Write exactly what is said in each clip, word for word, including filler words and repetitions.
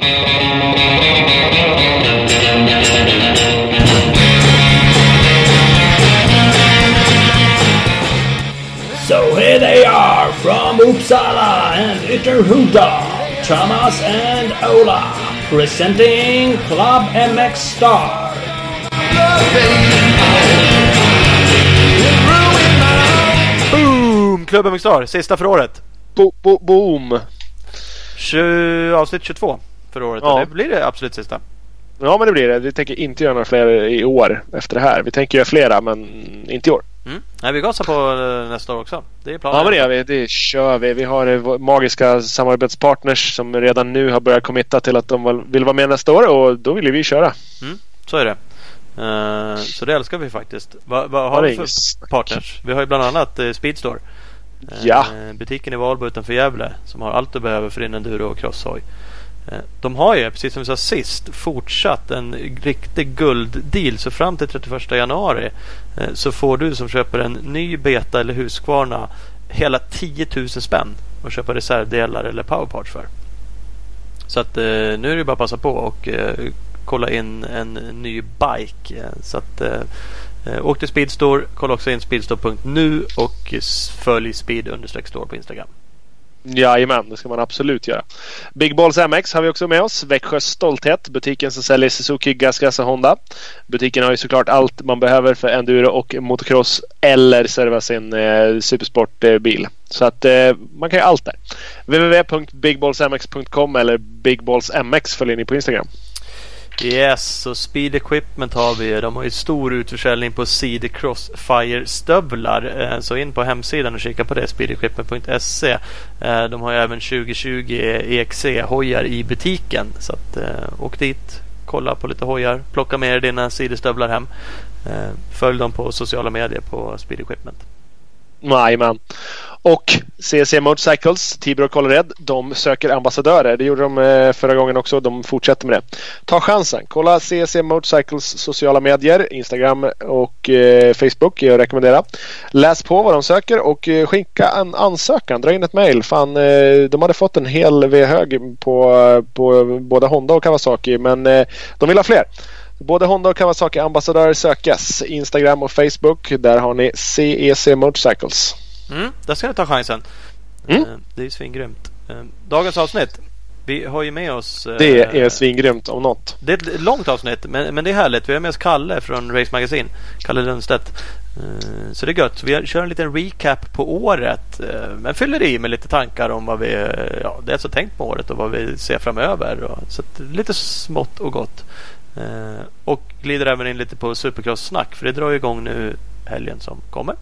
So here they are from Uppsala and Ytterhuda, Thomas and Ola, presenting Club M X Star. Boom! Club M X Star, sista för året. Bo, bo, boom! tjugo, avsnitt tjugotvå för året, ja. Och det blir det absolut sista. Ja, men det blir det. Vi tänker inte göra några fler i år efter det här. Vi tänker göra flera, men inte i år. Mm. Nej, vi gasar på nästa år också. Det är planen. Ja, men det gör vi. Det kör vi. Vi har magiska samarbetspartners som redan nu har börjat committa till att de vill vara med nästa år, och då vill vi köra. Mm, så är det. Uh, så det älskar vi faktiskt. Vad va har vi för snack. partners? Vi har ju bland annat uh, Speedstore. Uh, ja. Butiken i Valbo utanför Gävle som har allt du behöver för din enduro och crosshoj. De har ju, precis som vi sa sist, fortsatt en riktig gulddeal. Så fram till trettioförsta januari så får du som köper en ny beta eller Husqvarna hela tio tusen spänn och köpa reservdelar eller powerparts för. Så att nu är det bara att passa på och kolla in en ny bike. Så att åk till Speedstore, kolla också in speedstore punkt nu och följ speed-store på Instagram. Jajamän, det ska man absolut göra. Big Balls M X har vi också med oss. Växjös stolthet, butiken som säljer Suzuki, Gas Gas och Honda. Butiken har ju såklart allt man behöver för enduro och motocross eller serva sin eh, supersportbil. Eh, Så att eh, man kan ju allt där. w w w punkt big balls m x punkt com eller Big Balls M X följer ni på Instagram. Yes, så Speed Equipment har vi. De har ju stor utförsäljning på C D Crossfire stövlar. Så in på hemsidan och kika på det, speed equipment punkt se. De har ju även tjugo tjugo E X C-hojar i butiken. Så att, åk dit, kolla på lite hojar, plocka med er dina C D-stövlar hem. Följ dem på sociala medier på Speed Equipment. Jajamän. Och C C Motorcycles, Tibro och Kållered, de söker ambassadörer. Det gjorde de förra gången också. De fortsätter med det. Ta chansen. Kolla C C Motorcycles sociala medier, Instagram och eh, Facebook. Jag rekommenderar. Läs på vad de söker och eh, skicka en ansökan. Dra in ett mejl. Fan, eh, de hade fått en hel V-hög på, på både Honda och Kawasaki, men eh, de vill ha fler. Både Honda och Kawasaki ambassadörer sökas. Instagram och Facebook. Där har ni C E C Motorcycles. Mm, där ska ni ta chansen. Mm. uh, Det är ju svingrymt. uh, Dagens avsnitt, vi har ju med oss uh, Det är svingrymt om något. Det är ett långt avsnitt, men, men det är härligt. Vi har med oss Kalle från Race Magazine, Kalle Lundstedt. uh, Så det är gött. Vi kör en liten recap på året, uh, men fyller i med lite tankar om vad vi uh, ja, det är så tänkt på året och vad vi ser framöver, och, så att, lite smått och gott. uh, Och glider även in lite på Supercross-snack, för det drar igång nu helgen som kommer.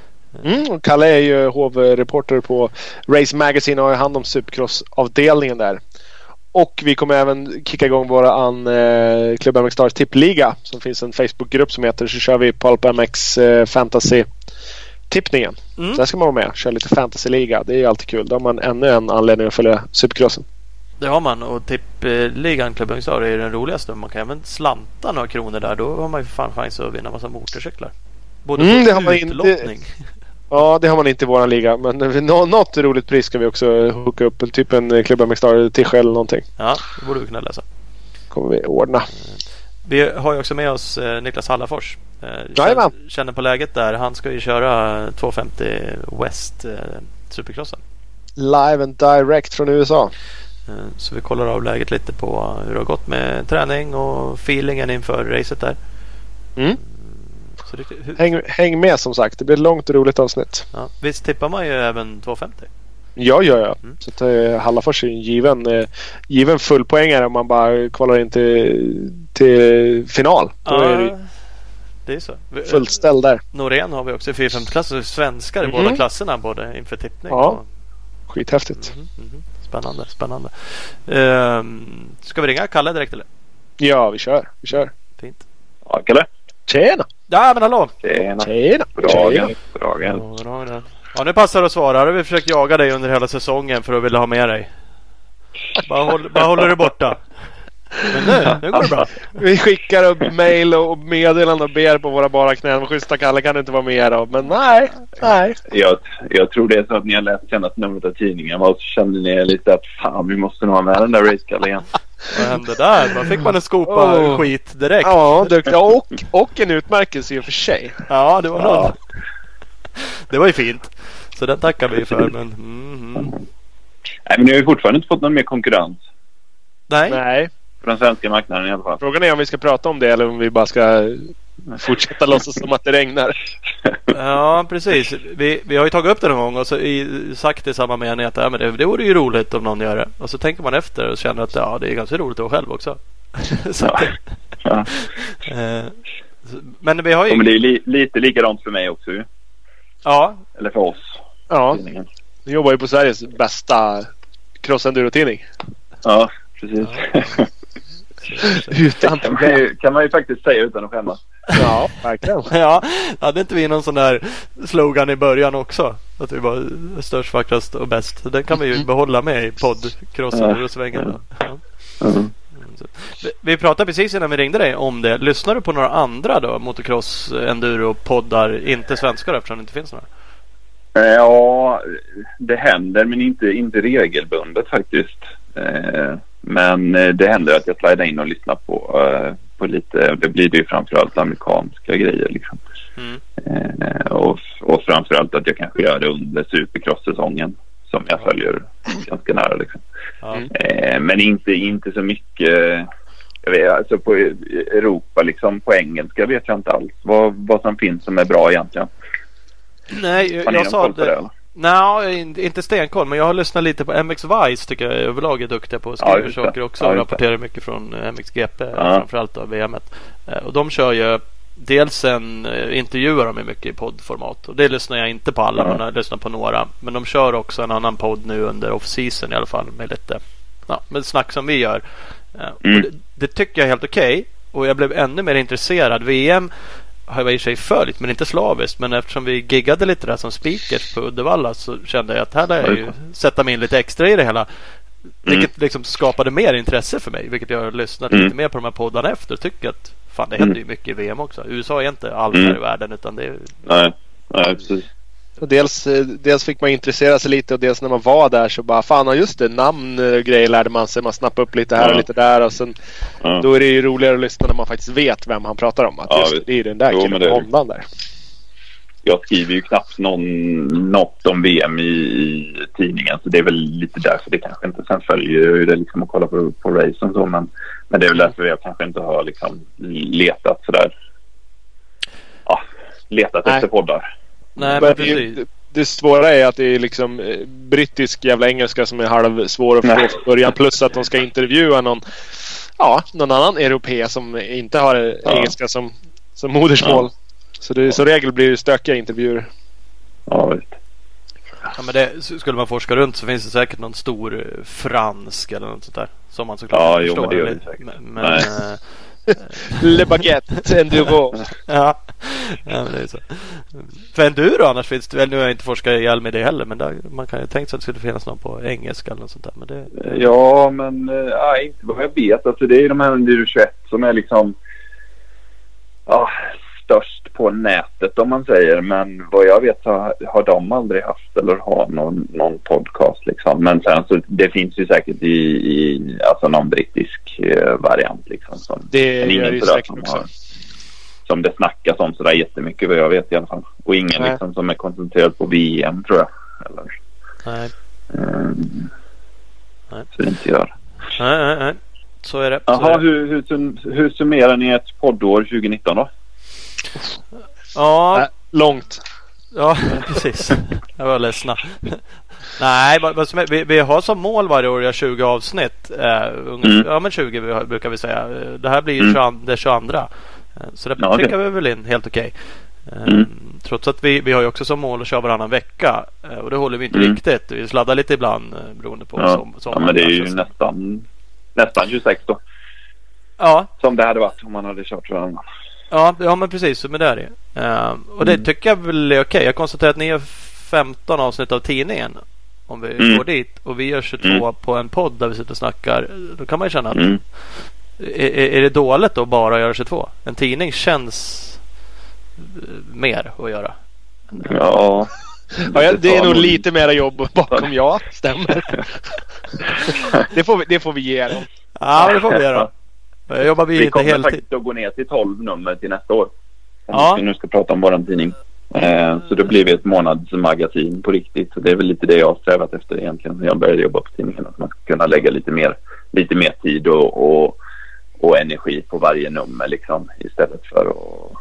Mm, och Kalle är ju hovreporter på Race Magazine och har hand om Supercross-avdelningen där. Och vi kommer även kicka igång våra an, eh, Club M X Stars tippliga, som finns en Facebookgrupp som heter, så kör vi Pulp M X eh, Fantasy-tippningen. Mm. Så där ska man vara med, köra lite fantasy-liga. Det är ju alltid kul. Då har man ännu en anledning att följa Supercrossen. Det har man, och tippligan Club M X Star är den roligaste. Man kan även slanta några kronor där. Då har man ju fan chans att vinna massa motorcyklar. Både mm, det har man inte. Ja, det har man inte i våran liga. Men något roligt pris ska vi också hooka upp. Typ en Club M X Star t-shirt eller någonting. Ja, det borde vi kunna läsa. Kommer vi ordna. Vi har ju också med oss eh, Niklas Hallafors. Eh, känner, känner på läget där. Han ska ju köra tvåhundrafemtio West eh, Supercrossen. Live and direct från U S A. Eh, så vi kollar av läget lite på hur det har gått med träning och feelingen inför racet där. Mm. Så det, hur... häng, häng med som sagt. Det blir ett långt och roligt avsnitt. Ja, visst tippar man ju även tvåhundrafemtio? Ja, ja, ja. Mm. Så att eh, Hallafors är en given, eh, given fullpoängare om man bara kvalar in till, till final. Då ja, är det, det är så. Fullt ställ där. Norén har vi också i fyra femtio-klass. Svenskar i mm. båda klasserna, både inför tippning. Ja, och... skithäftigt. Mm, mm, spännande, spännande. Um, ska vi ringa Kalle direkt eller? Ja, vi kör. Vi kör. Fint. Ja, Kalle. Tjena. Ja, men hallå. Tjena. Tjena. Dagen. Dagen. Dagen. Ja, nu passar det att svara. Vi har försökt jaga dig under hela säsongen för att vilja ha med dig. Bara, håll, bara håller du borta. Men nu, nu går det bra. Vi skickar upp mail och meddelande och ber på våra bara knän. Men schyssta Kalle kan inte vara med då. Men nej, nej. Jag, jag tror det är så att ni har läst senaste numret av tidningen. Och så kände ni lite att fan, vi måste nog ha med den där race-Kalle igen. Vad hände där? Då fick man en skopa oh. skit direkt. Ja, duktig. Och, och en utmärkelse i och för sig. Ja, det var ja. något. Det var ju fint. Så den tackar vi för. Men, mm, mm. Nej, men ni har ju fortfarande inte fått någon mer konkurrens. Nej. Nej. På den svenska marknaden i alla fall. Frågan är om vi ska prata om det eller om vi bara ska fortsätta låtsas som att det regnar. Ja, precis. Vi, vi har ju tagit upp det någon gång och så i, sagt i samma mening att ja, men det, det vore ju roligt om någon gör det. Och så tänker man efter och känner att ja, det är ganska roligt att vara själv också. Så ja. Ja. eh, men vi har ju... Ja, men det är li, lite likadant för mig också ju. Ja. Eller för oss. Ja. Vi jobbar ju på Sveriges bästa cross-enduro-tidning. Ja, precis. Ja. Utan kan, man ju, kan man ju faktiskt säga utan att skämmas. Ja, verkligen. Ja, hade inte vi någon sån där slogan i början också? Att vi var störst, vackrast och bäst. Den kan vi ju behålla med i poddcrossen och svängen. Ja. Mm. Vi pratade precis innan vi ringde dig om det. Lyssnar du på några andra då? Motocross, enduro, poddar, inte svenskar eftersom det inte finns några? Ja, det händer men inte, inte regelbundet faktiskt. Men det händer att jag slidar in och lyssnar på, på lite, det blir det ju framförallt amerikanska grejer liksom. Mm. Och, och framförallt att jag kanske gör det under supercross-säsongen som jag följer ganska nära liksom. Mm. Men inte, inte så mycket, jag vet, alltså på Europa liksom, på engelska vet jag inte alls vad, vad som finns som är bra egentligen. Nej, jag, jag sa det, det nej, inte stenkoll, men jag har lyssnat lite på M X Vice, tycker jag överlag är duktiga på att skriva ja, saker också ja, och rapporterar mycket från M X G P, ja. Framförallt av V M-et. Och de kör ju dels en intervjuar de mycket i poddformat och det lyssnar jag inte på alla, ja. Men jag lyssnar på några. Men de kör också en annan podd nu under off-season i alla fall med lite ja, med snack som vi gör. Mm. Och det, det tycker jag är helt okej okay, och jag blev ännu mer intresserad. V M har jag i sig följt, men inte slaviskt. Men eftersom vi giggade lite där som speakers på Uddevalla så kände jag att här lär jag ju sätta mig in lite extra i det hela. Mm. Vilket liksom skapade mer intresse för mig. Vilket jag har lyssnat mm. lite mer på de här poddarna efter. Och tycker att fan, det händer ju mycket i V M också. U S A är inte allt här mm. i världen utan det är... Nej, nej precis. Och dels, dels fick man intressera sig lite och dels när man var där så bara fan, just det, namn och grejer lärde man sig. Man snappade upp lite här ja. Och lite där och sen ja. Då är det ju roligare att lyssna när man faktiskt vet vem han pratar om. Att ja, just, det är den där killen på Hondan där. Jag skriver ju knappt någon, något om V M i, i tidningen så det är väl lite därför det kanske inte. Sen följer ju det liksom att kolla på, på racen så men, men det är väl därför jag kanske inte har liksom letat sådär ja, letat Nej. efter poddar. Nej, men precis. Det, det svåra är att det är liksom eh, brittisk jävla engelska som är halv svår att få från början plus att de ska intervjua någon ja, någon annan europé som inte har ja. engelska som, som modersmål. Ja. Så det, så regel blir det stökiga intervjuer. Ja, visst. Ja, men det, skulle man forska runt så finns det säkert någon stor fransk eller något sånt där som man såklart ja, förstår. Jo, men det gör det säkert. Men, men Le baguette, enduro. Ja, ja men det är så. För enduro annars finns det väl, nu har jag inte forskat ihjäl med det heller, men där, man kan ju tänka sig att det skulle finnas någon på engelska eller något sånt där. Men det... Ja, men äh, inte vad jag vet. Alltså, det är ju de här enduro tjugoett som är liksom ja, störst på nätet om man säger. Men vad jag vet så har, har de aldrig haft eller har någon, någon podcast liksom. Men sen så det finns ju säkert i, i alltså någon brittisk eh, variant liksom. Som, det gör ju säkert som också. Har, som det snackas om sådär jättemycket vad jag vet i alla fall. Och ingen liksom som är koncentrerad på V M tror jag. Eller, nej. Um, nej. Så det inte gör. Nej, nej, nej. Så är det. Jaha, hur, hur, hur summerar ni ett poddår tjugonitton då? Ja, äh, långt. Ja, precis. Jag var ledsna. Nej, vi, vi har som mål varje år tjugo avsnitt. Eh, ungefär, mm. Ja, men tjugo brukar vi säga. Det här blir ju mm. det tjugoandra. Så det ja, prickar vi väl in helt okej. Okay. Mm. Trots att vi, vi har ju också som mål att köra varannan vecka. Och det håller vi inte mm. riktigt. Vi sladdar lite ibland beroende på ja. som, som ja, men det är ju nästan, nästan tjugosex då. Ja. Som det hade varit om man hade kört varannan. Ja, ja men precis, men det är det. Uh, och det mm. tycker jag väl är okej. Jag konstaterar att ni gör femton avsnitt av tidningen om vi mm. går dit. Och vi gör tjugotvå mm. på en podd där vi sitter och snackar. Då kan man ju känna att mm. är, är det dåligt då bara göra tjugotvå? En tidning känns mer att göra. Ja, Ja, ja, det är nog lite mer jobb bakom, ja, stämmer. det, får vi, det får vi ge dem. Ja, det får vi göra. Jag jobbar vi, vi inte kommer heltid. faktiskt att gå ner till tolv nummer till nästa år. Om Ja. vi nu ska prata om våran tidning. Eh, så då blir vi ett månadsmagasin på riktigt. Så det är väl lite det jag har strävat efter egentligen när jag började jobba på tidningen. Att man ska kunna lägga lite mer, lite mer tid och, och, och energi på varje nummer liksom. Istället för att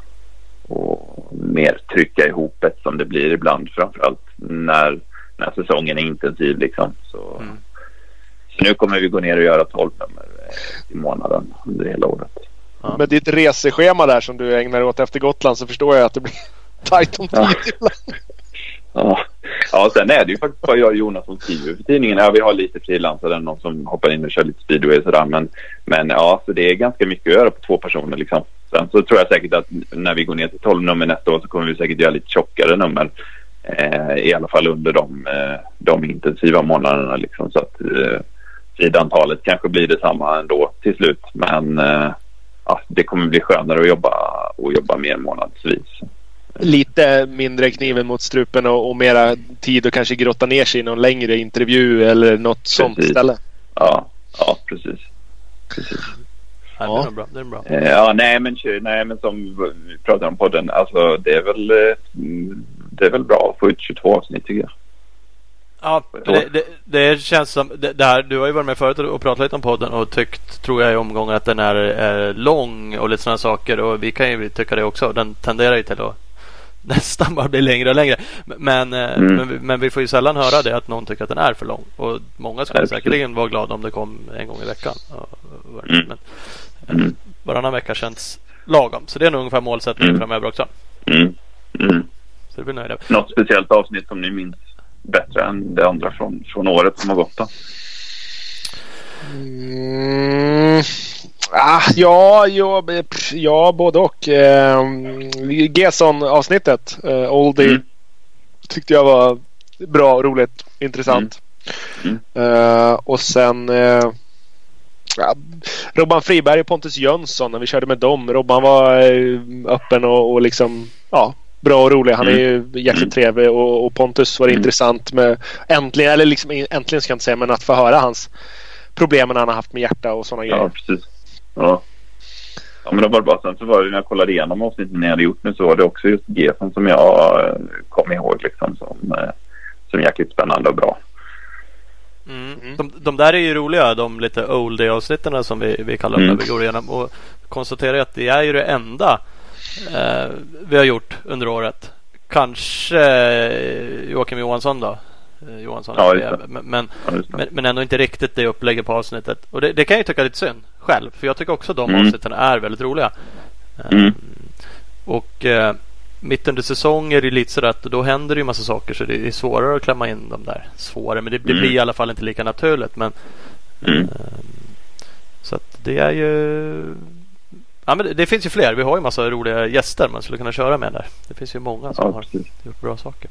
och mer trycka ihop ett som det blir ibland. Framförallt när, när säsongen är intensiv liksom. Så, Mm. så nu kommer vi gå ner och göra tolv nummer i månaden under hela året. Ja. Med ditt reseschema där som du ägnar åt efter Gotland så förstår jag att det blir tajt om tid Ja. ibland. Ja. Ja, sen är det ju faktiskt bara jag och Jonas som skriver för tidningen. Ja, vi har lite frilansare, någon som hoppar in och kör lite speedway och sådär. Men, men ja, så det är ganska mycket att göra på två personer liksom. Sen så tror jag säkert att när vi går ner till tolv nummer nästa år så kommer vi säkert göra lite tjockare nummer. Eh, I alla fall under de, eh, de intensiva månaderna liksom. Så att eh, sidantalet kanske blir detsamma ändå till slut. Men eh, ja, det kommer bli skönare att jobba, och jobba mer månadsvis. Lite mindre kniven mot strupen och, och mera tid och kanske grotta ner sig i någon längre intervju eller något sånt Precis. ställe. Ja, ja precis. Precis. Ja, det är nog bra. Det är bra. Eh, Ja, nej men, nej men som vi pratade om podden, alltså det är väl eh, det är väl bra att få ut tjugotvå avsnitt tycker jag. Ja, det, det, det känns som det, det här, du har ju varit med förut och pratat lite om podden och tyckt, tror jag i omgångar, att den är, är lång och lite sådana saker, och vi kan ju tycka det också. Den tenderar ju till att nästan bara bli längre och längre, men, mm. men, men vi får ju sällan höra det att någon tycker att den är för lång, och många skulle ja, säkerligen vara glada om det kom en gång i veckan. Mm. Men mm. varannan vecka känns lagom, så det är nog ungefär målsättningen mm. framöver också. Mm. Mm. Så det blir nöjda. Något speciellt avsnitt som ni minns bättre än det andra från, från året som har gått då? Mm. Ah, ja, ja, ja, både och. Eh, Gesson-avsnittet, eh, Oldie, mm. tyckte jag var bra, roligt, intressant. Mm. Mm. Eh, och sen eh, ja, Robban Friberg och Pontus Jönsson, när vi körde med dem. Robban var eh, öppen och, och liksom, ja, bra och rolig. Han är ju jäkligt trevlig, och, och Pontus var mm. intressant med äntligen, eller liksom äntligen ska jag inte säga, men att få höra hans problemen han har haft med hjärta och sådana grejer. Ja, precis. Ja. Ja, men det var bara sen så var det när jag kollade igenom avsnitten ni hade gjort nu, så var det också just Gesson som jag kom ihåg liksom som, som jäkligt spännande och bra. Mm. De, de där är ju roliga, de lite oldie-avsnitten som vi, vi kallar dem, mm. när vi går igenom, och konstaterar att det är ju det enda eh, vi har gjort under året. Kanske eh, Joakim Johansson då. Eh, Johansson, ja, är, men, men, men, men ändå inte riktigt det upplägget på avsnittet. Och det, det kan jag ju tycka lite synd själv, för jag tycker också att de mm. avsnitten är väldigt roliga. Mm. Eh, och eh, mitt under säsong är det lite så att då händer det ju massa saker, så det är svårare att klämma in dem där. Svårare, men det, det mm. blir i alla fall inte lika naturligt. Men mm. eh, så att det är ju, ja, men det, det finns ju fler. Vi har ju massa roliga gäster man skulle kunna köra med där. Det finns ju många som ja, har gjort bra saker.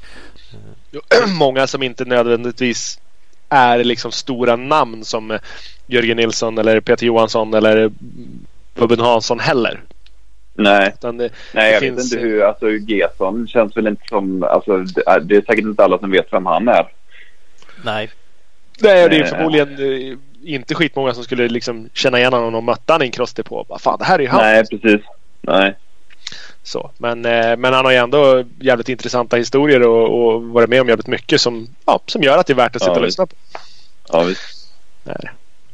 Många som inte nödvändigtvis är liksom stora namn som Jörgen Nilsson eller Peter Johansson eller Bubben Hansson heller. Nej, det, Nej det jag finns... vet inte hur, alltså Gesson känns väl inte som, alltså det är, det är säkert inte alla som vet vem han är. Nej. Nej, det är förmodligen inte skitmånga som skulle liksom känna igen honom och möta han i en crossdepå. Bara, fan, det här är ju han. Nej, precis. Nej. Så, men, eh, men han har ju ändå jävligt intressanta historier och, och varit med om jävligt mycket som, ja, som gör att det är värt att sitta ja, och lyssna på. Ja, visst. Nej.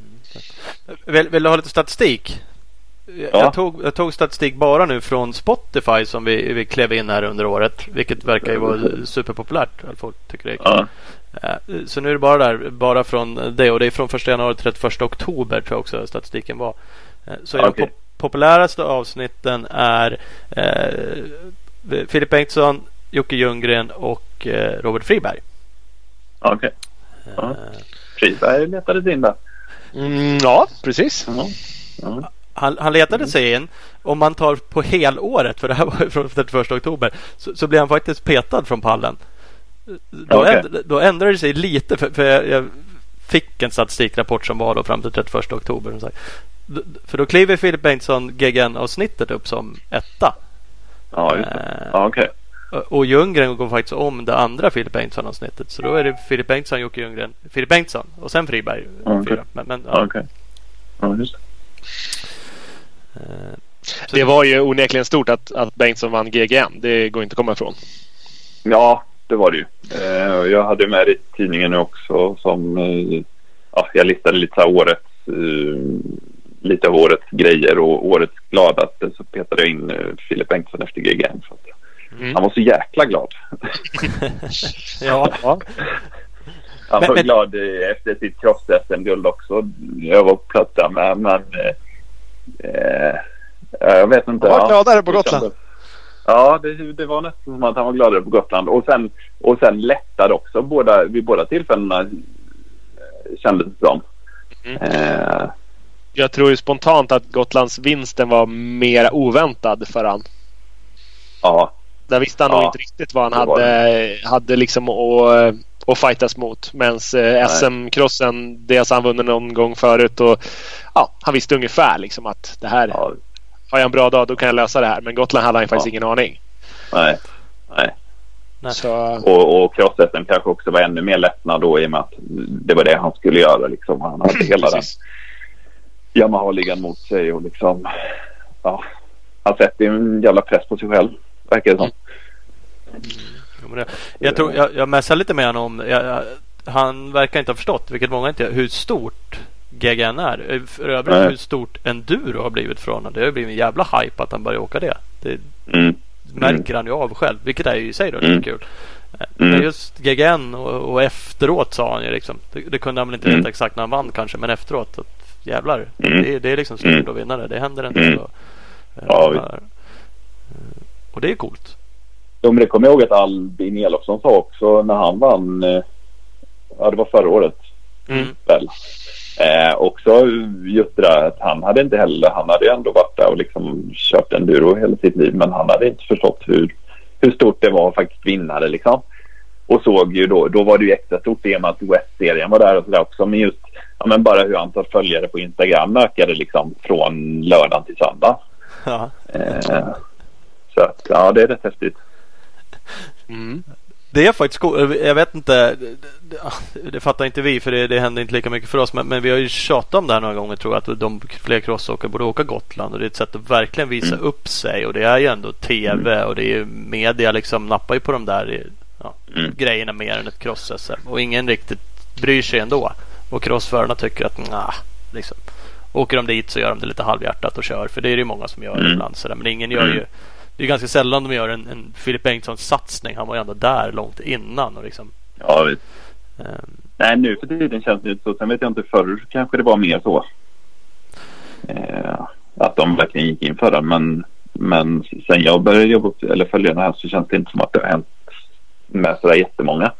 Vill, vill du ha lite statistik? Ja. Jag, tog, jag tog statistik bara nu från Spotify som vi, vi klev in här under året, vilket verkar ju vara superpopulärt. Folk tycker det är kul. Ja. Så nu är det bara där, bara från det, och det är från första januari till trettioförsta oktober tror jag också statistiken var. Så är okay. de pop- populäraste avsnitten är eh, Filip Bengtsson, Jocke Ljunggren och eh, Robert Friberg. Okej. Okay. Ja. Friberg letade sig in där. Mm, ja, precis. Ja. Ja. Han, han letade sig in. Om man tar på helåret, för det här var ju från trettioförsta oktober, så, så blir han faktiskt petad från pallen. Då, okay. änd, då ändrade det sig lite, för, för jag, jag fick en statistikrapport som var då fram till trettioförsta oktober. Som sagt. För då kliver Filip Bengtsson Geggen avsnittet upp som etta. Ja, just det. Ja, okej. Okay. Och Ljunggren går faktiskt om det andra Filip Bengtsson-avsnittet. Så då är det Filip Bengtsson, Jocke Ljunggren, Filip Bengtsson och sen Friberg. Okay. Fyra. Men, men, ja. Okej. Ja, just det. Så det var ju onekligen stort att, att Bengtsson vann G G M. Det går inte att komma ifrån. Ja, det var det ju. Jag hade med det i tidningen också som ja, jag listade lite så här årets lite av årets grejer och årets gladaste, så petade jag in Filip Bengtsson efter G G M. Så att mm. Han var så jäkla glad. Ja. Han var men, glad efter sitt cross-S M-guld också. Jag var på plats där med, men eh, jag vet inte. Han var gladare på Gotland. Ja, det, det var nästan som att han var gladare på Gotland. Och sen, och sen lättade också båda, vid båda tillfällena kändes det som. Mm. Eh, jag tror ju spontant att Gotlands vinsten var mer oväntad för han. Ja. Där visste han ja, nog inte riktigt vad han hade, hade liksom att, att fightas mot. Men eh, S M-crossen, det har han vunnit någon gång förut. Och ja, han visste ungefär liksom att det här, ja. Har jag en bra dag, då kan jag lösa det här. Men Gotland hade han faktiskt ja. ingen aning. Nej, nej. Så... Och, och cross-S M kanske också var ännu mer lättnad då, i och med att det var det han skulle göra liksom. Han hade hela den Yamaha-ligan mot sig och liksom ja, han sätter en jävla press på sig själv, verkar det som. Mm. Jag tror jag, jag mässar lite med honom om jag, jag, han verkar inte ha förstått, vilket många inte, hur stort G G N är. För övrigt Nej. hur stort enduro har blivit från honom. Det har blivit en jävla hype att han börjar åka det. Det mm. märker han ju av själv, vilket är ju i sig då mm. lite kul. Mm. Men just G G N och, och efteråt sa han ju liksom, det, det kunde han väl inte veta mm. exakt när han vann kanske, men efteråt att jävlar, mm. det, det är liksom stort att vinna det. Det händer inte mm. så. Ja, och det är coolt. Ja, men det kommer jag ihåg att Albin Elofsson sa också när han vann, ja det var förra året mm. väl. Eh, också just det där att han hade inte heller, han hade ändå varit där och liksom kört enduro hela sitt liv, men han hade inte förstått hur, hur stort det var att faktiskt vinna det liksom. Och såg ju då, då var det ju extra stort i och med att West-serien var där och sådär också, men just ja, men bara hur antal följare på Instagram ökade liksom från lördag till söndag. Ja. Eh, så att, ja, det är rätt häftigt. Mm. Det är faktiskt cool. Jag vet inte, det, det, det fattar inte vi, för det, det händer inte lika mycket för oss, men, men vi har ju tjatat om det här några gånger, tror jag, att de fler crossåkare borde åka Gotland, och det är ett sätt att verkligen visa mm. upp sig, och det är ju ändå tv mm. och det är ju media liksom nappar ju på de där ja, mm. grejerna mer än ett cross-S M, och ingen riktigt bryr sig ändå, och crossförarna tycker att nah, liksom, åker de dit så gör de det lite halvhjärtat och kör, för det är det ju många som gör mm. ibland sådär, men ingen gör ju, det är ganska sällan de gör en, en Filip Bengtssons satsning. Han var ju ändå där långt innan och liksom, ja, visst. Um, nej, nu för tiden känns det så. Sen vet jag inte, förr kanske det var mer så uh, att de verkligen gick in för det, men, men sen jag började jobba eller följa det här, så känns det inte som att det har hänt med sådär jättemånga.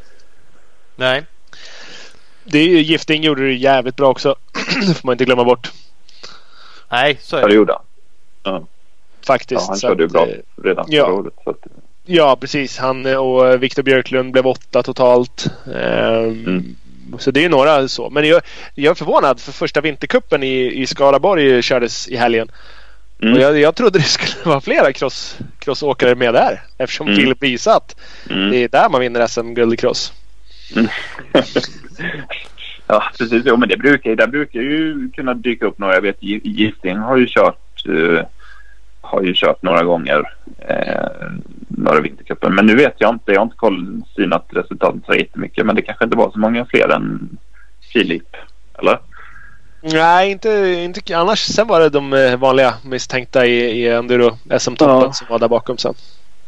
Nej. Det är ju, Gifting gjorde det jävligt bra också. Det får man inte glömma bort. Nej, så är det. det. Ja, det gjorde han. Ja. Faktiskt. Ja, han körde ju bra redan ja. förra året. Så att... Ja, precis. Han och Viktor Björklund blev åtta totalt. Ehm, mm. Så det är ju några så. Men jag, jag är förvånad, för första vinterkuppen i, i Skaraborg kördes i helgen. Mm. Och jag, jag trodde det skulle vara flera cross, crossåkare med där. Eftersom mm. Filip visat. Mm. Det är där man vinner S M-guld i cross. Mm. Ja, precis. Jo, men det brukar, där brukar ju kunna dyka upp några. Jag vet, Gifting har ju kört... Uh, har ju kört några gånger eh, några vintercupen, men nu vet jag inte, jag har inte koll, synat resultatet så jättemycket, men det kanske inte var så många fler än Filip, eller? Nej, inte, inte annars. Sen var det de vanliga misstänkta i, i enduro S M-toppen ja. som var där bakom sen.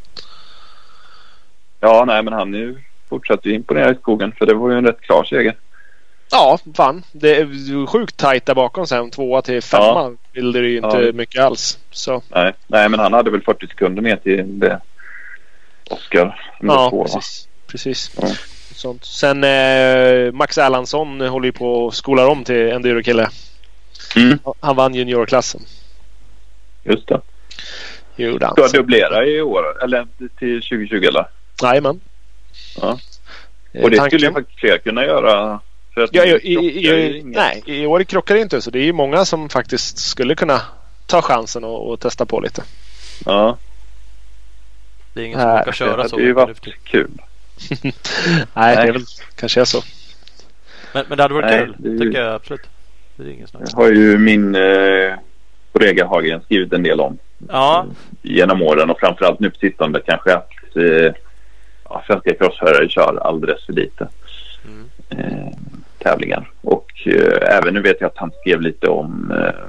Ja, nej, men han nu fortsatte ju imponera i skogen, för det var ju en rätt klar seger. Ja, fan. Det är sjukt tajt där bakom sen. Tvåa till femma ja. vill det ju inte ja. mycket alls. Så. Nej, nej, men han hade väl fyrtio sekunder ner till det. Oscar. Ja, två, precis. precis. Ja. Sånt. Sen eh, Max Erlandsson håller ju på och skolar om till enduro-kille. Mm. Han vann juniorklassen. Just det. Jo, ska dubblera i år, eller till tjugo tjugo, eller? Jajamän. Ja. Och det Tanken. skulle ju faktiskt fler kunna göra. Ja, i, i, i, nej, i år krockar det inte, så det är ju många som faktiskt skulle kunna ta chansen och, och testa på lite. Ja. Det är ingen som orkar köra det så. Det har ju varit kul. Nej, Nej, det är väl kanske är så. Men, men det hade varit Nej, kul, det är ju... tycker jag absolut. Det är ingen snack. Jag har ju min eh, kollega Hagen skrivit en del om. Ja. Genom åren och framförallt nu på sistone kanske att eh, ja, svenska crossförare kör alldeles för lite Mm. eh, tävlingar. Och eh, även nu vet jag att han skrev lite om eh,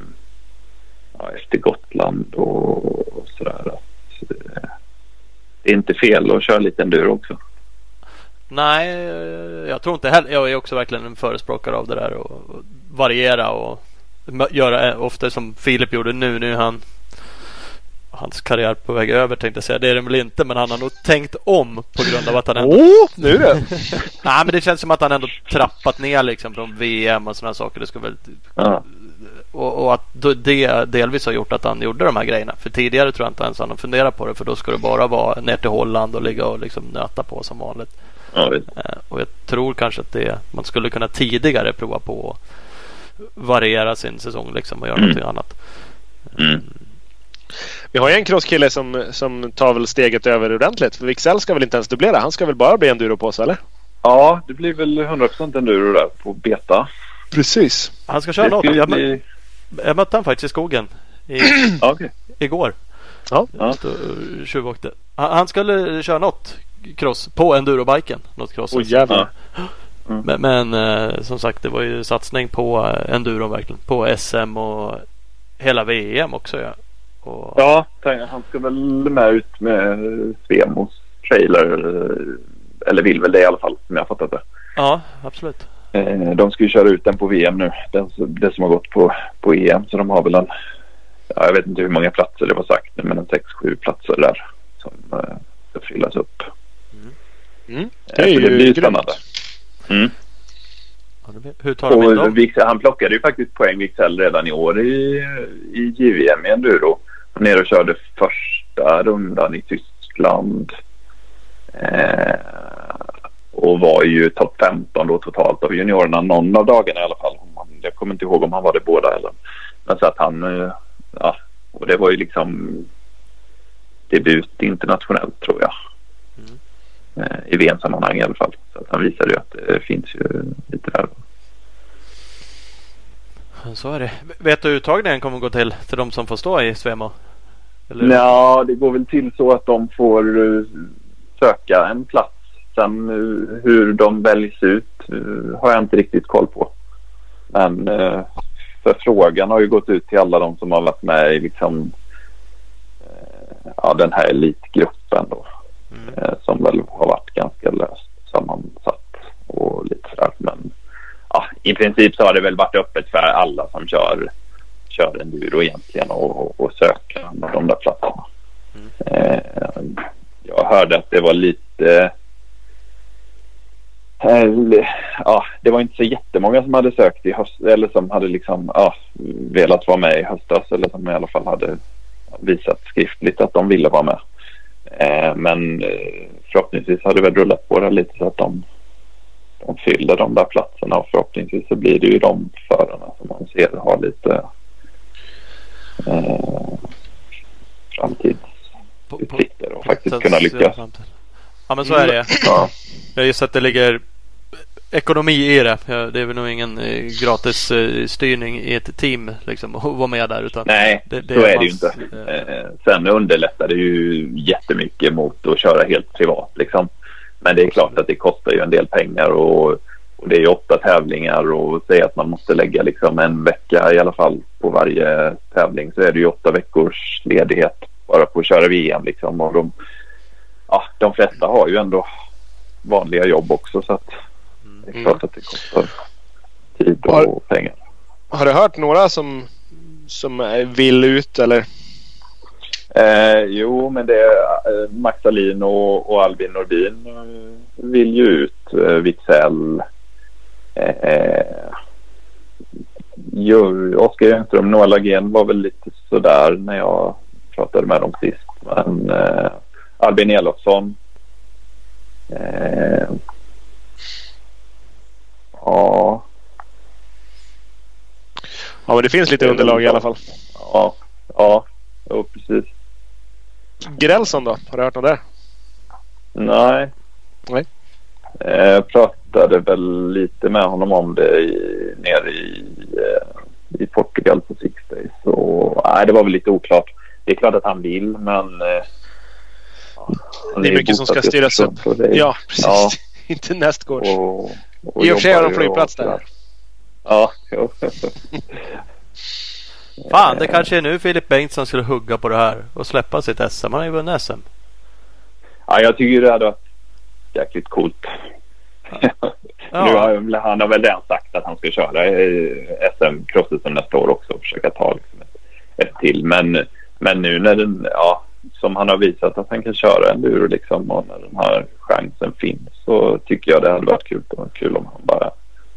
ja, efter Gotland och, och sådär. Att, eh, det är inte fel att köra lite enduro också. Nej, jag tror inte heller. Jag är också verkligen en förespråkare av det där och, och variera och göra ofta som Filip gjorde nu. Nu är han hans karriär på väg över, tänkte jag säga. Det är det väl inte, men han har nog tänkt om på grund av att han ändå... Åh, nu det! Nej, men det känns som att han ändå trappat ner liksom från V M och sådana saker. Det ska väl... Ja. Och, och att det delvis har gjort att han gjorde de här grejerna. För tidigare tror jag inte ens han har funderat på det. För då ska det bara vara ner till Holland och ligga och liksom nöta på som vanligt. Ja, visst. Och jag tror kanske att det man skulle kunna tidigare prova på att variera sin säsong liksom och göra Mm. något annat. Mm. Vi har ju en crosskille som, som tar väl steget över ordentligt. För Wicksell ska väl inte ens dubblera. Han ska väl bara bli enduro på sig, eller? Ja, det blir väl hundra procent enduro där på beta. Precis. Han ska köra Det något. skulle Jag, mö- bli... jag mötte han faktiskt i skogen i, Ja, okej. igår. Ja. Ja. Stå- tjuvåkte. Han, han skulle köra något cross på endurobiken. Något cross. Åh jävlar. Mm. Men, men eh, som sagt, det var ju satsning på eh, enduro verkligen. På S M och hela V M också. Ja. Och, Ja, han ska väl med ut med Svemos trailer. Eller vill väl det i alla fall, som jag har fattat det. ja, absolut. Eh, De ska ju köra ut den på V M nu. Den, det som har gått på, på E M. Så de har väl en... Ja, jag vet inte hur många platser det var sagt nu, men en sex sju platser där som eh, ska fyllas upp. Mm. Det, Det är ju det blir grymt. spännande. Mm. Ja, det blir- Hur tar de in dem? Och Wicksell, han plockade ju faktiskt poäng Wicksell redan i år i, i J V M i enduro. Han ner och körde första rundan i Tyskland. Eh, och var ju topp femton då totalt av juniorerna någon av dagarna i alla fall. Jag kommer inte ihåg om han var det båda eller. Men så att han, eh, ja, och det var ju liksom debut internationellt tror jag. Eh, I V M-sammanhang i alla fall. Så att han visade ju att det finns ju lite där. Så är det. Vet du hur uttagningen kommer att gå till till de som får stå i Svemo? Eller? Ja, det går väl till så att de får uh, söka en plats. Sen uh, hur de väljs ut uh, har jag inte riktigt koll på. Men uh, förfrågan har ju gått ut till alla de som har varit med i liksom, uh, ja, den här elitgruppen då. Mm. Uh, som väl har varit ganska löst sammansatt och lite sådär. Men ja, i princip så har det väl varit öppet för alla som kör kör enduro egentligen och, och, och söka de där platserna. Mm. Eh, jag hörde att det var lite eh, ja, det var inte så jättemånga som hade sökt i höst eller som hade liksom ja, velat vara med i höstas eller som i alla fall hade visat skriftligt att de ville vara med. Eh, men eh, förhoppningsvis hade det väl rullat på det lite så att de de fyller de där platserna och förhoppningsvis så blir det ju de förarna som man ser har lite eh, framtidsutsikter och faktiskt kunna lyckas. Ja, men så är det. Ja. Jag gissar att det ligger ekonomi i det. Ja, det är väl nog ingen eh, gratis eh, styrning i ett team liksom, att vara med där. Utan Nej, det, det så är det ju mans, inte. eh, Eh, sen underlättar det ju jättemycket mot att köra helt privat liksom. Men det är klart att det kostar ju en del pengar och, och det är ju åtta tävlingar och säga att man måste lägga liksom en vecka i alla fall på varje tävling så är det ju åtta veckors ledighet bara på att köra V M liksom. Och de, ja, de flesta har ju ändå vanliga jobb också så att det är klart att det kostar tid och Har- pengar. Har du hört några som, som vill ut eller? Eh, jo, men det är eh, Max Alin och, och Albin Nordin eh, vill ju ut. Eh, Wicksell. Eh, jo, Oskar Ljungström och Noah Lagén var väl lite sådär när jag pratade med dem sist. Men eh, Albin Elofsson. Eh, ja. Ja, men det finns lite underlag i alla fall. Ja, ja, ja precis. Grälsson då? Har du hört något där? Nej. Nej. Jag pratade väl lite med honom om det i, nere i, i Portugal på Six Days. Så nej, det var väl lite oklart. Det är klart att han vill, men eh, det är mycket som ska styras upp. Är, ja, precis. Ja. Inte nästgårds. Och, och I och för sig har de flygplats där. där. Ja, jo. Fan, det kanske är nu Filip Bengtsson skulle hugga på det här och släppa sitt S M. Han har ju vunnit S M. Ja, jag tycker det hade varit jäkligt coolt. Ja. Nu har han har väl redan sagt att han ska köra S M crosset som nästa år också och försöka ta liksom ett, ett till. Men, men nu när den, ja, som han har visat att han kan köra en enduro liksom, och när den här chansen finns, så tycker jag det hade varit kul, och kul om han bara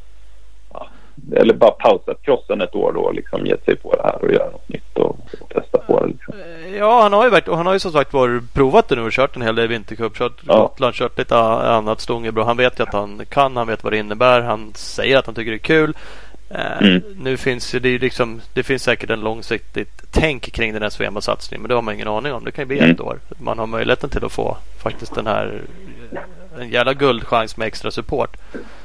ja, eller bara pausat crossen ett år då och liksom gett sig på det här och göra något nytt och, och testa på det liksom. Ja, han har ju varit, och han har ju som sagt varit provat det nu och kört en hel del vintercup, kört ja. Gotland, kört lite annat Stångebro. Han vet ju att han kan, han vet vad det innebär, han säger att han tycker det är kul. Mm. Nu finns det ju liksom, det finns säkert en långsiktigt tänk kring den här Svema-satsningen, men det har man ingen aning om. Det kan ju bli mm. ett år. Man har möjligheten till att få faktiskt den här en jävla guldchans med extra support.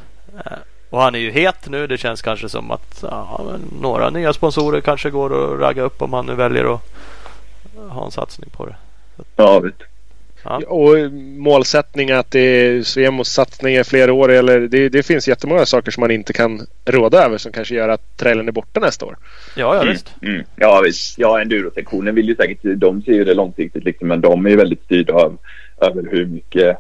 Och han är ju het nu. Det känns kanske som att ja, några nya sponsorer kanske går att ragga upp om han nu väljer att ha en satsning på det. Ja, vet. Ja. Och målsättning att det är Svemos satsningar flera år, eller det, det finns jättemånga saker som man inte kan råda över som kanske gör att trailern är borta nästa år. Ja, ja visst. Mm, mm. Ja, visst. Ja, enduro-sektionen vill ju säkert, de ser ju det långsiktigt liksom, men de är ju väldigt styrda av över hur mycket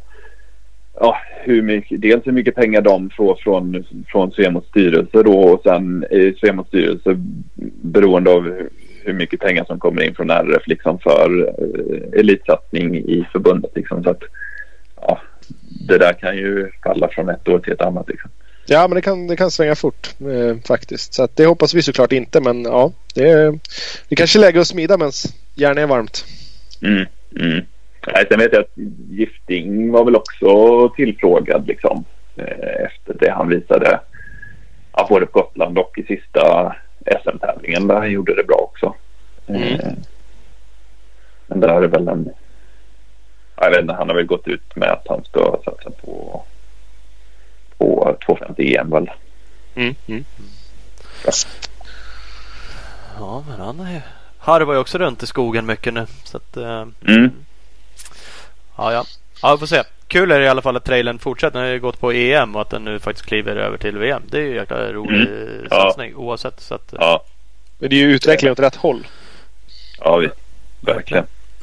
ja, hur mycket, dels hur mycket pengar de får från, från Svemos styrelse då, och sen är Svemos styrelse beroende av hur, hur mycket pengar som kommer in från R F liksom för eh, elitsatsning i förbundet liksom, så att ja, det där kan ju falla från ett år till ett annat liksom. Ja, men det kan, det kan svänga fort eh, faktiskt, så att det hoppas vi såklart inte, men ja, det, det kanske lägger att smida medan järnet är varmt. Mm, mm. Nej, sen vet jag att Gifting var väl också tillfrågad liksom, eh, efter det han visade ja, både på Gotland och i sista S M-tävlingen där han gjorde det bra också. Mm. Eh, men där är det väl en jag vet inte, han har väl gått ut med att han ska satsa på på tvåhundrafemtio E M väl. Mm. Mm. Ja. ja, men han är ju harvar ju också runt i skogen mycket nu, så att eh, mm. Ja, ja. Ja, vi får se. Kul är det i alla fall att trailern fortsätter. Den har ju gått på E M och att den nu faktiskt kliver över till V M. Det är ju en jäkla rolig mm. satsning ja. oavsett. Så att, ja. Men det är ju utveckling åt rätt håll. Ja, vi, verkligen.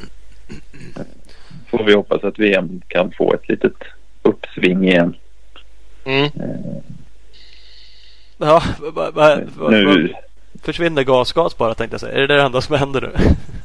Får vi hoppas att V M kan få ett litet uppsving igen. Mm. Eh. Ja, va, va, va, nu försvinner gasgas bara, tänkte jag säga. Är det det enda som händer nu?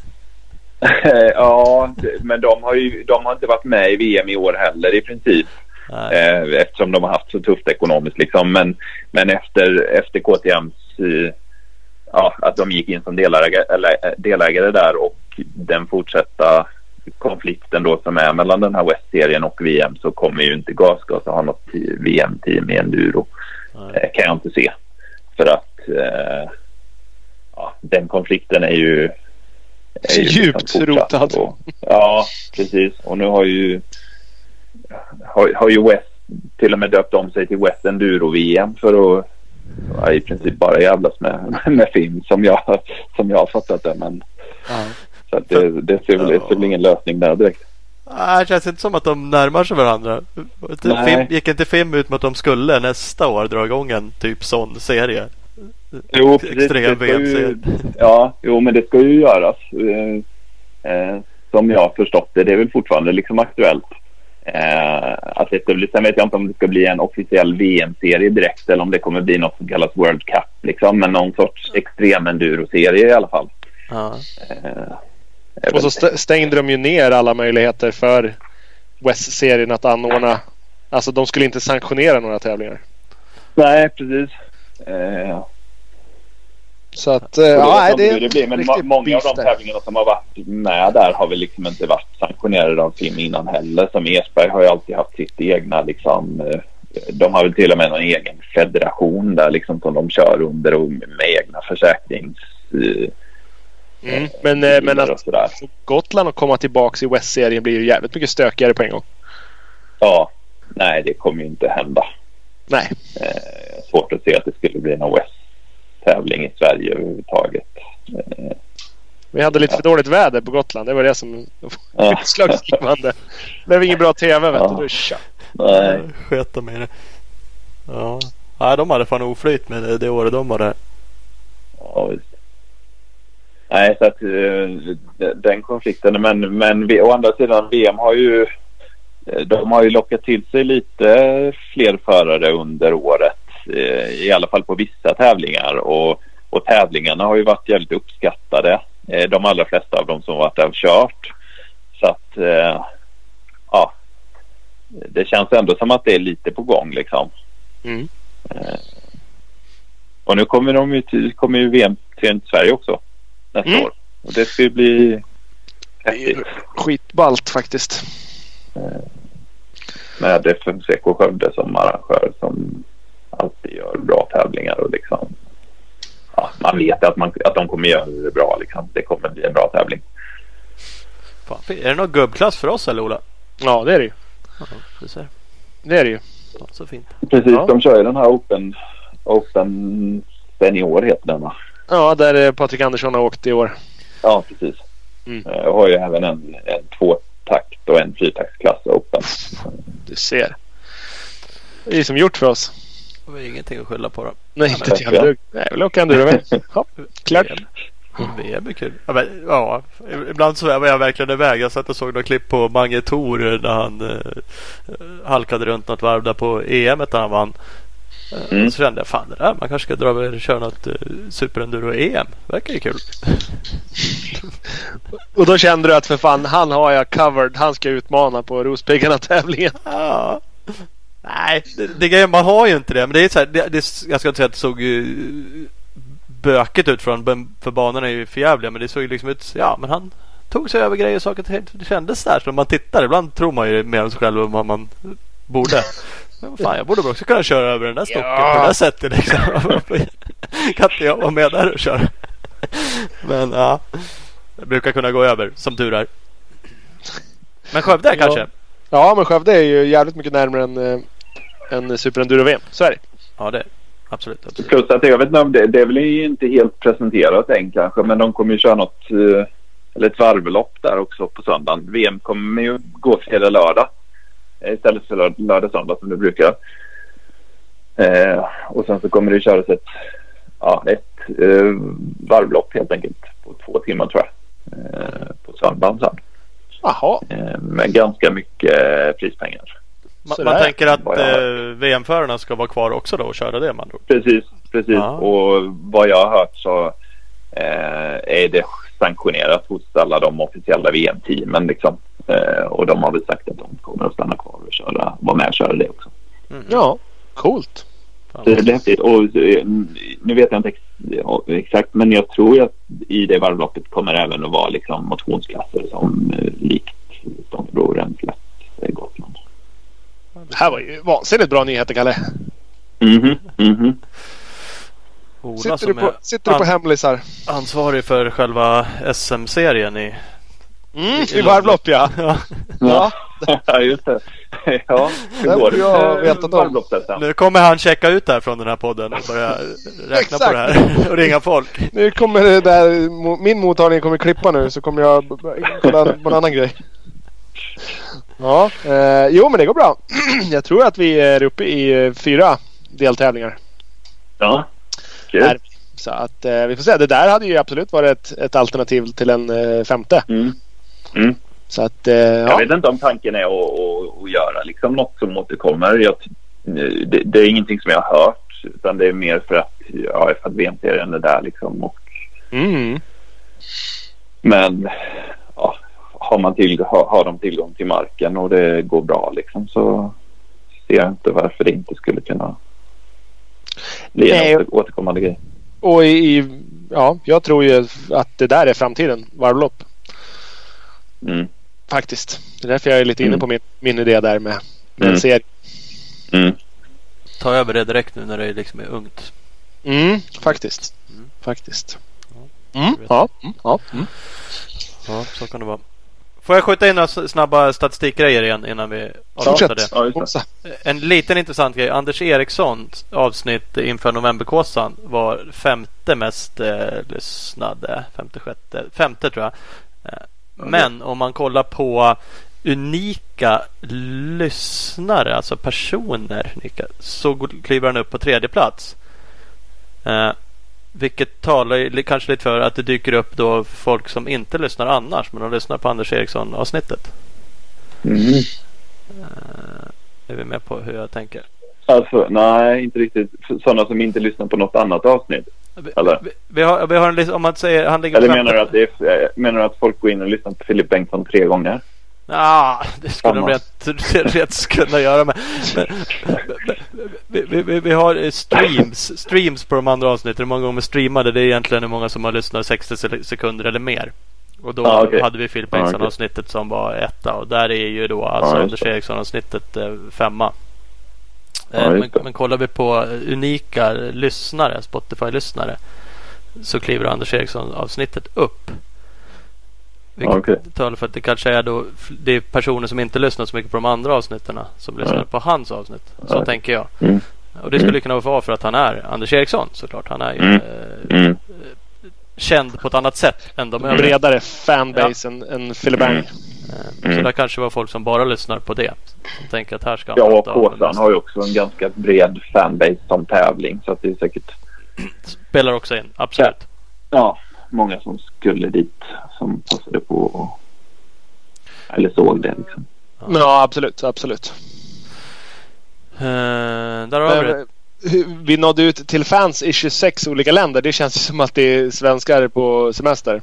Ja, men de har ju de har inte varit med i V M i år heller i princip. Eh, eftersom de har haft så tufft ekonomiskt liksom, men, men efter, efter K T M:s eh, ja, att de gick in som delägare, eller, delägare där och den fortsatta konflikten då som är mellan den här West-serien och V M, så kommer ju inte Gasgas att ha något V M-team i enduro. Eh, kan jag inte se, för att eh, ja, den konflikten är ju är djupt rotad. Och, ja, precis. Och nu har ju har, har ju West till och med döpt om sig till West Enduro V M för att ja, i princip bara jävlas med, med film som jag, som jag har fattat det. Men, ja. Så att det, det ser väl, ja. väl ingen lösning där direkt. Nej, det känns inte som att de närmar sig varandra. Film, gick inte film ut med att de skulle nästa år dra igång en typ sån serie? Jo, precis, ju, ja, jo, men det ska ju göras. Eh, eh, som jag har förstått det, det är väl fortfarande liksom aktuellt. Eh, att det blir, sen vet jag inte om det ska bli en officiell V M-serie direkt eller om det kommer bli något som kallas World Cup liksom, men någon sorts extrem enduro-serie i alla fall. Ja. Eh, och så st- stängde de ju ner alla möjligheter för West-serien att anordna. Alltså de skulle inte sanktionera några tävlingar. Nej, precis. Eh, Så att, ja, ja det, det blir, men ma- många av de tävlingarna som har varit med där har väl liksom inte varit sanktionerade av film innan heller. Som Esberg har ju alltid haft sitt egna liksom, de har väl till och med någon egen federation där liksom som de kör under och med egna försäkrings mm, men, men att Gotland och komma tillbaka i West-serien blir ju jävligt mycket stökigare på en gång. Ja, nej det kommer ju inte hända. Nej. Eh, svårt att se att det skulle bli en O S-tävling i Sverige överhuvudtaget. Eh, Vi hade lite för dåligt väder på Gotland. Det var det som Ja. utslagsgivande. Det blev ingen bra tv, vet Ja. du. Tja. nej. Sket de i det. Ja. Nej, de hade fan oflyt med det, det året de var där. Ja, visst. Nej, så att uh, den konflikten. Men, men vi, å andra sidan, V M har ju de har ju lockat till sig lite fler förare under året. Uh, I alla fall på vissa tävlingar. Och, och tävlingarna har ju varit jävligt uppskattade. Uh, de allra flesta av dem som varit där och kört. Så att uh, ja, det känns ändå som att det är lite på gång liksom. Mm. Uh, och nu kommer de ju till, kommer ju V M till Sverige också nästa Mm. år. Och det ska ju bli häftigt. Skitballt faktiskt. Med F M C K Skövde som arrangör som alltid gör bra tävlingar och liksom ja, man vet att, man, att de kommer göra det bra liksom. Det kommer bli en bra tävling. Fan, är det någon gubbklass för oss eller Ola? Ja, det är det ju. Ja, du ser. Det är det ju. Ja, så fint. Precis, Ja. de kör ju den här Open Open Senior heter den va? Ja, där eh, Patrik Andersson har åkt i år. Ja, precis. Mm. Jag har ju även en, en tvåtakt och en fyrtaktsklass Open. Du ser. Det är som gjort för oss. Det var ingenting att skylla på då. Nej, inte ett jävla dugg. Nej, jag vill åka enduro med. Ja, klart. V M är kul. Ja, men, ja, ibland så var jag verkligen iväg. Jag satt och såg några klipp på Mange Thor när han eh, halkade runt något varv där på E M där han vann. Mm. Så kände jag, fan det där, man kanske ska dra och köra något uh, superenduro E M. Verkar ju kul. Och då kände du att för fan, han har jag covered. Han ska utmana på Rospiggarna-tävlingen. Ja. Nej, det, det grejer, man har ju inte det. Men det är så här, det, det, jag ska inte säga att det såg ju böket ut från, för banorna är ju förjävliga. Men det såg ju liksom ut, ja men han tog sig över grejer och saker, det kändes där. Så när man tittar, ibland tror man ju mer om sig själv än vad man borde. Men fan, jag borde också kunna köra över den där stocken ja. på det där sättet liksom. Kan inte jag vara med där och köra? Men ja, jag brukar kunna gå över, som tur är. Men Skövde ja. kanske? Ja, men Skövde är ju jävligt mycket närmare än, än Superenduro-V M. Så är det. Ja, det är absolut, absolut. Plus att jag vet inte om det, det är väl inte helt presenterat än kanske, men de kommer ju köra något, eller ett varvlopp där också på söndagen. V M kommer ju gå fredag lördag istället för lördag söndag som det brukar. Eh, och sen så kommer det köras ett, ja, ett eh, varvlopp helt enkelt på två timmar tror jag. Eh, på söndagen sen. Jaha. Eh, med ganska mycket prispengar. Man, man tänker att eh, V M-förarna ska vara kvar också då och köra det man då. Precis, precis. Ja. Och vad jag har hört så eh, är det sanktionerat hos alla de officiella V M-teamen liksom. Eh, och de har väl sagt att de kommer att stanna kvar och köra, vara med och köra det också. Mm. Ja, coolt. Det är häftigt. Och nu vet jag inte ex- exakt, men jag tror att i det varvloppet kommer även att vara liksom motionsklasser som eh, likt Stångebro, Renslätt, Gotland. Det här var ju vansinnigt bra nyheter, Kalle. Mhm, mhm. Ola sitter som du på, sitter du på hemlisar? Ansvarig för själva S M-serien i Mm, i varvlopp, ja. ja. Ja. Ja, just det. Ja, det går jag vetat om. Nu kommer han checka ut här från den här podden och börja räkna på det här och ringa folk. Nu kommer det där, min mottagning kommer klippa nu, så kommer jag kolla på en annan grej. Ja, eh, jo men det går bra. Jag tror att vi är uppe i fyra deltävlingar. Ja, kul. Så att eh, vi får se. Det där hade ju absolut varit ett, ett alternativ till en eh, femte. Mm. Mm. Så att, eh, ja. Jag vet inte om tanken är att, att, att göra liksom något som återkommer. Jag, det, det är ingenting som jag har hört, utan det är mer för att, ja, för att V M-serien är där liksom. Och, mm. Men ja, har, man till, har, har de tillgång till marken och det går bra liksom, så ser jag inte varför det inte skulle kunna bli en åter, återkommande grej. Och i, ja, jag tror ju att det där är framtiden, varvlopp. Mm. Faktiskt. Det är därför jag är lite inne på min, min idé där med, med mm. en serie. Mm. Ta över det direkt nu när det liksom är ungt. Mm, faktiskt. Mm. Faktiskt. Mm. Ja. Mm. Ja. Mm. Ja, så kan det vara. Får jag skjuta in några snabba statistikgrejer igen innan vi avslutar det? Ja, en liten intressant grej. Anders Erikssons avsnitt inför novemberkåsan var femte mest eh, lyssnade. Femte, sjätte, femte tror jag. Eh, men om man kollar på unika lyssnare, alltså personer, så kliver han upp på tredje plats. Eh, vilket talar kanske lite för att det dyker upp då folk som inte lyssnar annars, men de lyssnar på Anders Eriksson avsnittet. Mm. Uh, är vi med på hur jag tänker? Alltså, nej, inte riktigt. Sådana som inte lyssnar på något annat avsnitt. Eller? Vi, vi har, vi har en lista, om man säger han ligger Eller menar du, att det är, menar du att folk går in och lyssnar på Filip Bengtsson tre gånger? Ja, det skulle de rätt, rätt kunna göra med. Men, vi, vi, vi, vi har streams streams på de andra avsnitten. Hur många gånger streamade, det är egentligen hur många som har lyssnat sextio sekunder eller mer. Och då ah, okay. hade vi Filip Bengtsson ah, okay. avsnittet som var etta. Och där är ju då alltså ah, Anders Eriksson avsnittet eh, femma. eh, ah, men, men kollar vi på unika lyssnare, Spotify-lyssnare, så kliver Anders Eriksson avsnittet upp. Vilket okay. talar för att det kanske är då det är personer som inte lyssnar så mycket på de andra avsnitten som lyssnar mm. på hans avsnitt. Så mm. tänker jag. Mm. Och det skulle kunna vara för att han är Anders Eriksson, såklart. Han är ju mm. Eh, mm. känd på ett annat sätt än de övriga. Bredare fanbase ja. än, än Filip Bang. Mm. Mm. Så det kanske var folk som bara lyssnar på det. Som tänker att här ska han. Ja, och Kåsan har ju också en ganska bred fanbase som tävling. Så att det är säkert... Spelar också in, absolut. Ja. ja. Många som skulle dit som passade på och, eller såg det liksom. Ja, ja absolut, absolut. Uh, där har vi det. Vi nådde ut till fans i tjugosex olika länder. Det känns som att det är svenskar på semester.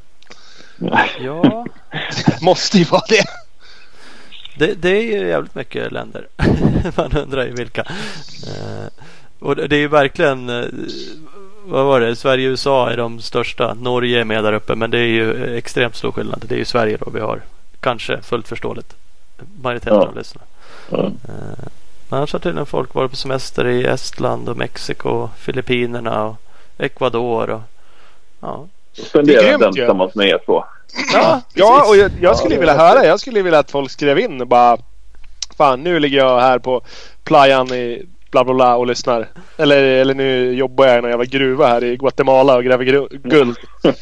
Ja. Måste ju vara det. Det, det är ju jävligt mycket länder. Man undrar ju vilka. Uh, och det är ju verkligen... Uh, vad var det? Sverige och U S A är de största. Norge är med där uppe, men det är ju extremt stor skillnad. Det är ju Sverige då vi har kanske fullt förståeligt majoriteten ja. av lyssnarna. Ja. Uh, annars har tydligen folk varit på semester i Estland och Mexiko, Filippinerna och Ecuador och ja. Spendera den tillsammans med er två. Ja, ja, och jag, jag skulle ja, vilja höra. Jag skulle vilja att folk skrev in och bara fan, nu ligger jag här på playan i bla bla bla och lyssnar. Eller, eller nu jobbar jag i någon jävla gruva här i Guatemala och gräver gru- guld.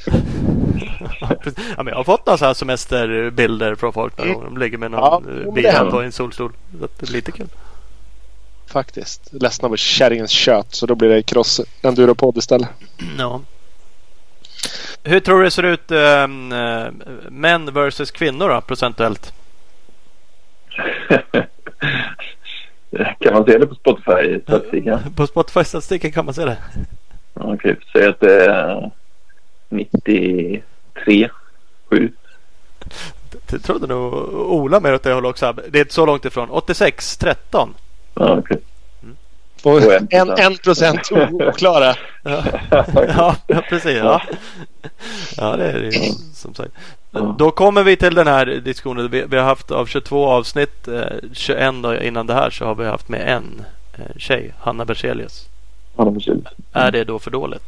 Ja, men jag har fått några så här semesterbilder från folk där mm. de ligger med någon ja, bil på en solstol. Det är lite kul. Faktiskt. Ledsna av kärringens kött, så då blir det cross enduro-podd istället. Ja. Hur tror du det ser ut äh, män versus kvinnor då, procentuellt? Kan man se det på Spotify-statistiken? På Spotify-statistiken kan man se det. Okej, okay, säg att det är nittiotre sju. Jag trodde nog Ola mer åt det hållet också. Det är inte så långt ifrån. åttiosex tretton. Ja, okej. Okay. Mm. Och en, en procent oklara. Ja. Ja, ja, precis. Ja. Ja, det är det ju, som sagt. Då kommer vi till den här diskussionen. Vi, vi har haft av tjugotvå avsnitt, eh, tjugoett då, innan det här så har vi haft med en eh, tjej, Hanna Berzelius. Hanna Berzelius. Mm. Är det då för dåligt?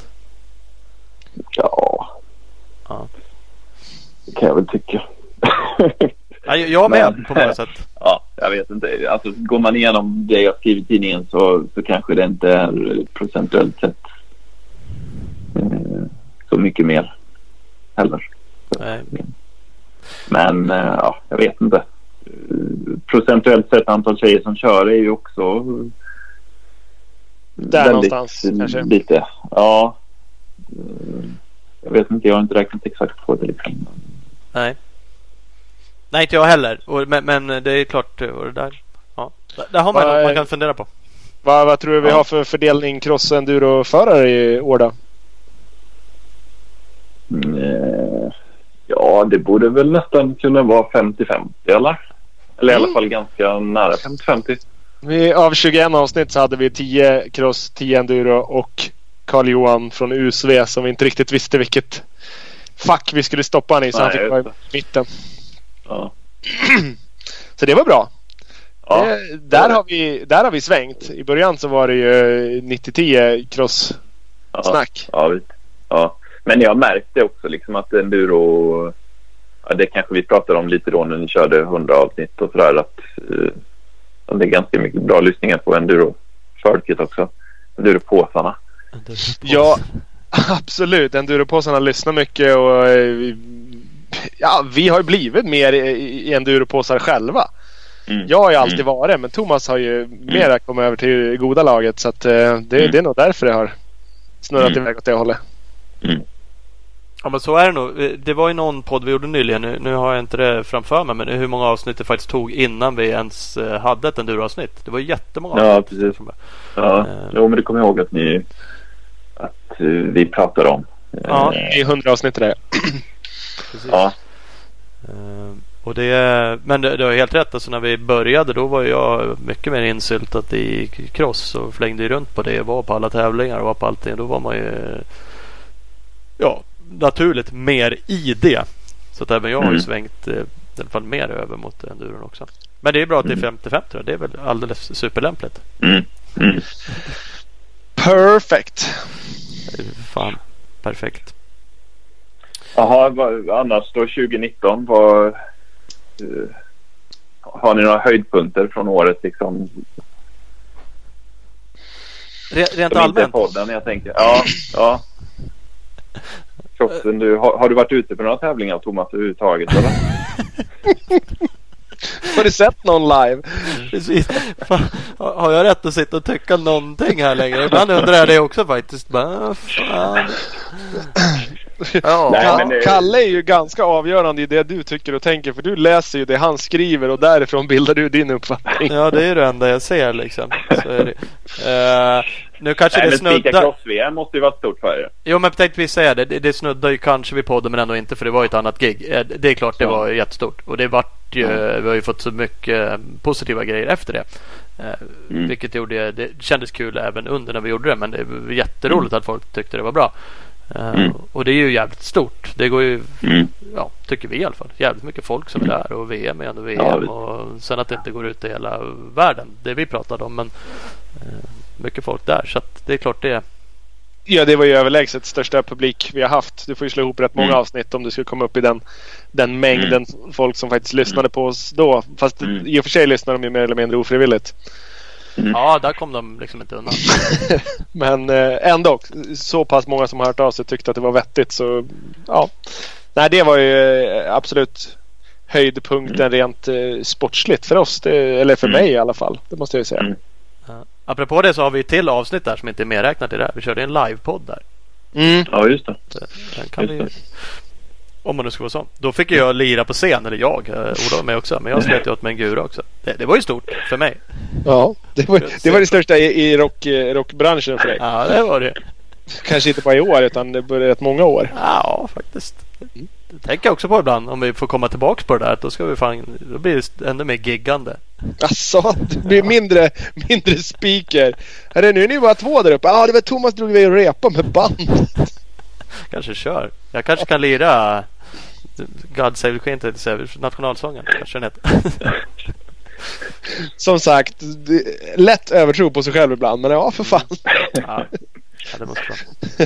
Ja. Ja. Det kan jag väl tycka. Ja, jag med men, på många sätt. Ja, jag vet inte. Alltså, går man igenom det jag skrivit i tidningen så, så kanske det inte är procentuellt sett eh, så mycket mer heller. Nej. Men äh, ja, jag vet inte. Procentuellt sett antal tjejer som kör är ju också där väldigt, någonstans kanske. Lite. Ja. Jag vet inte, jag har inte räknat exakt på det liksom. Nej. Nej, inte jag heller. Och, men, men det är klart och det där. Ja. Där har man något man kan fundera på. Vad, vad tror du vi ja. har för fördelning cross enduro-förare i år då? Mm, ja, det borde väl nästan kunna vara femtio femtio eller? Eller mm. i alla fall ganska nära femtio femtio. Vi, av tjugoett avsnitt så hade vi tio cross, tio enduro och Carl-Johan från U S V som vi inte riktigt visste vilket fack vi skulle stoppa han i, så Nej, han fick vara i mitten. Ja. Så det var bra. Ja. Det, där, har vi, där har vi svängt. I början så var det ju nittio tio cross snack. Ja, ja, ja. Men jag märkte också liksom att enduro, ja, det kanske vi pratade om lite då när ni körde hundra avsnitt och sådär, att uh, det är ganska mycket bra lyssningar på enduro förkit också. Enduro-påsarna. Ja, absolut. Enduro-påsarna lyssnar mycket och ja, vi har ju blivit mer i enduro-påsar själva. Mm. Jag har ju alltid mm. varit, men Thomas har ju mm. mera kommit över till goda laget, så att uh, det, mm. det är nog därför det har snurrat mm. iväg åt det hållet. Mm. Ja, men så är det nog. Det var ju någon podd vi gjorde nyligen. Nu, nu har jag inte det framför mig, men hur många avsnitt det faktiskt tog innan vi ens hade ett enduro-avsnitt. Det var jättemånga ja, avsnitt. Precis. Ja, precis. Uh, jo, men det kommer jag ihåg att ni att uh, vi pratade om. Ja, det är hundra avsnitt där. Precis. Ja. Uh, och det, men det, det var helt rätt. Alltså när vi började, då var jag mycket mer insyltat i cross och flängde runt på det. Var på alla tävlingar och var på allting. Då var man ju ja, naturligt mer i det. Så att även jag har ju svängt eh, i alla fall mer över mot enduron också. Men det är bra att det är femtio femtio. Det är väl alldeles superlämpligt. Mm. Mm. Perfect. Fan, perfekt. Jaha, annars då tjugonitton var, uh, har ni några höjdpunkter från året liksom? Rent allmänt? Podden, jag tänker. Ja, ja. Kroppen, du, har, har du varit ute på några tävlingar, Thomas, överhuvudtaget, eller? Har du sett någon live? Precis. Fan, har jag rätt att sitta och tycka någonting här längre? Ibland undrar jag det också faktiskt. Bara, fan. Ja. Nej, men det... Kalle är ju ganska avgörande i det du tycker och tänker, för du läser ju det han skriver och därifrån bildar du din uppfattning. Ja, det är det enda jag ser liksom. Så är det. Uh, nu kanske Nej, det snuddar... cross-V M måste ju vara stort för er. Jo, men tänkte vi säga det. det. Det snuddar ju kanske vid podden, men ändå inte, för det var ju ett annat gig. Det är klart, det var jättestort. Och det vart ju, mm. vi har ju fått så mycket positiva grejer efter det. Mm. Vilket gjorde, det kändes kul även under när vi gjorde det, men det var jätteroligt mm. att folk tyckte det var bra. Mm. Och det är ju jävligt stort. Det går ju, mm. ja, tycker vi i alla fall, jävligt mycket folk som är där. Och V M är ändå V M, ja, och sen att det inte går ut i hela världen, det vi pratade om, men eh, mycket folk där, så att det är klart det. Ja, det var ju överlägset största publik vi har haft. Du får ju slå ihop rätt många mm. avsnitt om du ska komma upp i den, den mängden mm. folk som faktiskt lyssnade på oss då. Fast mm. i och för sig lyssnar de ju mer eller mindre ofrivilligt. Mm. Ja, där kom de liksom inte undan. Men eh, ändå, så pass många som har hört av sig tyckte att det var vettigt. Så ja, nej, det var ju eh, absolut höjdpunkten mm. rent eh, sportsligt för oss. Det, eller för mm. mig i alla fall, det måste jag ju säga. Mm. Ja. Apropå det så har vi till avsnitt där som inte är medräknat i det här. Vi körde en livepodd där. Mm. Ja, just det. Den kan vi, om man nu ska vara så. Då fick jag lira på scen, eller jag, Ola var med också, men jag slet åt med en gura också. Det, det var ju stort för mig. Ja, det var det, var det största i, i rock, rockbranschen för dig. Ja, det var det. Kanske inte bara i år, utan det började rätt många år. Ja, faktiskt. Det tänker jag också på ibland. Om vi får komma tillbaka på det där, då ska vi fan, då blir det ännu mer giggande. Alltså, det blir mindre mindre speaker. Är det nu ni bara två där uppe? Ja, ah, det var Thomas drog iväg och repa med band. Kanske kör. Jag kanske kan lira God Save the Queen, nationalsången kanske den heter. Som sagt, lätt övertro på sig själv ibland, men ja, för fan. Ja, det måste vara.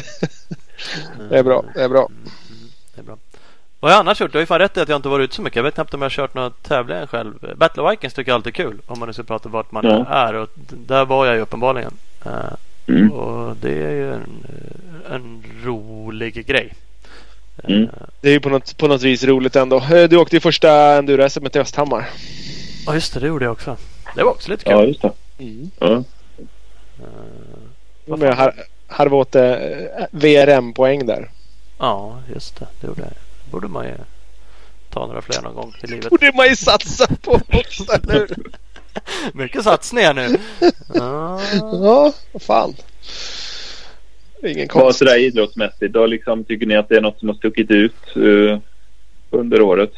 Det är bra, det är bra. Det är bra. Vad har jag annars gjort? Jag har ju fan rätt i att jag inte varit ute så mycket. Jag vet knappt om jag har kört några tävlingar själv. Battle of Vikings tycker jag alltid är kul, om man nu ska prata vart man ja. är. Och där var jag ju uppenbarligen. Mm. Och det är ju en, en rolig grej. Mm. Det är ju på något, på något vis roligt ändå. Du åkte ju första enduro-S M till Östhammar. Ja, just det, det gjorde jag också. Det var också lite kul. Ja, just det. Mm. Ja. Uh, men jag harvade åt uh, V R M-poäng där. Ja, just det. Det gjorde jag. Borde man ju ta några fler någon gång i livet. Borde man ju satsa på också nu. Mycket satsningar nu. Ja, ja, vad fan. Ingen konst. Vad sådär idrottsmässigt då, liksom, tycker ni att det är något som har stuckit ut uh, under året?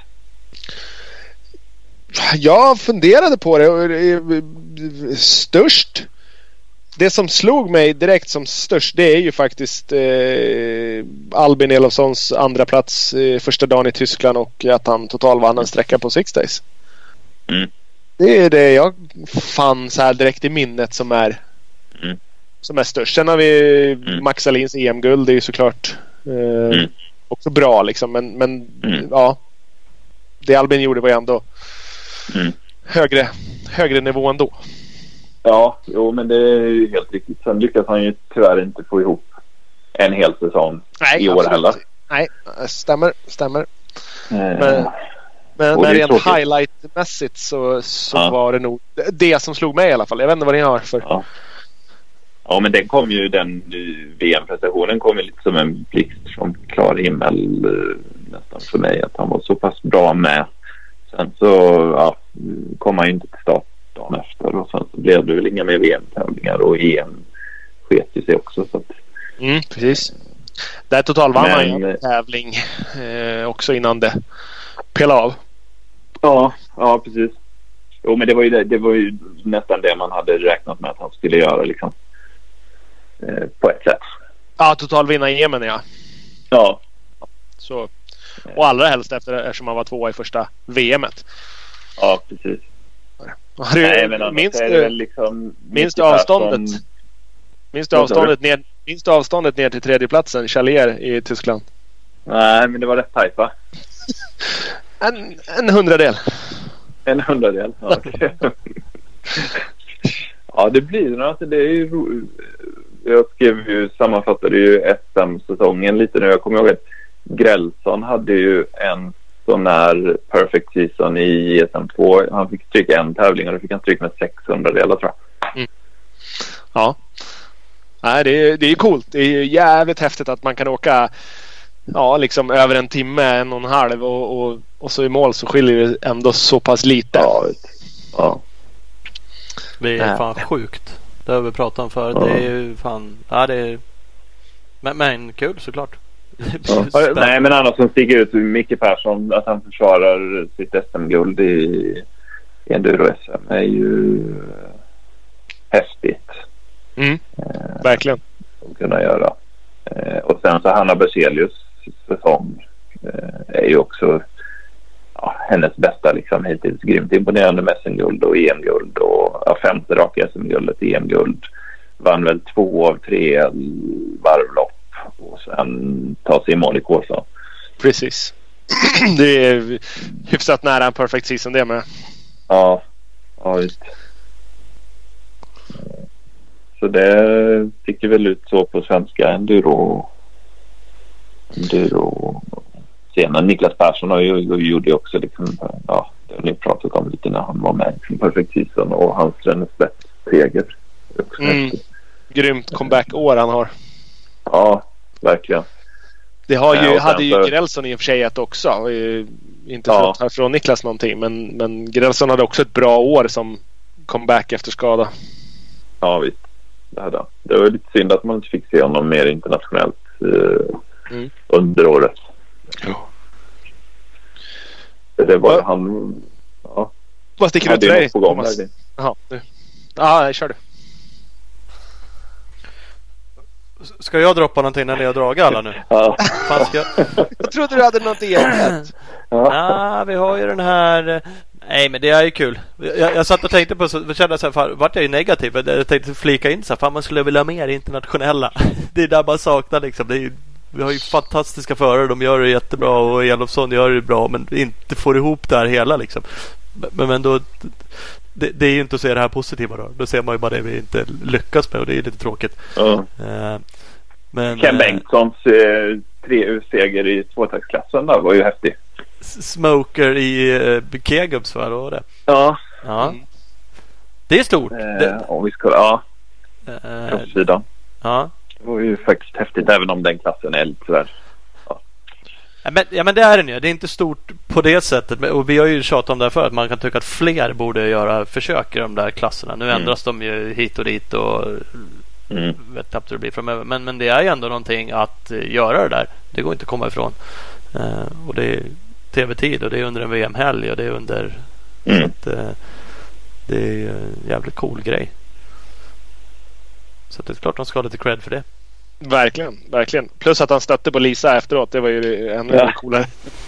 Jag funderade på det. Störst, det som slog mig direkt som störst, det är ju faktiskt eh, Albin Elofssons andra plats eh, första dagen i Tyskland, och att han total vann en sträcka på Six Days. Mm. Det är det jag fann så här direkt i minnet som är mm. som är störst. Sen har vi mm. Max Alins E M-guld, det är ju såklart eh, mm. också bra liksom, men, men mm. ja, det Albin gjorde var ju ändå Mm. högre, högre nivå ändå. Ja, jo, men det är ju helt riktigt. Sen lyckas han ju tyvärr inte få ihop en hel säsong Nej, i år absolut. heller. Nej, stämmer, stämmer. Eh, Men, men, Och men det är rent tråkigt. highlight-mässigt så, så Ja. var det nog det som slog mig i alla fall. Jag vet inte vad ni har för. Ja. Ja, men den kom ju, den V M-prestationen kom ju lite som en blixt från klar himmel eh, nästan för mig, att han var så pass bra med. Sen så ja, kom han ju inte till start dagen efter, och sen så blev det väl inga mer V M-tävlingar, och E M sket ju sig också. Så att, Mm, precis. Där totalvann han Men- ju en tävling eh, också innan det pelade av. ja, ja, precis. Jo, men det var ju, det, det var ju nästan det man hade räknat med att han skulle göra liksom. Eh, på ett sätt. Ja, totalvinna i Jemen, ja. Ja, Så, och allra helst efter, eftersom han var tvåa i första V M-et. ja, precis. Har du, Nej, men annars minns är det du, väl liksom minns du Micke avståndet? Persson- minns du Vad sa avståndet ner, minns du avståndet ner till tredjeplatsen, Chalier i Tyskland? Nej, men det var rätt tajt, va? En, en hundradel. En hundradel. Ja, okej. Ja, det blir det. Alltså, det är ju ro... Jag skrev ju, sammanfattade ju S M-säsongen lite nu. Jag kommer ihåg att Grälsson hade ju en sån här perfect season i J S M två. Han fick stryka en tävling, och då fick han stryk med sexhundra delar, tror jag. Ja. Nej, det är, det är coolt. Det är jävligt häftigt att man kan åka ja, liksom över en timme, en och en halv och, och, och så i mål så skiljer det ändå så pass lite. Ja, vet. Ja. Det är Ja. fan sjukt. Det har vi pratat om förut. Ja. Det är ju fan... Ja, det är... Men, men kul såklart. Ja. Nej, men annars som stiger ut Micke Persson, att han försvarar sitt S M-guld i, i enduro-S M är ju häftigt. Mm, Eh, verkligen. att kunna göra. Eh, och sen så Hanna Berzelius säsong eh, är ju också ja, hennes bästa liksom hittills. Grymt imponerande med S M-guld och E M-guld, och ja, femte raka S M-guldet, E M-guld. Vann väl två av tre varvlopp och sen tar sig i mål i Kåsa. Precis. Det är hyfsat nära en perfect season det med. Ja, ja just. Så det sticker väl ut så på svenska enduro enduro scenen. Niklas Persson har ju, gjorde ju också liksom, ja, det har ni pratat om lite när han var med i perfect season, och hans Renneslätt seger. Mm. Grymt comeback-år han har. Ja, verkligen. Det har ju, Ja, och sen hade ju så- Grälsson i och för sig ett också. Eh, Inte för Ja. att ta ifrån Niklas någonting, men, men Grälsson hade också ett bra år som comeback efter skada. Ja, visst. Det, hade han. Det var lite synd att man inte fick se honom mer internationellt eh, Mm. under året. Ja. Det var Va? han... Ja, Vad sticker han ut för hade ju dig, något på gång Thomas? där. Jaha, nu. Ja, kör du. Ska jag droppa någonting när ni har dragit alla nu? Ja. Fan, ska jag... Jag trodde du hade något eget. Ja. Ah, vi har ju den här... Nej, men det är ju kul. Jag, jag satt och tänkte på så, kände så här, fan, vart jag ju negativ. Jag tänkte flika in så här, fan man skulle vilja ha mer internationella. Det är där man saknar liksom. Det är ju, vi har ju fantastiska förare, de gör det jättebra, och Elofsson gör det bra, men inte får ihop det här hela liksom. Men, men då... Det, det är ju inte att se det här positiva då. Då ser man ju bara det vi inte lyckas med, och det är lite tråkigt. Ja. Eh, men, Ken eh, Bengtssons eh, tre seger i tvåtaktsklassen där var ju häftig. Smoker i eh, Kegubs, va? Då var det. Ja. Ja. Mm. Det är stort. Eh, Det, om vi ska... Ja, eh, crossidan. ja. Det var ju faktiskt häftigt, även om den klassen är lite sådär. Ja, men, ja, men det är den ju. Det är inte stort på det sättet. Men- Och vi har ju tjatat om det här för att man kan tycka att fler borde göra försök i de där klasserna. Nu Mm. ändras de ju hit och dit och Mm. vet knappt hur det blir framöver. Men, men det är ju ändå någonting att eh, göra det där. Det går inte att komma ifrån. Eh, och det är tv-tid, och det är under en V M-helg, och det är under... Mm. Att, eh, det är en jävligt cool grej. Så det är klart de ska ha lite cred för det. Verkligen, verkligen. Plus att han stötte på Lisa efteråt. Det var ju ännu Ja. coolare.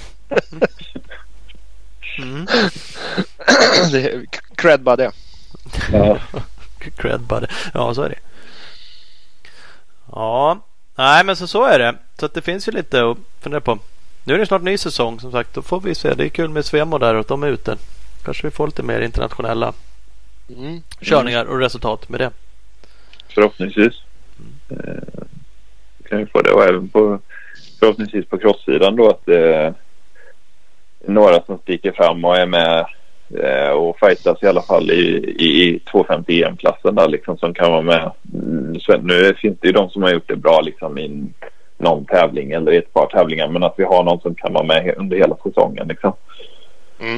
Mm. Det är cred bara det. Ja. Cred buddy. Ja, så är det. Ja, nej, men så, så är det. Så att det finns ju lite att fundera på. nu är det snart ny säsong som sagt. Då får vi se. Det är kul med Svemo där och de är ute. Kanske vi får lite mer internationella mm. körningar och resultat med det. Förhoppningsvis. Mm. Eh, kan vi få det. Och även på, förhoppningsvis på crosssidan då att eh, några som sticker fram och är med eh, och fightas i alla fall i, i, i tvåhundrafemtio E M-klassen där liksom, som kan vara med. Mm, så nu finns det ju de som har gjort det bra liksom i någon tävling eller ett par tävlingar, men att vi har någon som kan vara med under hela säsongen liksom. Mm.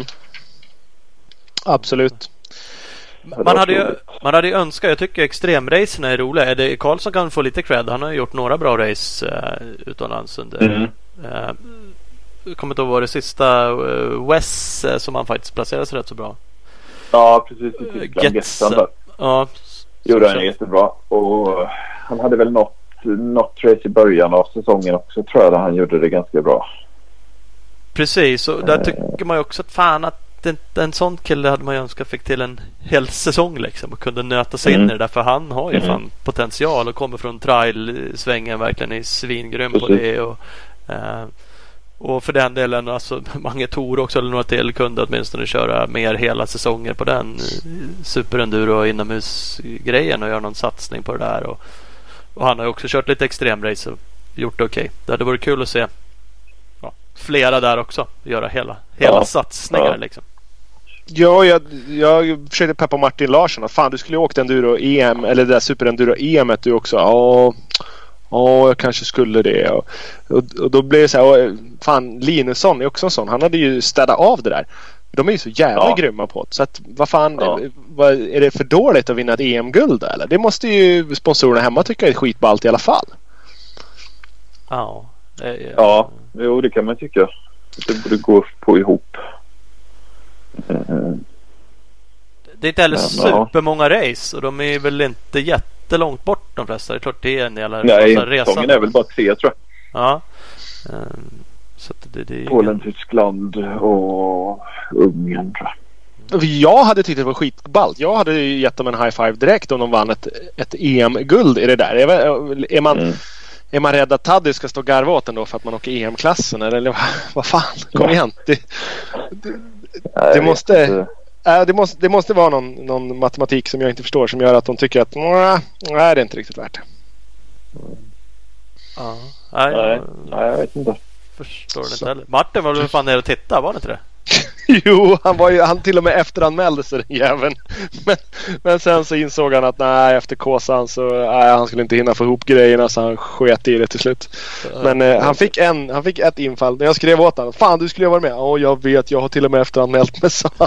Absolut. Man hade, ju, man hade ju önskat, jag tycker extremracerna är roliga. Eddie Karlsson kan få lite cred. Han har gjort några bra race uh, utomlands under mm. uh, kommer inte ihåg vad det sista uh, Wes uh, som han faktiskt placerade sig rätt så bra. Ja, precis. precis. Gets, uh, ja, gjorde han jättebra. Och han hade väl något, något race i början av säsongen också, tror jag, där han gjorde det ganska bra. Precis, och där tycker man ju också att fan att en, en sån kille hade man ju önskat fick till en hel säsong liksom och kunde nöta sig mm. in i det där, för han har ju mm. fan potential och kommer från trial-svängen, verkligen är svingrym på det och, eh, och för den delen alltså många tour också eller några till kunde åtminstone köra mer hela säsonger på den superenduro och inomhusgrejen och göra någon satsning på det där och, och han har ju också kört lite extremrace och gjort det okej. Okay. Det hade varit kul att se flera där också göra hela, hela ja. satsningar ja. liksom. Ja, jag, jag försökte peppa Martin Larsson att fan, du skulle ju åkt enduro E M eller det där superenduro E M-et du också. Ja, ja, jag kanske skulle det. Och, och, och då blev det så här, fan, Linusson är också en sån. Han hade ju städat av det där. De är ju så jävla ja. grymma på det. Så att, vad fan, ja. vad, är det för dåligt att vinna ett E M-guld eller? Det måste ju sponsorerna hemma tycka är skitballt i alla fall. Ja. Ja, ja, jo, det kan man tycka. Det borde gå på ihop. Mm. Det är inte heller supermånga race och de är väl inte jättelångt bort de flesta. Det är klart det är en del av Nej, säsongen är väl bara tre, tror jag. Ja. Så det, det är Polen, Tyskland och Ungern, tror jag. Jag hade tyckt det var skitballt. Jag hade gett dem en high five direkt om de vann ett, ett E M-guld i det där. Är, är man... Mm. Är man rädd att Taddy ska stå garva åt ändå för att man åker E M-klassen? Eller, eller vad, vad fan? Kom igen. Det, det, Nej, det, måste, äh, det, måste, det måste vara någon, någon matematik som jag inte förstår som gör att de tycker att nej, det är inte riktigt värt det. Ja, nej, nej, nej, jag vet inte. Förstår det inte heller. Martin var väl fan ner och titta, var det inte det? Jo, han var ju, han till och med efteranmälde sig den jäveln. Men, men sen så insåg han att nej, efter kåsan så nej, han skulle inte hinna få ihop grejerna, så han sket i det till slut. Men eh, han fick en, han fick ett infall. När jag skrev åt honom, fan du skulle ju vara med. Ja, jag vet, jag har till och med efteranmält mig, så.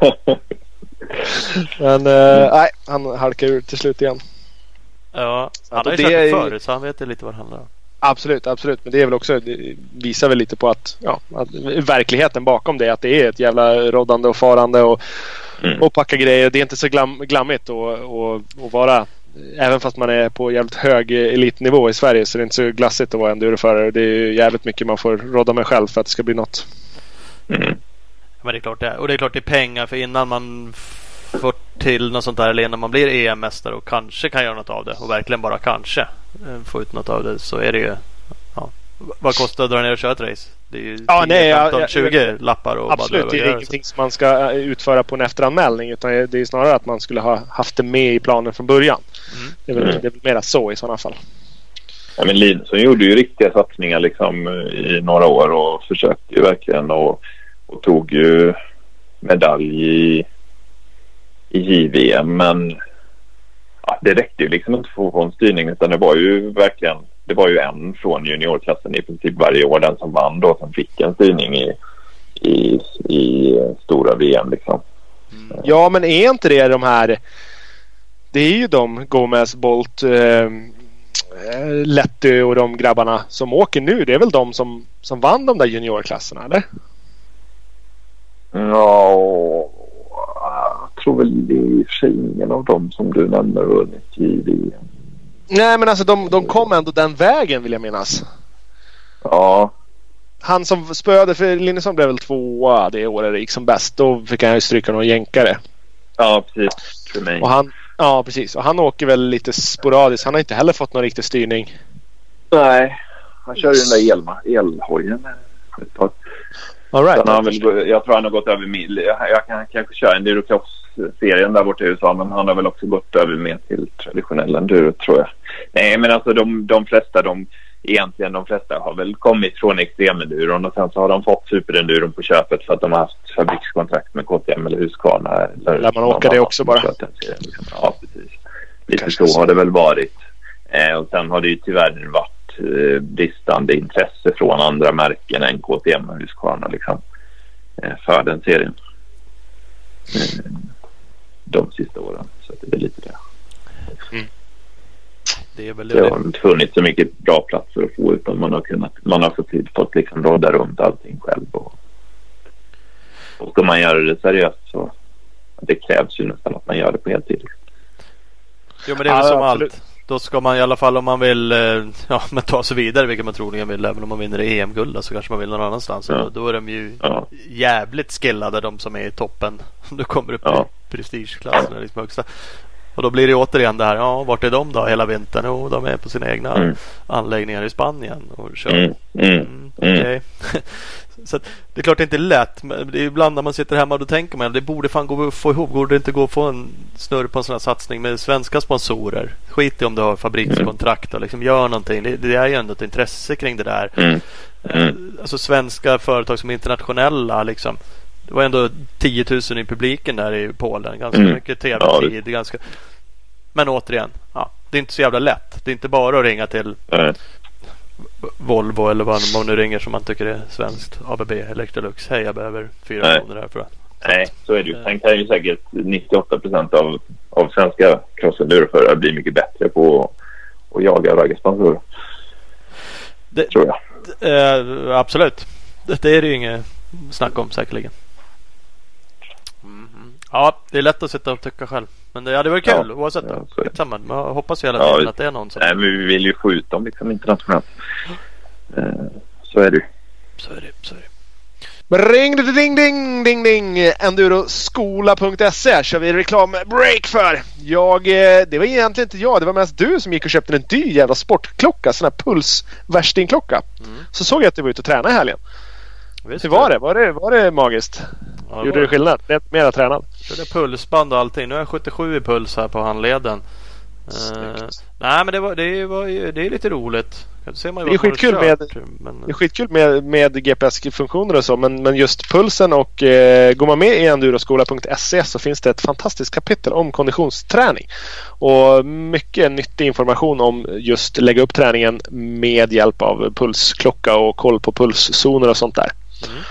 Men eh, nej, han halkade ur till slut igen. Ja, han har ju kört det förut, så han vet lite vad det handlar om. Absolut, absolut. Men det är väl också, det visar väl lite på att, ja, att verkligheten bakom det, att det är ett jävla roddande och farande och, mm. och packa grejer. Det är inte så glam, glammigt och, och, och vara, även fast man är på jävligt hög elitnivå i Sverige, så det är inte så glassigt att vara enduroförare. Det är jävligt mycket man får rodda med själv för att det ska bli något. Mm. Men det är klart det är. Och det är klart det är pengar, för innan man får till något sånt där, eller när man blir E M-mästare och kanske kan göra något av det, och verkligen bara kanske få ut något av det, så är det ju, ja, vad kostar att dra ner och köra ett race? Det är ju ja, tio, femton, tjugo lappar och absolut, bara det är ingenting som man ska utföra på en efteranmälning, utan det är snarare att man skulle ha haft det med i planen från början. Mm. Det är väl, det är väl mera så i sådana fall. Ja, men Linusson gjorde ju riktiga satsningar liksom i några år och försökte ju verkligen och, och tog ju medalj i i J V M, men ja, det räckte ju liksom inte för att få en styrning, utan det var ju verkligen, det var ju en från juniorklassen i princip varje år, den som vann då, som fick en styrning i, i, i stora V M liksom. Mm. Ja, men är inte det de här, det är ju de Gomez, Bolt, eh, Letty och de grabbarna som åker nu, det är väl de som, som vann de där juniorklasserna, eller? Ja, jag tror väl det är för ingen av dem som du nämner vunnit i V M. Nej, men alltså de, de kom ändå den vägen, vill jag minnas. Ja. Han som spöade, för Linusson blev väl tvåa det året det gick som bäst. Då fick han ju stryka någon jänkare. Ja, precis. För mig. Och han, ja, precis. Och han åker väl lite sporadiskt. Han har inte heller fått någon riktig styrning. Nej, han kör ju den där el, elhojen. All right. Han väl, jag tror han har gått över mil. Jag kan kanske köra endurocross-serien där borta i U S A, men han har väl också gått över mer till traditionell enduro, tror jag. Nej, men alltså de, de flesta, de, egentligen de flesta har väl kommit från extremenduron och sen så har de fått superenduron på köpet för att de har haft fabrikskontrakt med K T M eller Husqvarna. Lär man åka det också bara? Liksom. Ja, precis. Lite så har det väl varit. Eh, och sen har det ju tyvärr varit bristande intresse från andra märken än K T M och Husqvarna liksom, för den serien de sista åren, så det är lite det. Mm. Det är väl det har inte funnits så mycket bra platser att få, utan man har kunnat, man har fått, fått liksom råda runt allting själv, och, och ska man göra det seriöst så det krävs ju nästan att man gör det på heltid. Jo, men det är väl ja, som absolut. Allt. Då ska man i alla fall, om man vill ja, men ta sig vidare, vilket man troligen vill, även om man vinner E M-guld, så kanske man vill någon annanstans. Ja. Då, då är de ju ja. jävligt skillade, de som är i toppen. Du kommer upp ja. i prestigeklassen ja. liksom högsta. Och då blir det återigen det här, ja, vart är de då hela vintern? Jo, de är på sina egna mm. anläggningar i Spanien och kör. Mm. Mm. Mm, Okej. Okay. Så att, det är klart det inte är lätt, men det är ibland när man sitter hemma och då tänker man, det borde fan gå att få ihop, borde det inte gå att få en snurr på en sån här satsning med svenska sponsorer? Skit i om du har fabrikskontrakt och liksom gör någonting. Det, det är ju ändå ett intresse kring det där. Mm. Mm. Alltså svenska företag som är internationella liksom. Det var ändå tio tusen i publiken där i Polen. Ganska mm. mycket tv-tid. Ja. Ganska... Men återigen, ja, det är inte så jävla lätt. Det är inte bara att ringa till mm. Volvo eller vad man nu ringer som man tycker är svenskt. A B B, Electrolux. Hej, jag behöver fyra Nej. miljoner här för det. Nej, så är det ju. Sen kan ju säkert nittioåtta procent av, av svenska crossenduroförare bli mycket bättre på att jaga och ragga sponsorer. Det tror jag. Eh, absolut. Det, det är det ju inget snack om säkerligen. Mm. Ja, det är lätt att sitta och tycka själv. Men det hade varit kul ja, oavsett. Ja, samma. Man hoppas ju hela tiden ja, att det är någon som... Nej, men vi vill ju få ut dem liksom internationellt. Eh, så är det. Så är det, så är det. Ring, ding, ding, ding, ding. enduroskola punkt se kör vi reklambreak för. Jag, det var egentligen inte jag, det var mest du som gick och köpte en dyr jävla sportklocka, sån här pulsvärstingklocka. Mm. Så såg jag att du var ute och tränade i helgen. Hur var det? Var det, var det magiskt? Ja, Gjorde var... det skillnad? Det är mer tränad. Det är pulsband och allting. Nu är jag sjuttiosju i puls här på handleden. Uh, nej, men det, var, det, var, det är lite roligt. Ser man ju det, är skitkul kört, med, men... det är skitkul med, med G P S-funktioner och så, men, men just pulsen och eh, går man med i enduroskola punkt se så finns det ett fantastiskt kapitel om konditionsträning och mycket nyttig information om just lägga upp träningen med hjälp av pulsklocka och koll på pulszoner och sånt där. Mm.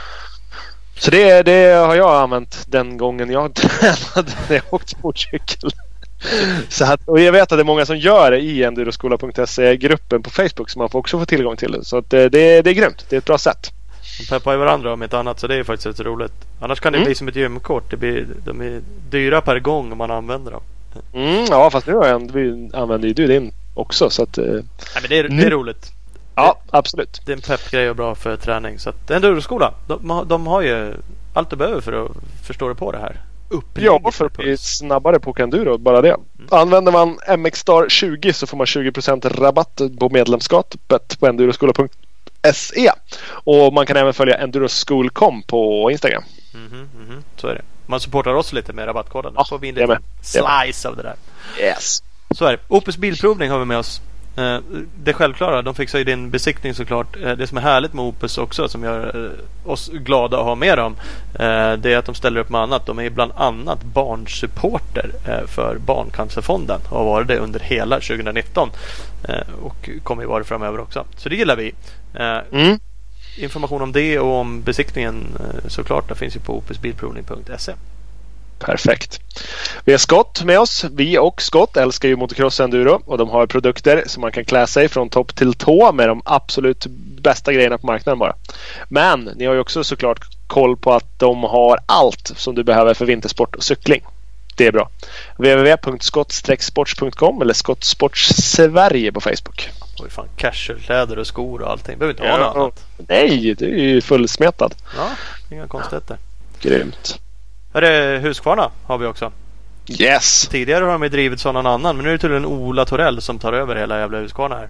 Så det, det har jag använt den gången jag tränade när jag åkte motorcykel. Så att, och jag vet att det är många som gör det i enduroskola punkt se-gruppen på Facebook, så man får också få tillgång till det. Så att det, det, det är grymt. Det är ett bra sätt. De peppar ju varandra om ett annat, så det är faktiskt rätt roligt. Annars kan det mm. bli som ett gymkort. Det blir, de är dyra per gång om man använder dem. Mm, ja, fast nu använder ju du din också. Så att, Nej, men det, är, det är roligt. Ja, absolut. Det är en peppgrej och bra för träning. Så att enduroskola, de, de har ju allt du behöver för att förstå dig på det här. Ja, för att bli snabbare på enduro, bara det. Mm. Använder man M X Star tjugo så får man tjugo procent rabatt på medlemskapet på enduroskola punkt se. Och man kan även följa enduroskol punkt com på Instagram. Mm-hmm, mm-hmm. Så är det. Man supportar oss lite med rabattkoden. Ja, får vi en liten slice av det där. Yes. Så är det. Opus bilprovning har vi med oss. Det självklara, de fixar ju din besiktning såklart. Det som är härligt med Opus också, som gör oss glada att ha med dem, det är att de ställer upp med annat. De är bland annat barnsupporter för Barncancerfonden och har varit det under hela tjugonitton och kommer ju vara det framöver också. Så det gillar vi. Mm. Information om det och om besiktningen såklart, det finns ju på opus bilprovning punkt se. Perfekt. Vi har Scott med oss. Vi och Scott älskar ju motocross enduro och de har produkter som man kan klä sig från topp till tå med de absolut bästa grejerna på marknaden bara. Men ni har ju också såklart koll på att de har allt som du behöver för vintersport och cykling. Det är bra. w w w punkt skott sports punkt com eller Skott Sports Sverige på Facebook. Oj fan, casual-kläder och skor och allting. Behöver inte ha ja, något annat. Nej, det är ju fullsmetad. Ja, inga konstigheter. Grymt. Hörru, Husqvarna har vi också. Yes. Tidigare har de ju drivit sån någon annan, men nu är det tydligen Ola Torell som tar över hela jävla Husqvarna här.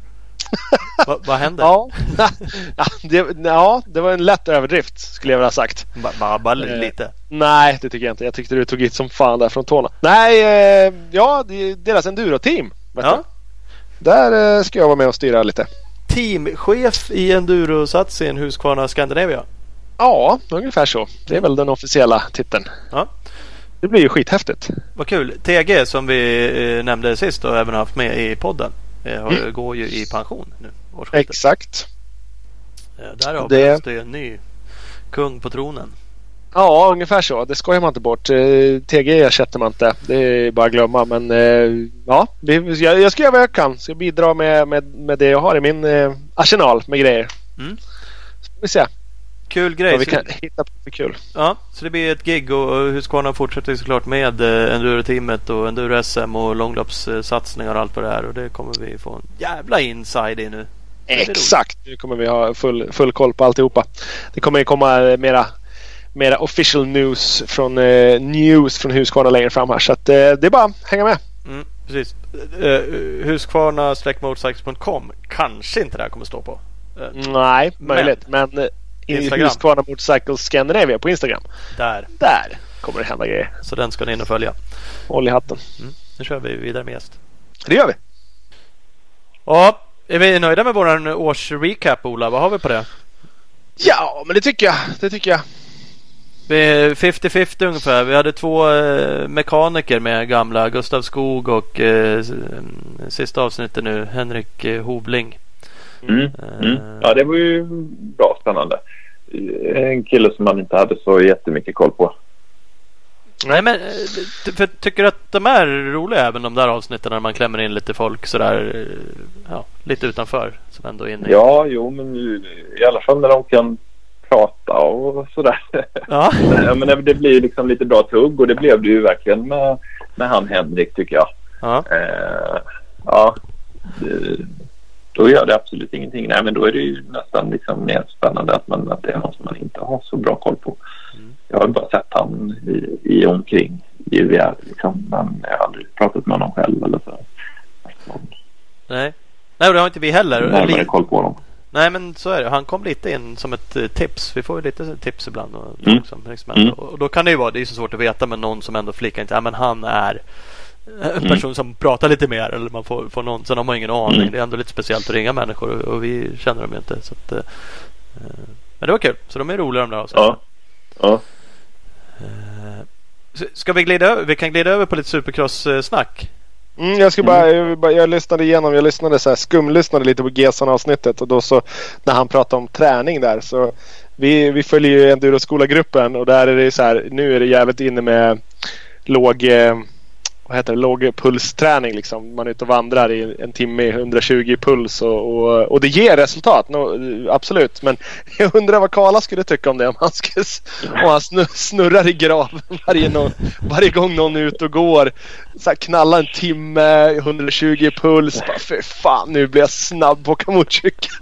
Va, vad hände? Ja. ja, det, ja, det var en lätt överdrift skulle jag vilja ha sagt. Bara, bara, bara lite. Eh, nej, det tycker jag inte. Jag tyckte du tog hit som fan där från tårna. Nej, eh, ja, det är deras enduro-team. Ja. Där eh, ska jag vara med och styra lite. Teamchef i enduro-satsningen Husqvarna Scandinavia. Ja, ungefär så. Det är väl den officiella titeln. Ja. Det blir ju skithäftigt. Vad kul. T G som vi eh, nämnde sist och även haft med i podden eh, har, mm. går ju i pension nu. Årsskiftet. Exakt. Eh, där har det... vi en ny kung på tronen. Ja, ungefär så. Det skojar man inte bort. Eh, T G ersätter man inte. Det är bara att glömma. Men eh, ja, vi, jag, jag ska göra vad jag kan. Ska bidra med, med, med det jag har i min eh, arsenal med grejer. Mm. Så får vi se. Kul grej. Vad vi kan hitta på för kul. Ja, så det blir ett gig och Husqvarna fortsätter såklart med eh, Enduro-teamet och Enduro-S M och långloppssatsningar och allt på det här. Och det kommer vi få en jävla inside i nu. Exakt, nu kommer vi ha full, full koll på alltihopa. Det kommer komma mera, mera official news från, eh, news från Husqvarna längre fram här. Så att, eh, det är bara att hänga med. Mm, precis. Uh, Husqvarna motorcycles punkt com kanske inte det här kommer stå på. Uh, Nej, möjligt. Men, men Husqvarna Motorcycles Scandinavia på Instagram. Där. Där kommer det hända grejer. Så den ska ni in och följa. Håll i hatten. Mm. Nu kör vi vidare med gäst. Det gör vi. Ja, är vi nöjda med våran årsrecap, Ola? Vad har vi på det? Ja, men det tycker jag. Det tycker jag. Vi är femtio femtio ungefär. Vi hade två eh, mekaniker med, gamla Gustav Skog och eh, sista avsnittet nu, Henrik eh, Hovling. Mm. Mm. Ja, det var ju bra spännande. En kille som man inte hade så jättemycket koll på. Nej, men för, tycker du att de är roliga även de där avsnitten när man klämmer in lite folk sådär, ja, lite utanför som ändå är inne i... Ja, jo, men i alla fall när de kan prata och sådär. Ja. Men det blir liksom lite bra tugg och det blev det ju verkligen med, med han Henrik, tycker jag. Ja. Eh, ja. Det, då gör det absolut ingenting. Nej, men då är det ju nästan liksom mer spännande att, man, att det är någon som man inte har så bra koll på. Mm. Jag har bara sett han i, i omkring i U R liksom, men jag har aldrig pratat med honom själv eller så. Nej. Nej, det har inte vi heller. Närmare koll på honom. Nej, men så är det. Han kom lite in som ett uh, tips. Vi får ju lite tips ibland. Och, mm. som, liksom, mm. och då kan det ju vara, det är så svårt att veta, men någon som ändå flikar inte, ja, men han är en person mm. som pratar lite mer, eller man får, får någon, sen har man ingen aning. Mm. Det är ändå lite speciellt att ringa människor och, och vi känner dem ju inte. Så att, uh, men det var kul. Så de är roliga de där också. Ja. Ja. Uh, ska vi glida över? Vi kan glida över på lite supercross-snack. Mm, jag ska bara, jag, bara, jag lyssnade igenom, jag lyssnade så här, skumlyssnade lite på Gesan-avsnittet och då så när han pratade om träning där, så vi, vi följer ju Enduro-skola-gruppen och där är det så här, nu är det jävligt inne med låg, vad heter det, låg pulsträning liksom. Man är ute och vandrar i en timme i hundratjugo puls och, och, och det ger resultat, no, absolut, men jag undrar vad Karla skulle tycka om det om han, skulle, om han snurrar i graven varje, någon, varje gång någon är ute och går, så här, knalla en timme, hundratjugo puls, bara, för fan, nu blir jag snabb på motorcykel.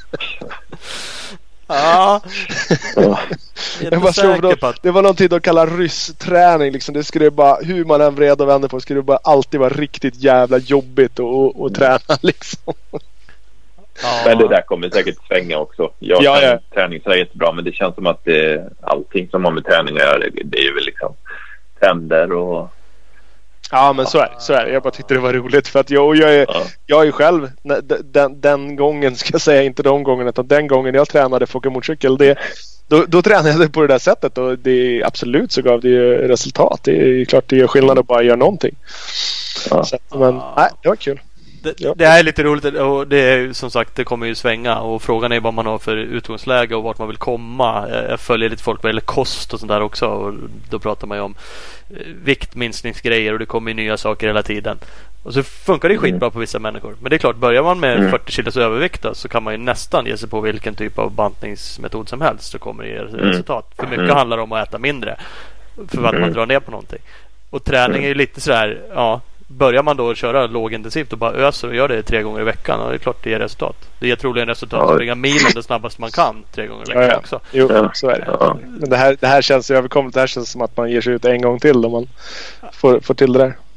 Ja. Jag bara tror då, det var någonting de kallar ryssträning liksom. Det skulle bara, hur man än vred och vände på, skulle det bara alltid vara riktigt jävla jobbigt att och, och träna liksom. Ja. Men det där kommer säkert svänga också. Jag ja, kan ja. träning så är jättebra, men det känns som att det, allting som har med träning att göra, det, det är ju väl liksom tänder och... Ja, men så är, så är det. Jag bara tyckte det var roligt för att jag, jag, är, jag är själv den, den gången, ska jag säga, inte de gången utan den gången jag tränade för motorcykel, det, då, då tränade jag på det där sättet och det absolut så gav det ju resultat. Det är klart det gör skillnad att bara göra någonting. Ja. Så att, men nej, det var kul. Det, ja. det är lite roligt och det är som sagt, det kommer ju svänga och frågan är vad man har för utgångsläge och vart man vill komma. Jag följer lite folk vad gäller kost och sånt där också och då pratar man ju om viktminskningsgrejer och det kommer ju nya saker hela tiden. Och så funkar det skitbra på vissa människor. Men det är klart, börjar man med fyrtio kilos övervikt så kan man ju nästan ge sig på vilken typ av bantningsmetod som helst så kommer det ge resultat. För mycket handlar om att äta mindre för att man drar ner på någonting. Och träning är ju lite sådär, ja, börjar man då köra lågintensivt och bara öser och gör det tre gånger i veckan, och det är klart det ger resultat. Det ger troligen resultat att springa milen det snabbast man kan tre gånger i veckan ja, ja. också. Jo, ja. så är det. Ja. Men det här, det här känns ju överkomligt. Det här känns som att man ger sig ut en gång till om man får, får till det där.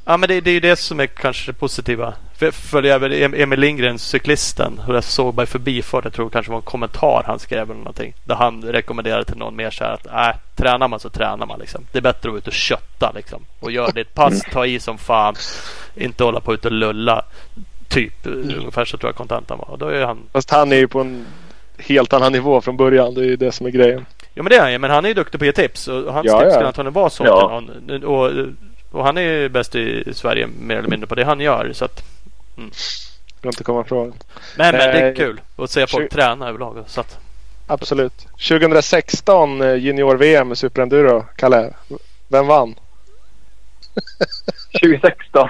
Ja, men det, det är ju det som är kanske det positiva. För, för jag väl Emil Lindgren, cyklisten, och jag såg bara förbi för jag tror kanske var en kommentar han skrev eller någonting. Där han rekommenderade till någon mer så här att äh, tränar man så tränar man liksom. Det är bättre att gå ut och kötta liksom. Och gör det ett pass, ta i som fan. Inte hålla på ut och lulla. Typ, mm. ungefär så tror jag kontanten var. Och då är han... Fast han är ju på en helt annan nivå från början. Det är ju det som är grejen. Ja, men det är han. Men han är ju duktig på att ge tips. Och hans ja, tips ja. kan antagligen vara så. Ja. Och, och, och han är ju bäst i Sverige mer eller mindre på det han gör. Så att... Mm. Jag inte komma ifrån. Men, men det är Eh, kul att se folk tjugo träna överlag. Så att... Absolut. tjugohundrasexton junior-V M i superenduro. Kalle, vem vann? tjugohundrasexton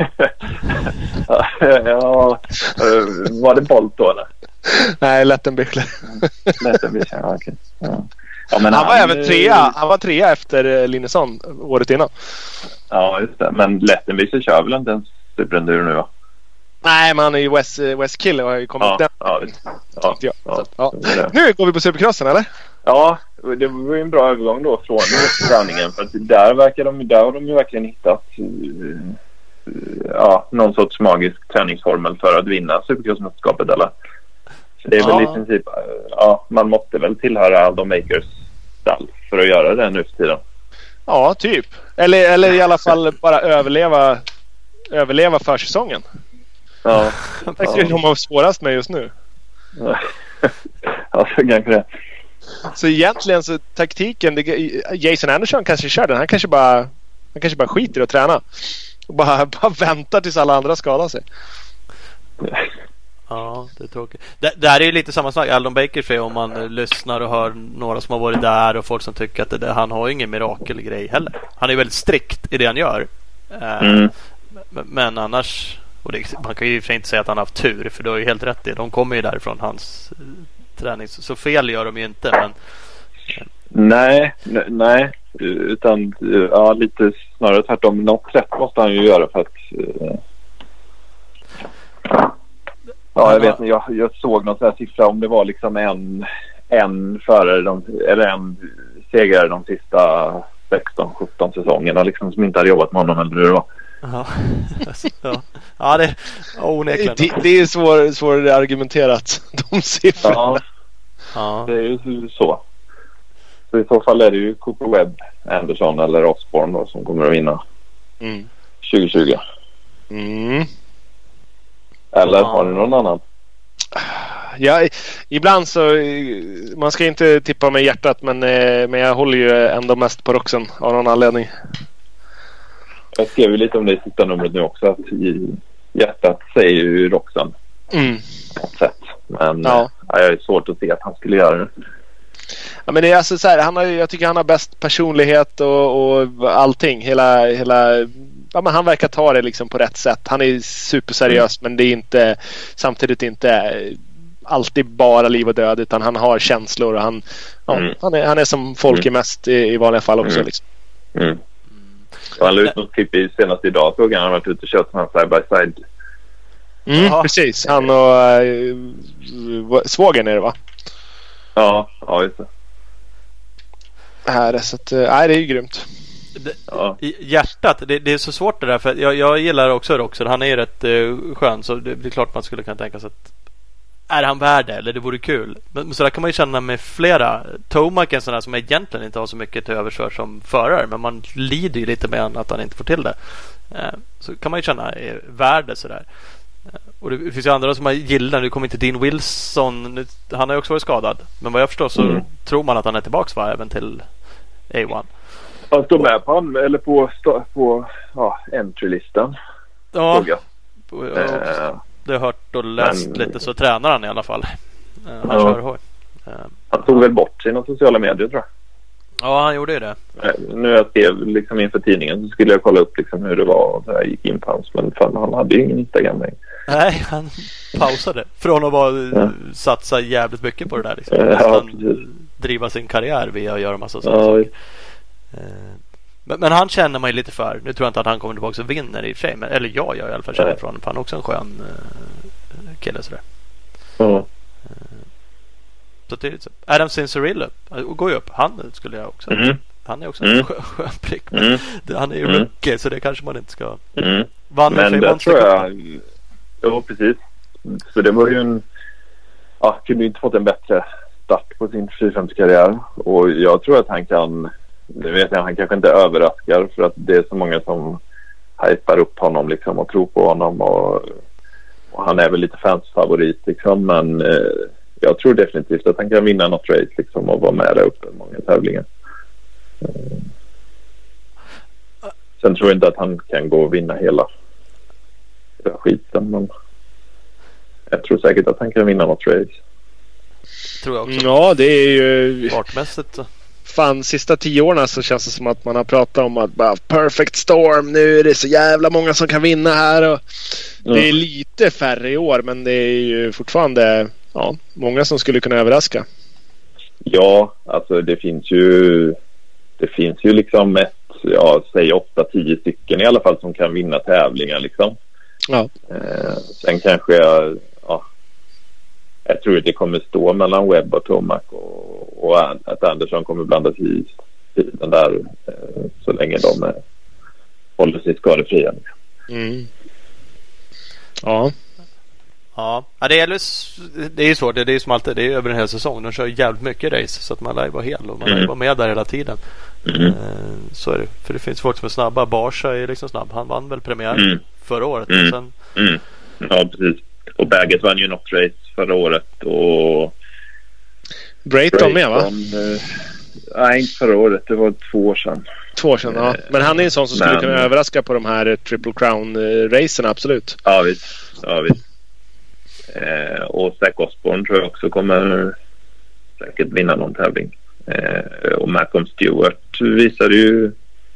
ja, var det Bolt då eller? Nej, Lettenbichler. Lettenbichler, ja, okej. Ja. Ja, men han var han, även trea. Han var trea efter Linnesson året innan. Ja, just det. Men Lettenbichler kör väl inte ens superenduro nu va? Nej, men han är ju West, West Kille och har ju kommit ja, den. Ja, ja, ja, ja, ja. Nu går vi på supercrossen, eller? Ja, det var ju en bra övergång då från träningen. För att där, verkar de, där har de ju verkligen hittat ja, någon sorts magisk träningsformel för att vinna supercrossmästerskapet, eller? Så det är ja. väl i princip, ja, man måste väl tillhöra Aldon Bakers stall för att göra det nu för tiden. Ja, typ. Eller, eller i alla fall bara överleva överleva försäsongen. Ja. Det är de har svårast med just nu. Ja, så kanske det. Så egentligen så taktiken, det, Jason Anderson kanske kör den. Han kanske bara han kanske bara skiter i att träna. Och bara, bara väntar tills alla andra skadar sig. Ja, det är tråkigt. Det, det här är ju lite samma sak. Aldon Baker, för om man uh, lyssnar och hör några som har varit där och folk som tycker att det, det, han har ju ingen mirakelgrej heller. Han är väldigt strikt i det han gör. Uh, mm. men, men annars, och det, man kan ju i och för sig inte säga att han har haft tur, för du har ju helt rätt i. De kommer ju därifrån hans uh, träning. Så, så fel gör de ju inte, men... Uh. Nej, n- nej. Utan ja, lite snarare tvärtom. Något rätt måste han ju göra för att... Uh, Ja, jag vet inte. Jag, jag såg någon sån här siffra om det var liksom en, en förare de, eller en segrare de sista sexton sjutton säsongerna liksom, som inte hade jobbat med honom eller hur det var. Ja, ja. Ja, det är onekligen. Det, det är svår, svår argumenterat, de siffrorna. Ja, ja. Det är ju så. Så i så fall är det ju Cooper Webb, Anderson eller Osborne då, som kommer att vinna mm. tjugo tjugo. Mm. Eller ja. har ni någon annan? Ja, ibland så man ska inte tippa med hjärtat, men, men jag håller ju ändå mest på Roxen av någon anledning. Jag skrev ju lite om det i sista numret nu också, att i hjärtat säger ju Roxen mm. på ett sätt. Men ja. Ja, jag är svårt att se att han skulle göra det. Ja, men det är alltså så här, han har, jag tycker han har bäst personlighet och, och allting. Hela, hela, ja, men han verkar ta det liksom på rätt sätt. Han är superseriös, mm. men det är inte samtidigt inte alltid bara liv och död, utan han har känslor och han, ja, mm. han, är, han är som folk är mest i, i vanliga fall också. Mm. Liksom. Mm. Och han la ut något klipp i senast idag, så han har varit ute och kört sån här side by side. Mm, ja. Precis, han och äh, svågen är det, va? Ja, ja just det. Här, så att, nej, det är ju grymt. Det, ja. Hjärtat, det, det är så svårt det där, för jag, jag gillar också Roxen. Han är ju rätt uh, skön, så det, det är klart man skulle kunna tänka sig att är han värd det, eller det vore kul. Men, men så där kan man ju känna med flera. Tomac är en sån där som egentligen inte har så mycket till översvar som förare, men man lider ju lite med att han inte får till det. Uh, så kan man ju känna är värd det sådär. Och det finns ju andra som man gillar. Nu kommer inte Dean Wilson, han har ju också varit skadad, men vad jag förstår så mm. tror man att han är tillbaka, va, även till A ett. Han står med på han, eller på, på ja, entry-listan. Ja, ja. Uh, det har hört och läst men, lite, så tränar han i alla fall. Uh, han ja. kör hoj. Uh, han tog väl bort sina sociala medier, tror jag. Ja, han gjorde ju det. Nu jag skrev liksom inför tidningen, så skulle jag kolla upp liksom hur det var, och så jag gick in på hans, men fan, han hade ju ingen Instagram längre. Nej, han pausade från att vara, ja. satsa jävligt mycket på det där liksom. Ja, han driva sin karriär via att göra massa sådana ja. saker. Men, men han känner man ju lite för. Nu tror jag inte att han kommer tillbaka och vinner i och för sig, men, eller jag, jag i alla fall känner från, för han är också en skön uh, kille sådär. Ja. Uh, så det är så. Adam Cincerillo går ju upp. Han skulle jag också mm. Han är också Mm. en skön, skön prick. Men Mm. han är ju Mm. rookie, så det kanske man inte ska... Mm. Vann med Men sig det tror Monster jag... Ja, precis. Så det var ju en... Ja, kunde inte fått en bättre start på sin fyrahundrafemtio-karriär. Och jag tror att han kan... Nu vet jag, han kanske inte överraskar för att det är så många som hypar upp honom liksom och tror på honom. Och, och han är väl lite fansfavorit liksom. Men eh, jag tror definitivt att han kan vinna något race liksom och vara med där uppe i många tävlingar. Eh. Sen tror jag inte att han kan gå och vinna hela, hela skiten. Men jag tror säkert att han kan vinna något race. Tror jag också. Ja, det är ju... Fartmässigt så. Fan, sista tio åren så känns det som att man har pratat om att bara perfect storm, nu är det så jävla många som kan vinna här. Och Mm. det är lite färre i år, men det är ju fortfarande ja, många som skulle kunna överraska. Ja, alltså det finns ju det finns ju liksom ett, ja, säg åtta tio stycken i alla fall som kan vinna tävlingar liksom. Ja. Eh, sen kanske jag, ja, jag tror att det kommer stå mellan Webb och Tomac och, och att Andersson kommer blandas i tiden där eh, så länge de är, håller sig skadefria. Mm. Ja. Ja, ja det, gäller, det är ju svårt. Det är ju som alltid, det är över en hel säsong. De kör jävligt mycket race så att man lär ju vara hel och man lär ju vara med där hela tiden. Mm. Eh, så är det. För det finns folk som är snabba. Barsa är liksom snabb. Han vann väl premiär Mm. förra året. Mm. Och sen... Mm. Ja, precis. Och Baggett vann ju något race förra året och Brayton med, va? Eh, nej, inte förra året. Det var två år sedan. Två år sedan, ja. Men han är en sån som skulle Men- kunna överraska på de här Triple Crown-racen, absolut. Ja, visst. Ja, visst. Eh, och Zach Osborne tror jag också kommer säkert vinna någon tävling. Eh, och Malcolm Stewart visade ju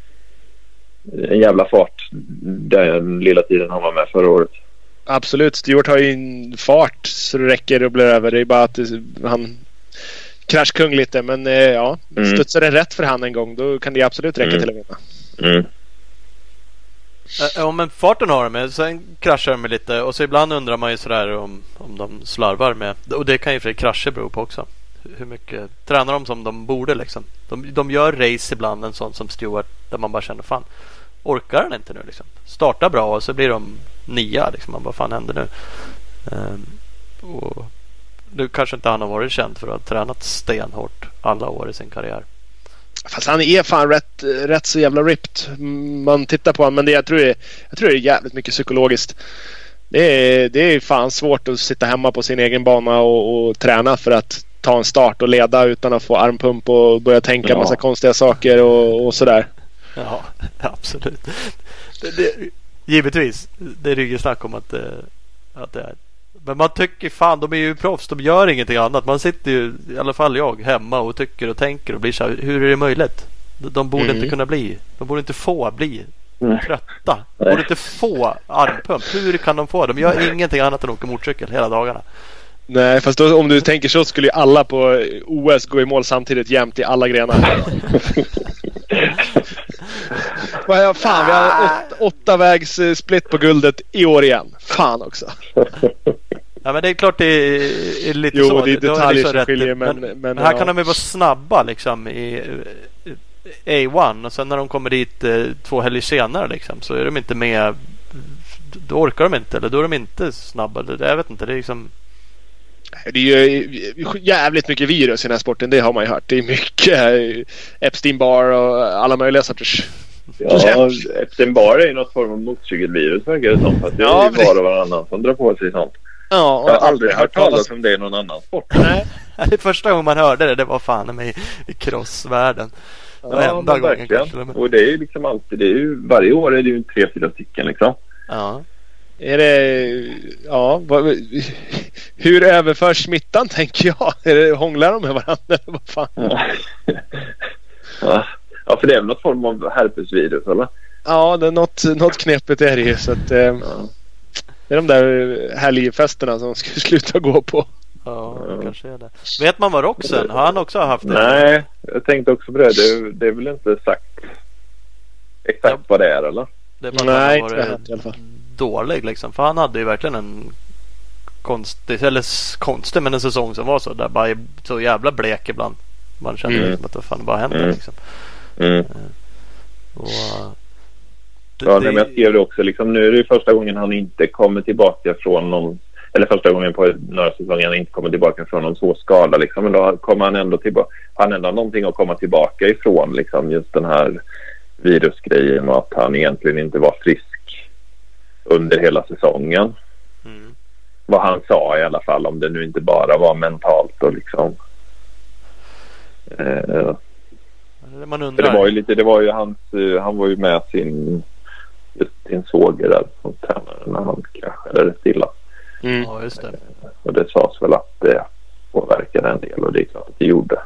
en jävla fart den lilla tiden han var med förra året. Absolut, Stewart har ju en fart så det räcker och blir över. Det är bara att det, han kraschkung lite, men eh, ja, Mm. studsar det rätt för han en gång, då kan det absolut räcka Mm. till att vinna. Mm. Ja, men farten har de med. Sen kraschar de med lite. Och så ibland undrar man ju sådär om, om de slarvar med. Och det kan ju för krascher bero på också. Hur mycket tränar de som de borde liksom. De, de gör race ibland, en sån som Stewart, där man bara känner fan, orkar han inte nu liksom. Startar bra och så blir de nia liksom. Man bara, fan händer nu? Um, och nu kanske inte han har varit känd för att ha tränat stenhårt alla år i sin karriär. Fast han är fan rätt, rätt så jävla ripped. Man tittar på honom, men det, jag, tror det, är- jag tror det är jävligt mycket psykologiskt. Det är, det är fan svårt att sitta hemma på sin egen bana och, och träna för att ta en start och leda utan att få armpump och börja tänka Ja. massa konstiga saker och, och sådär. Ja, absolut. Det, det, givetvis. Det är ju inget snack om att, eh, att det är. Men man tycker fan, de är ju proffs. De gör ingenting annat. Man sitter ju, i alla fall jag, hemma och tycker och tänker och blir så här, hur är det möjligt? De, de borde Mm. inte kunna bli. De borde inte få bli Mm. trötta. De borde inte få armpump. Hur kan de få? De gör ingenting annat än att åka motorcykel hela dagarna. Nej, fast då, om du tänker så skulle ju alla på O S gå i mål samtidigt jämt i alla grenar. Vad fan, vi har åt, åtta vägs eh, split på guldet i år igen. Fan också. Ja, men det är klart det är, är lite Jo, så. det är Du har detaljer liksom som rätt. skiljer, men- men, men, här ja. kan de ju vara snabba liksom i eh, A ett och sen när de kommer dit eh, två helger senare liksom, så är de inte med. Då orkar de inte, eller då är de inte snabba. Det, jag vet inte, det är liksom. Det är ju jävligt mycket virus i den här sporten, det har man ju hört. Det är mycket eh, Epstein-Barr och alla möjliga sorters. Ja, Epstein-Barr är ju något form av motorcykelvirus verkar det som. För att det Ja, är men ju det- bara varannan som drar på sig sånt. Ja, och Jag har aldrig hört talas om det i någon annan sport. Nej. Det första gången man hörde det, det var fan med i, i crossvärlden. Det var Ja, enda men gången verkligen. kanske. Men, Och det är ju liksom alltid, det är ju, varje år är det ju tre, fyra stycken liksom. ja. Är det... Ja, vad, hur överförs smittan, tänker jag? Är det, hånglar de med varandra eller vad fan? Ja. Ja, för det är väl något form av herpesvirus, eller? Ja, det är något, något knepigt är det ju. Så att, eh, Ja. det är de där helgfesterna som ska sluta gå på. Ja, Ja. kanske är det. Vet man vad Roxen? Har han också haft det? Nej, jag tänkte också på det. Det, det är väl inte sagt exakt Ja. vad det är, eller? Det är bara att Nej, han inte har vad jag varit hört i alla fall. dålig liksom. För han hade ju verkligen en konstig, eller s- konstig, men en säsong som var så där bara är så jävla blek ibland. Man känner Mm. liksom att vad fan bara händer Mm. liksom. Mm. Och, det, ja, det... men jag skrev det också. Liksom, nu är det första gången han inte kommer tillbaka från någon... Eller första gången på några säsonger han inte kommer tillbaka från någon så skada. Liksom. Men då kommer han ändå tillbaka. Han ändå någonting att komma tillbaka ifrån. Liksom, just den här virusgrejen och att han egentligen inte var frisk under hela säsongen. Mm. Vad han sa i alla fall. Om det nu inte bara var mentalt och liksom... Eh, det, man undrar. det var ju lite... Det var ju hans... Han var ju med sin... Just sin svåger där som tränare när han kraschade rätt illa. Mm. Ja, just det. Och det sades väl att det påverkade en del och det är klart att det gjorde.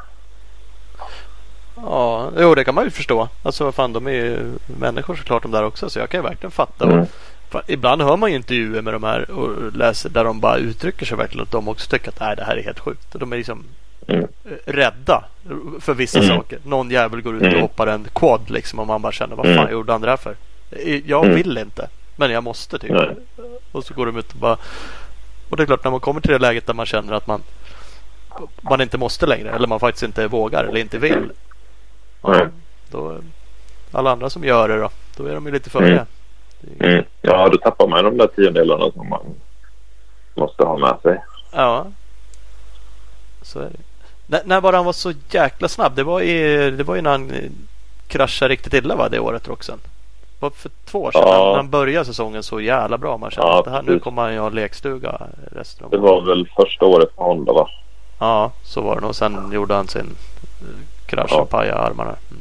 Ja, jo, det kan man ju förstå. Alltså vad fan, de är ju människor såklart de där också, så jag kan ju verkligen fatta. Mm. Och, ibland hör man ju intervjuer med de här och läser där de bara uttrycker sig verkligen att de också tycker att nej, det här är helt sjukt. Och de är liksom mm. rädda för vissa mm. saker. Någon jävel går ut och hoppar en quad liksom och man bara känner, vad fan mm. gjorde han det här för? Jag vill mm. inte, men jag måste typ. Mm. Och så går de ut och bara... Och det är klart, när man kommer till det läget där man känner att man man inte måste längre, eller man faktiskt inte vågar eller inte vill, ja, mm. då alla andra som gör det då, då är de ju lite före. Mm. Mm. Ja, då tappar man de där tiondelarna som man måste ha med sig. Ja, så är det. N- när var han var så jäkla snabb? Det var i, det var ju när han kraschade riktigt illa, va, det året också. För två år sedan, ja. När han började säsongen så jävla bra. Man kände ja, att det här, nu kommer han ju ha lekstuga resten av det var väl första året på Honda, va? Ja, så var det nog. Sen gjorde han sin krasch och ja. pajade armarna. Mm.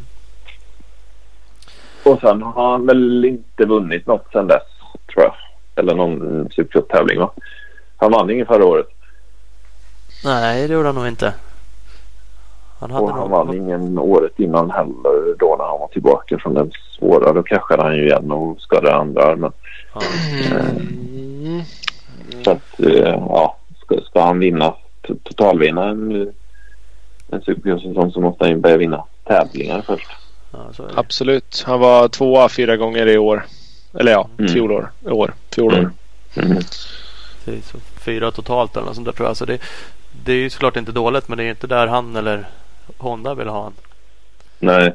Och sen har han väl inte vunnit något sen dess, tror jag. Eller någon supertävling, va? Han vann ingen förra året. Nej, det gjorde han nog inte. Han hade och han vann ingen året innan heller, då när han var tillbaka från den svåra. Då kraschade han ju igen och skadade andra armen. Mm. Så att, ja, ska, ska han vinna, totalvinna en, en supersäsong, så måste han ju börja vinna tävlingar först. Ja, absolut. Han var tvåa fyra gånger i år. Eller ja, mm. fjolår. I år. Fjolår. Mm. Mm. Det är så fyra totalt eller något sånt där, tror jag. Så det, det är ju såklart inte dåligt, men det är inte där han eller Honda vill ha han. Nej.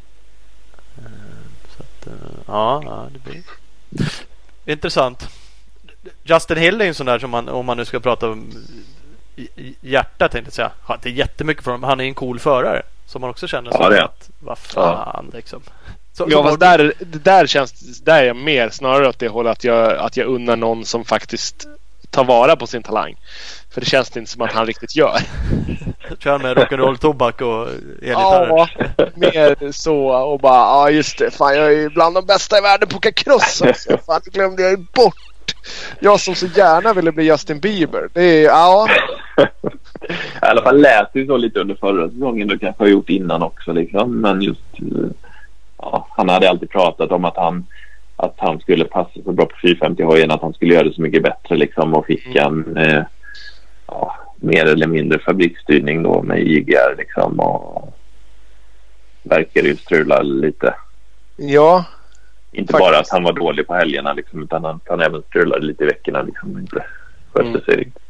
Så att, ja, ja, det blir intressant. Justin Hill är en sån där som man, om man nu ska prata om hjärta, tänkte jag säga. Han är jättemycket för honom. Han är en cool förare som man också känner ja, som att, vad fan, ja. liksom. Så, ja, fast där, där känns där är jag mer snarare åt det hållet att jag, att jag unnar någon som faktiskt tar vara på sin talang. För det känns inte som att han riktigt gör. Kör med rock'n'roll, tobak och elgitarrer. Ja, mer så. Och bara, ja just det. Fan, jag är ju bland de bästa i världen på cross. Alltså. Fan, det glömde jag ju bort. Jag som så gärna ville bli Justin Bieber. Det är, ja. I alla fall lät det ju så lite under förra säsongen. Det kanske har gjort innan också liksom. Men just, ja, han hade alltid pratat om att han att han skulle passa så bra på fyrahundrafemtio-hojen, att han skulle göra det så mycket bättre liksom, och fick en eh, ja, mer eller mindre fabriksstyrning då med I G R liksom, och verkar ju strula lite. Ja. Inte faktiskt. Bara att han var dålig på helgerna liksom, utan han, han även strulade lite i veckorna liksom, och inte skötte mm. sig riktigt.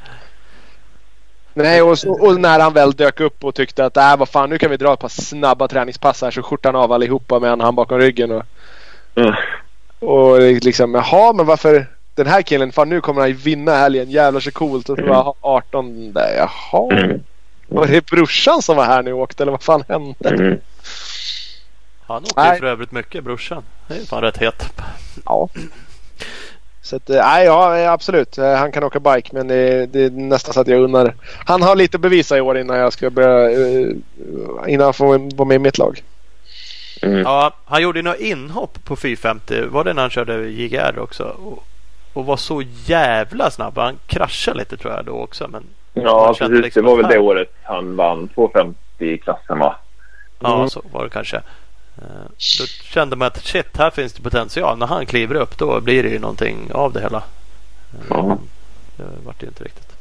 Nej, och, så, och när han väl dök upp och tyckte att äh, vad fan, nu kan vi dra ett par snabba träningspass här, så skjortan av allihopa med en hand bakom ryggen och Mm. och liksom, jaha, men varför den här killen, fan nu kommer han ju vinna helgen, jävlar så coolt, och så var mm. arton där, jaha mm. var det brorsan som var här nu och åkte, eller vad fan hände? Mm. Han åkte för övrigt mycket, brorsan, det är fan rätt het. Ja. Så att, nej, ja, absolut, han kan åka bike, men det, det är nästan så att jag undrar, han har lite att bevisa i år innan jag ska börja, innan han får vara med i mitt lag. Mm. Ja, han gjorde några inhopp på fyrahundrafemtio. Var det när han körde J G R också? Och, och var så jävla snabb. Han kraschade lite, tror jag, då också. Men ja, precis. Liksom det var väl här. Det året han vann tvåhundrafemtio i klassen, va? Mm. Ja, så var det kanske. Då kände man att shit, här finns det potential. När han kliver upp, då blir det ju någonting av det hela. Mm. Det vart ju inte riktigt.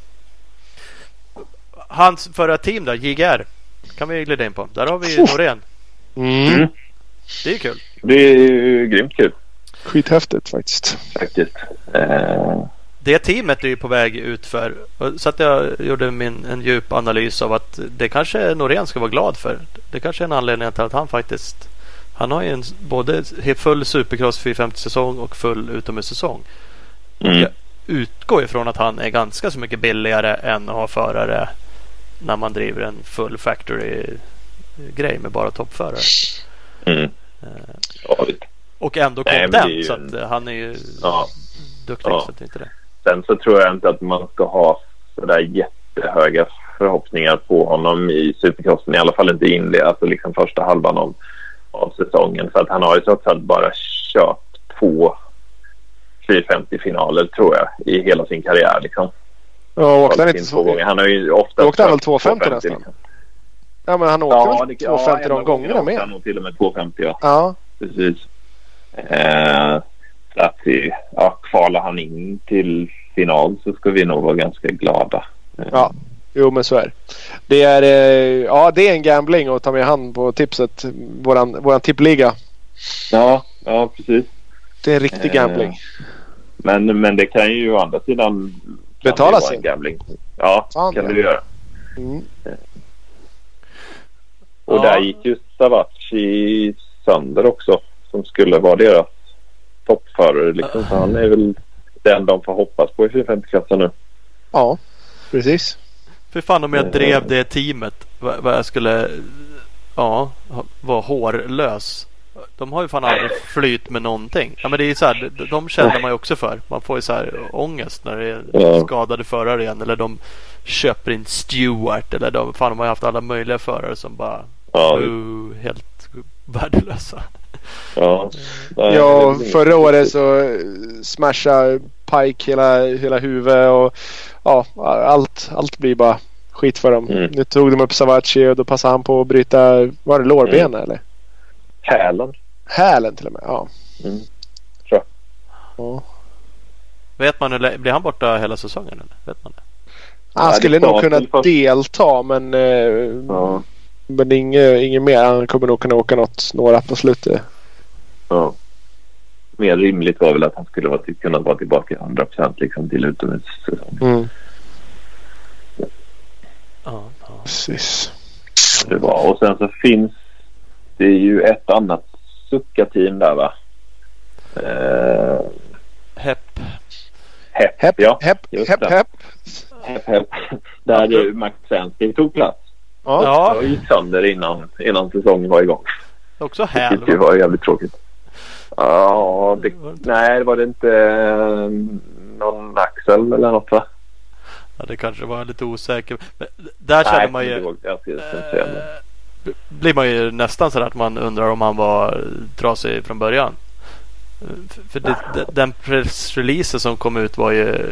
Hans förra team då, J G R, kan vi glida in på. Där har vi Norén. Mm. Mm. Det är kul. Det är ju grymt kul. Skithäftigt faktiskt. Faktiskt. Eh, det teamet är ju på väg ut för. Så att jag gjorde min, en djup analys av att det kanske Norén ska vara glad för. Det kanske är en anledning till att han faktiskt han har ju en både full Supercross fyrahundrafemtio-säsong och full utomhussäsong. Mm. Jag utgår ifrån att han är ganska så mycket billigare än att ha förare när man driver en full factory-grej med bara toppförare. Mm. Ja, och ändå kompetent, så att han är ju ja. duktig. Ja. Så att det inte det. Sen så tror jag inte att man ska ha så där jättehöga förhoppningar på honom i Supercrossen, i alla fall inte inled, alltså liksom första halvan av, av säsongen, för att han har ju så att bara kört två fyrahundrafemtio-finaler tror jag i hela sin karriär liksom. Ja, åkte han inte så gånger. Han har ju ofta åkte han väl tvåhundrafemtio nästan. Liksom. Ja, men han åkte ja, väl tvåhundrafemtio ja, de gångerna med. Han nog till och med tvåhundrafemtio, ja. Ja. Precis. Eh, så att ja, kvalar han in till final så ska vi nog vara ganska glada. Eh. Ja, jo men så är det. Är, eh, ja, det är en gambling att ta med hand på tipset. Våran, våran tippliga. Ja, ja, precis. Det är en riktig gambling. Eh, men, men det kan ju å andra sidan betala sig. En gambling. Ja, Fan, kan ja. du göra. Mm. Eh. Och ja. Där gick ju Savacci sönder också, som skulle vara deras toppförare liksom. Så han är väl den de får hoppas på i fyrahundrafemtio-klassen nu. Ja, precis. För fan om jag drev det teamet, vad jag skulle ja, vara hårlös. De har ju fan aldrig flyt med någonting. Ja, men det är så här, de känner man ju också för. Man får ju så här ångest när det är ja. skadade förare igen, eller de köper in Stewart, eller de, fan de har ju haft alla möjliga förare som bara ja. uh, helt värdelösa. Ja, nej, ja förra året så smashade Pike hela, hela huvudet och ja, allt, allt blir bara skit för dem. Mm. Nu tog de upp Savacci och då passade han på att bryta, var det lårbenen mm. eller? Hälen. Hälen till och med, ja. Mm. Så. Ja. Vet man, eller blir han borta hela säsongen eller? Vet man det? Han ja, skulle nog kunna för... delta, men eh, ja. men inget, inget mer. Han kommer nog kunna åka något, några på slutet. Ja. Mer rimligt var väl att han skulle vara, kunna vara tillbaka hundra procent liksom till utomhussäsongen. Mm. Ja. Ja, ja. Precis. Det var. Och sen så finns det är ju ett annat Succa-team där, va? Eh... Hepp. Hepp, hepp, ja. Hepp, hepp, hepp. Hepp, hepp. Där du, Max Sensky tog plats. Ja. Ja. Jag gick sönder innan, innan säsongen var igång. Också här. Det var jävligt tråkigt. Ja, det, nej, det var det inte eh, någon axel eller något, va? Ja, det kanske var lite osäker. Men där känner man ju... Var, jag ska inte säga det. Blir man ju nästan så att man undrar om han var trasig från början. För det, det, den pressreleasen som kom ut var ju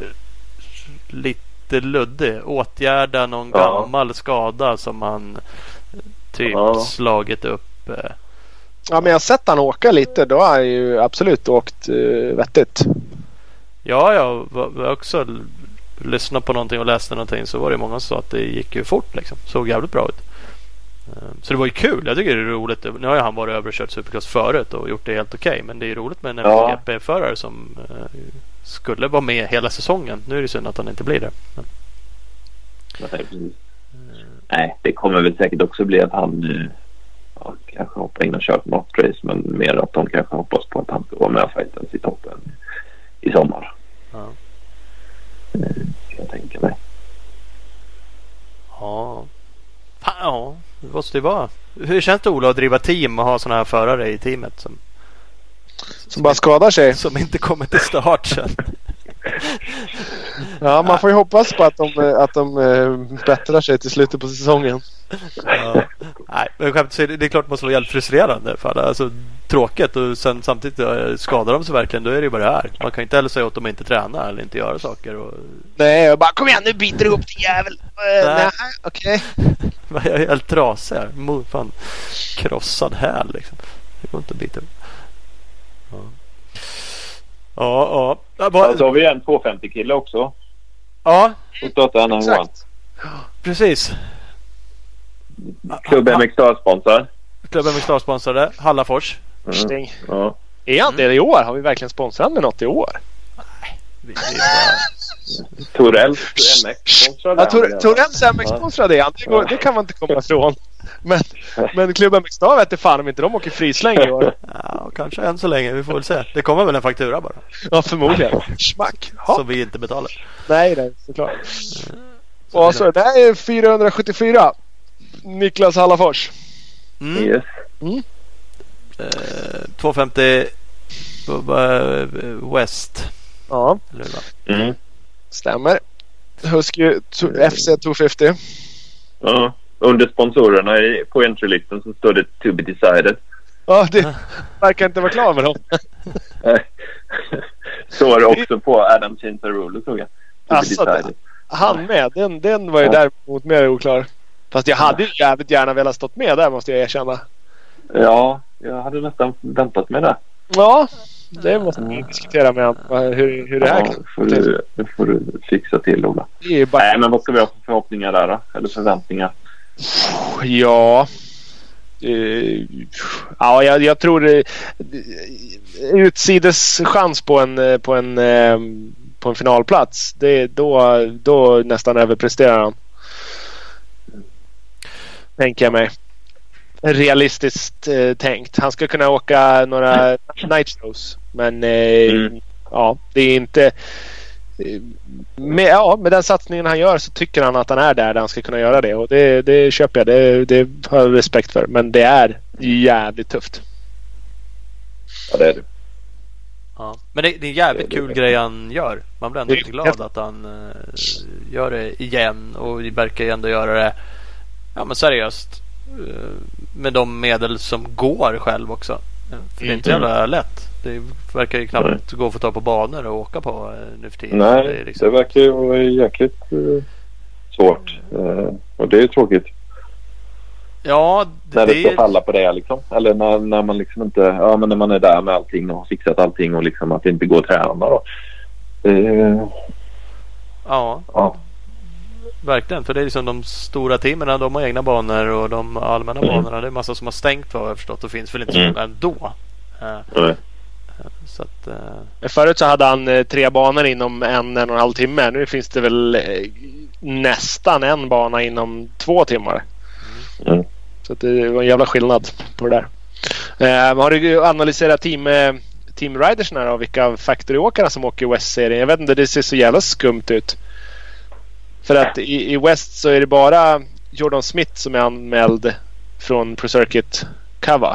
lite luddig. Åtgärda någon ja. gammal skada som han typ ja. slagit upp. Ja, men jag har sett han åka lite. Då har han ju absolut åkt uh, vettigt. Ja, jag var också lyssnade på någonting och läste någonting, så var det många som sa att det gick ju fort liksom. Såg jävligt bra ut. Så det var ju kul. Jag tycker det är roligt. Nu har ju han varit över och kört Supercross förut och gjort det helt okej. Okay, men det är roligt med en ja. M G P-förare som uh, skulle vara med hela säsongen. Nu är det synd att han inte blir det. Men... Nej, precis. Nej, det kommer väl säkert också bli att han ja, kanske hoppar in och kört något race, men mer att de kanske hoppas på att han ska vara med och fightas i toppen i sommar. Ja. Jag tänker mig. Ja. Fan, ja, det måste det vara. Hur känns det, Ola, att driva team och ha såna här förare i teamet som, som, som bara skadar sig? Som inte kommer till start sen. Ja, man får ju hoppas på att de, att de bättrar sig till slutet på säsongen. Ja. Nej, men skämt, så är det, det är klart att man måste vara jävligt frustrerande för det. Alltså, tråkigt, och sen samtidigt skadar de sig verkligen, då är det ju bara det här. Man kan inte heller säga att de inte tränar eller inte gör saker. Och... Nej, jag bara, kom igen nu, biter du upp din jävel. Uh, nej, nej okej. Okay. Jag är helt trasig här. Fan, krossad häl liksom. Det går inte att bita upp. Ja. Ja, ja. Bara... Så har vi en tvåhundrafemtio-kille också. Ja, exakt. Precis. Klubb M X Star-sponsor. Klubb M X Star-sponsrade. Hallafors. Mm. Ja. Är han det i år? Har vi verkligen sponsrat med något i år? Nej, vi, vi bara... Torells M X-sponsrade. Ja, Torells M X-sponsrade ja. det, går, det kan man inte komma ifrån. Men, men Club M X Star vet inte fan om inte de åker frisläng i år. Ja, kanske än så länge. Vi får väl se. Det kommer väl en faktura bara. Ja, förmodligen. Smack. Ha. Som vi inte betalar. Nej, nej, såklart. Så och så, det här är fyrahundrasjuttiofyra. Niklas Hallafors. Mm. Yes. Mm. Eh, tvåhundrafemtio West. Ja. Eller hur, va? Mm. Stämmer. Husky F C tvåhundrafemtio. Ja. Under sponsorerna i, på entry-listen så står det to be decided. Ja, det verkar inte vara klar med dem. Så är det också på Adam Cintarullo, såg jag. To alltså, be decided. Han med, den, den var ju ja. däremot mer oklar. Fast jag hade ju jävligt gärna velat stått med där, måste jag erkänna. Ja, jag hade nästan väntat med det. Ja, det måste vi diskutera med hur, hur det här ja, kan får du, det får du fixa till, Ola. Bara... Nej, men vad ska vi ha för förhoppningar där då? Eller förväntningar? Ja... Uh, ja, jag, jag tror uh, utsides chans på en på en uh, på en finalplats. Det då då nästan överpresterar han. Tänker jag mig. Realistiskt uh, tänkt. Han ska kunna åka några night shows, men uh, mm. ja, det är inte med, ja, med den satsningen han gör så tycker han att han är där, där han ska kunna göra det. Och det, det köper jag, det, det har jag respekt för. Men det är jävligt tufft. Ja, det är det. Ja. Men det, det är en jävligt det, kul det, det. grej han gör. Man blir ändå det, glad det. att han uh, gör det igen. Och det verkar ju ändå göra det ja, men seriöst. Uh, med de medel som går själv också. För det är inte så jävla lätt. Det verkar ju knappt Nej. gå att få ta på banor och åka på uh, nu för tiden. Nej, det, liksom... det verkar ju vara jäkligt uh, svårt. Uh, och det är ju tråkigt. Ja, det, när det ska falla på det liksom. Eller när, när man liksom inte, ja men när man är där med allting och har fixat allting och liksom att det inte går att träna då. Uh, ja. ja. Verkligen, för det är liksom de stora teamen, de har egna banor och de allmänna mm. banorna, det är massa som har stängt vad jag förstått och finns väl inte så många mm. ändå. Uh, mm. Så att, uh... Förut så hade han eh, tre banor inom en, en och en halv timme. Nu finns det väl eh, nästan en bana inom två timmar. Mm. Så att det var en jävla skillnad på det där. Eh, har du analyserat team, eh, team ridersna då? Vilka factory-åkare som åker i West-serien? Jag vet inte, det ser så jävla skumt ut. För att i, i West så är det bara Jordan Smith som är anmäld från Pro Circuit Cava.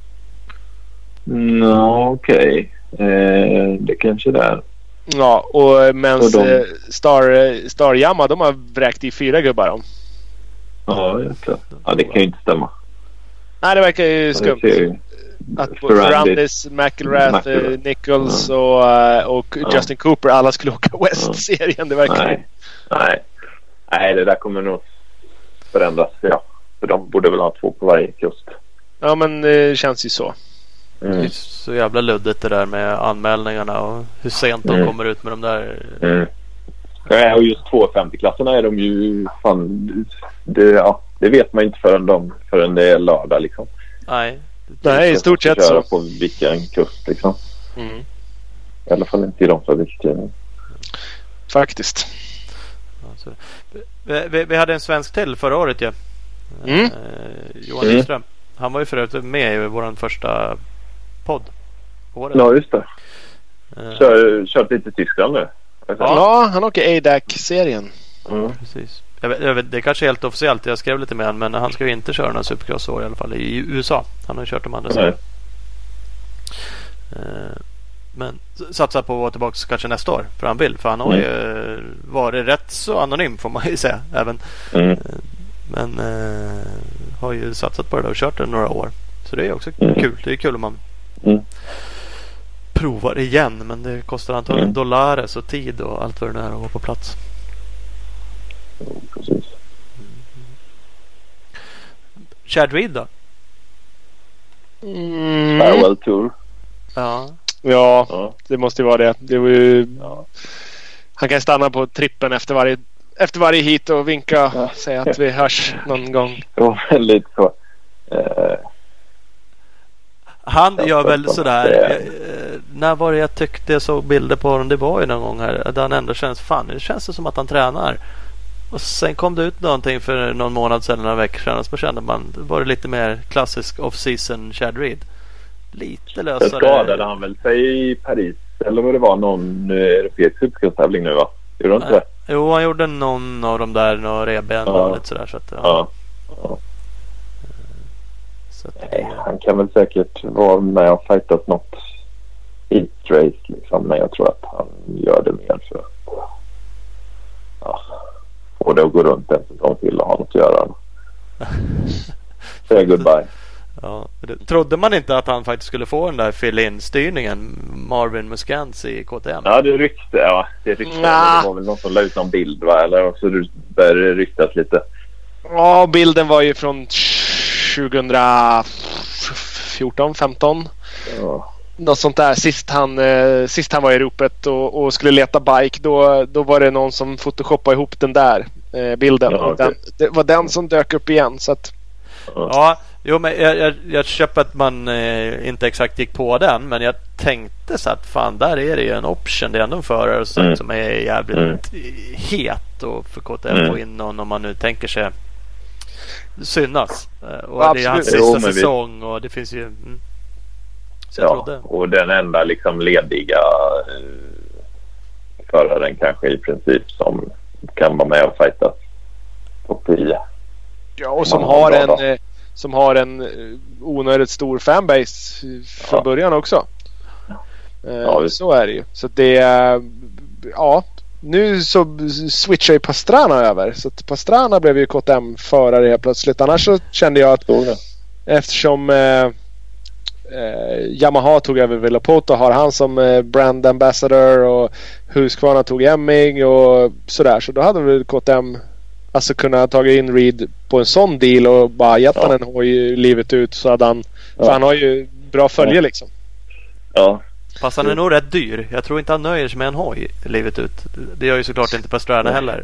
No, okej. Okay. Eh, det kanske det är. Ja, och men de... Star, Star Yama, de har vräkt i fyra gubbar om. Ja, jäklar. Ja, det kan ju inte stämma. Nej, det verkar ju skumt. Ja, ju... Att Ferrandis, McElrath, McElrath. Nichols ja. och, och ja. Justin Cooper, alla skulle åka West-serien. Det verkar Nej. Nej. Nej, det där kommer nog förändras. Ja. För de borde väl ha två på varje kust. Ja, men det känns ju så. Mm. Det är så jävla luddigt det där med anmälningarna och hur sent de mm. kommer ut med de där. Mm. Ja, och just tvåhundrafemtio-klasserna är de ju fan, det, ja, det vet man inte förrän, de, förrän det är lördag liksom. Nej, Nej i stort sett så. På vilken kust liksom. Mm. I alla fall inte i de fabrikstiderna. Faktiskt. Ja, vi, vi, vi hade en svensk till förra året ja. Mm. Eh, Johan Nyström. Mm. Han var ju förut med i vår första podd. Året. Ja, just det. Kör, kört lite Tyskland nu. Ja, han åker A D A C-serien. Mm. Precis. Jag vet, jag vet, det är kanske helt officiellt. Jag skrev lite med han, men han ska ju inte köra någon Supercross år i alla fall i U S A. Han har ju kört de andra serien. Uh, men satsar på att vara tillbaka kanske nästa år för han vill. För han har mm. ju varit rätt så anonym får man ju säga. Även. Mm. Uh, men uh, har ju satsat på det och kört det några år. Så det är också mm. kul. Det är kul om man mm. provar igen. Men det kostar antagligen mm. dollares och tid och allt vad det är att vara på plats. Mm, precis. Chad Reed då? Mm. Farewell Tour. Ja. ja. Ja, det måste ju vara det. Det var ju... ja. Han kan stanna på trippen efter varje efter varje hit och vinka och ja. säga att vi hörs någon gång. Det var väldigt så. Uh... Han gör väl sådär eh, när var det jag tyckte jag såg bilder på honom? Det var ju någon gång här där han ändå känns, fan, det känns det som att han tränar. Och sen kom det ut någonting för någon månad sedan, några veckor sedan, och så kände man, var det lite mer klassisk off-season Chad Reed. Lite lösare. Sen skadade han väl sig i Paris, eller vad det var, någon europeisk supercuptävling nu, va? Gjorde han inte det? Jo, han gjorde någon av dem där, några reben ja. och lite sådär. Så att, ja. Ja. Ja. Så att, Nej, han kan väl säkert vara med och fightas något heat race liksom, men jag tror att han gör det mer för att ja, få det att gå runt en säsong till och ha något att göra. Say goodbye. Ja, trodde man inte att han faktiskt skulle få den där fill-in-styrningen, Marvin Muscance i K T M? Ja, det rykte, ja, det rykte. Nah. Det var väl någon som la ut någon bild, va? Eller också du började ryktas lite. Ja, bilden var ju från tjugofjorton femton. Ja. Något sånt där. Sist han, eh, sist han var i ropet och, och skulle leta bike, då, då var det någon som photoshoppade ihop den där eh, bilden. Ja, okay. Den, det var den som dök upp igen. Så att... Ja, jo, men jag, jag, jag köper att man eh, inte exakt gick på den, men jag tänkte så att fan, där är det ju en option. Det är ändå en förare som, mm. som är jävligt mm. het, och för K T M mm. få in någon, om man nu tänker sig synas. Och ja, det är hans sista jo, säsong vi... och det finns ju mm. så jag ja, trodde. Och den enda liksom lediga eh, föraren kanske i princip som kan vara med och fightas på tio. Ja, och som har en eh, som har en eh, onödigt stor fanbase från ja. början också. Eh, ja, så är det ju. Så det är ja, nu så switchar ju Pastrana över, så att Pastrana blev ju K T M-förare helt plötsligt. Annars så kände jag att eftersom eh, eh, Yamaha tog över Villapoto, har han som eh, brand ambassador, och Husqvarna tog Emming och sådär, så då hade väl K T M alltså kunnat ta in Reed på en sån deal och bara gett han ja. en hoj livet ut, så hade han, ja. för han har ju bra följe ja. liksom. Ja. Fast han är nog rätt dyr. Jag tror inte han nöjer sig med en hoj livet ut. Det gör ju såklart inte Pastrana heller.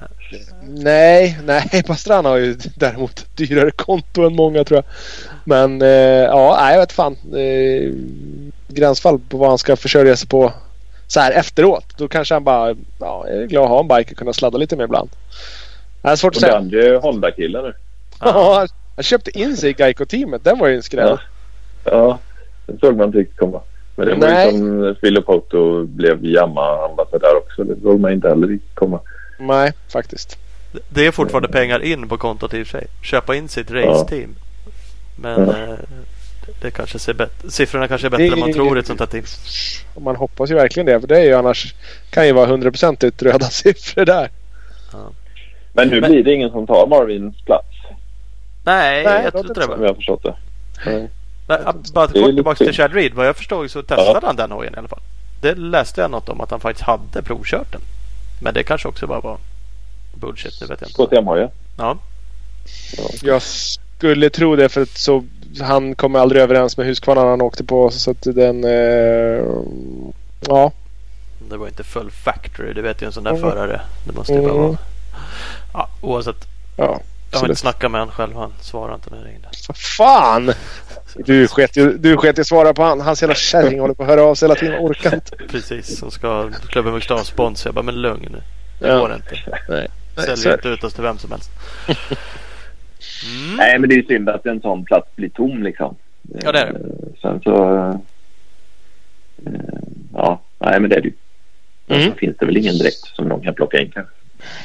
Nej, nej, Pastrana har ju däremot dyrare konto än många, tror jag. Men eh, ja, nej, jag vet fan. Eh, gränsfall på vad han ska försörja sig på så här efteråt. Då kanske han bara, ja, jag är glad att ha en bike och kunna sladda lite mer ibland. Det är svårt att säga. Och den är Honda-killen nu. Ja, han köpte in sig i Geico-teamet. Den var ju en skräll. Ja, ja, det såg man inte riktigt komma. Men det var ju som Villapoto blev Yamaha-ambassadör också. Det såg man inte heller riktigt komma. Nej, faktiskt. Det är fortfarande pengar in på kontot i sig. Köpa in sitt race-team. Men ja. eh, det kanske ser bättre. Siffrorna kanske är bättre det, än man tror i ett sånt här team. Man hoppas ju verkligen det. För det är ju annars kan ju vara hundra procent ut röda siffror där. Ja. Men nu Men, blir det ingen som tar Marvins plats. Nej, Nej jag tror inte det. Som jag har förstått det. Nej. Nej, bara kort tillbaka till Chad Reed. Vad jag förstod så testade ja. han den hojen i alla fall. Det läste jag något om att han faktiskt hade provkört den. Men det kanske också bara var bullshit, det vet jag inte. K T M-hojen? Ja. Jag skulle tro det, för att så han kom aldrig överens med Husqvarna han åkte på, så att den eh, ja. Det var inte full factory, det vet ju en sån där mm. förare. Det måste ju bara vara. Ja, oavsett. Ja. Jag har inte snackat med han själv, han svarar inte när det ringde. Vad fan! Du sket ju, du sket ju svara på han. Hans hela kärring håller på att höra av sig hela tiden, orkar inte. Precis, som ska klubben med stav spons. Jag bara, men lugn nu. Det ja. går inte. Nej. Säljer inte ut oss till vem som helst. Mm. Nej, men det är synd att en sån plats blir tom liksom. Ja, det är det. Sen så ja, nej men det är det ju. Mm. Så finns det väl ingen direkt som någon kan plocka in kanske.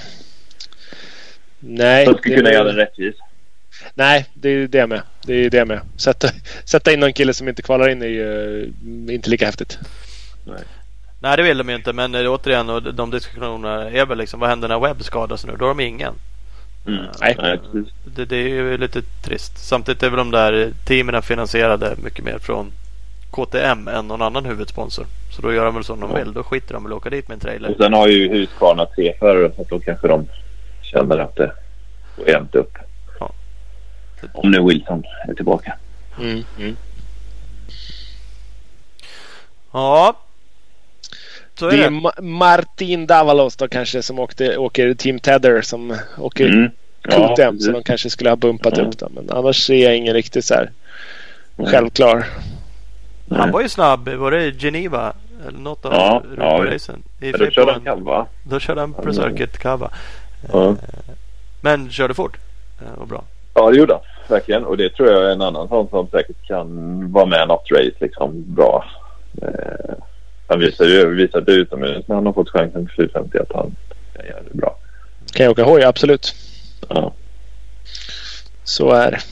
Nej. Så skulle kunna göra den rättvis. Nej, det är det med. Det är det med. Sätta, sätta in någon kille som inte kvalar in är ju uh, inte lika häftigt. Nej. Nej, det vill de ju inte. Men uh, återigen, och de diskussionerna är väl liksom, vad händer när webb skadas nu? Då har de ingen. Mm. Uh, Nej. Det, det är ju lite trist. Samtidigt är väl de där teamen finansierade mycket mer från K T M än någon annan huvudsponsor. Så då gör de väl som de vill. Då skiter de väl åka dit med en trailer. Och sen har ju Husqvarna tre förare, så då kanske de känner att det går jämnt upp. Ja. Om nu Wilson är tillbaka. Mm. Mm. Ja. Så är det är det. Ma- Martin Davalos då kanske som åkte, åker Team Tether som åker mm. ja, K T M, så de kanske skulle ha bumpat mm. upp det. Men annars ser jag ingen riktigt så här mm. självklar. Nej. Han var ju snabb. Var det Geneva? Eller något av ja, Road-racen? Ja, då körde han Kava. Då körde han på circuit Kava. Ja. Men körde fort. Och bra. Ja, det gjorde han. Verkligen. Och det tror jag är en annan sån som säkert kan vara med i något race liksom bra. Eh, han visade ju visade utomhus när han har fått chansen för fyrahundrafemtio att han kan göra det bra. Kan jag åka hoj? Absolut. Ja. Så är det.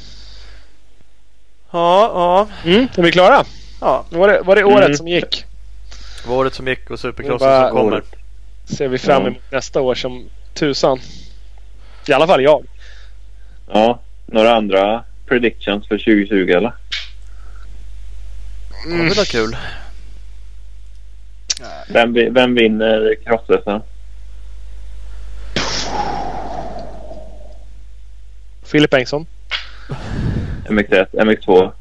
Ja, ja. Mm, är vi klara? Ja. Var det, var det året Mm. som gick? Var året som gick och Supercrossen Bara- som kommer. Ser vi fram emot nästa år som tusan. I alla fall jag. Ja. Några andra predictions för tjugo tjugo eller? Ja, det var kul. Vem, vi- vem vinner crossresan? Filip Bengtsson. M X ett, M X två.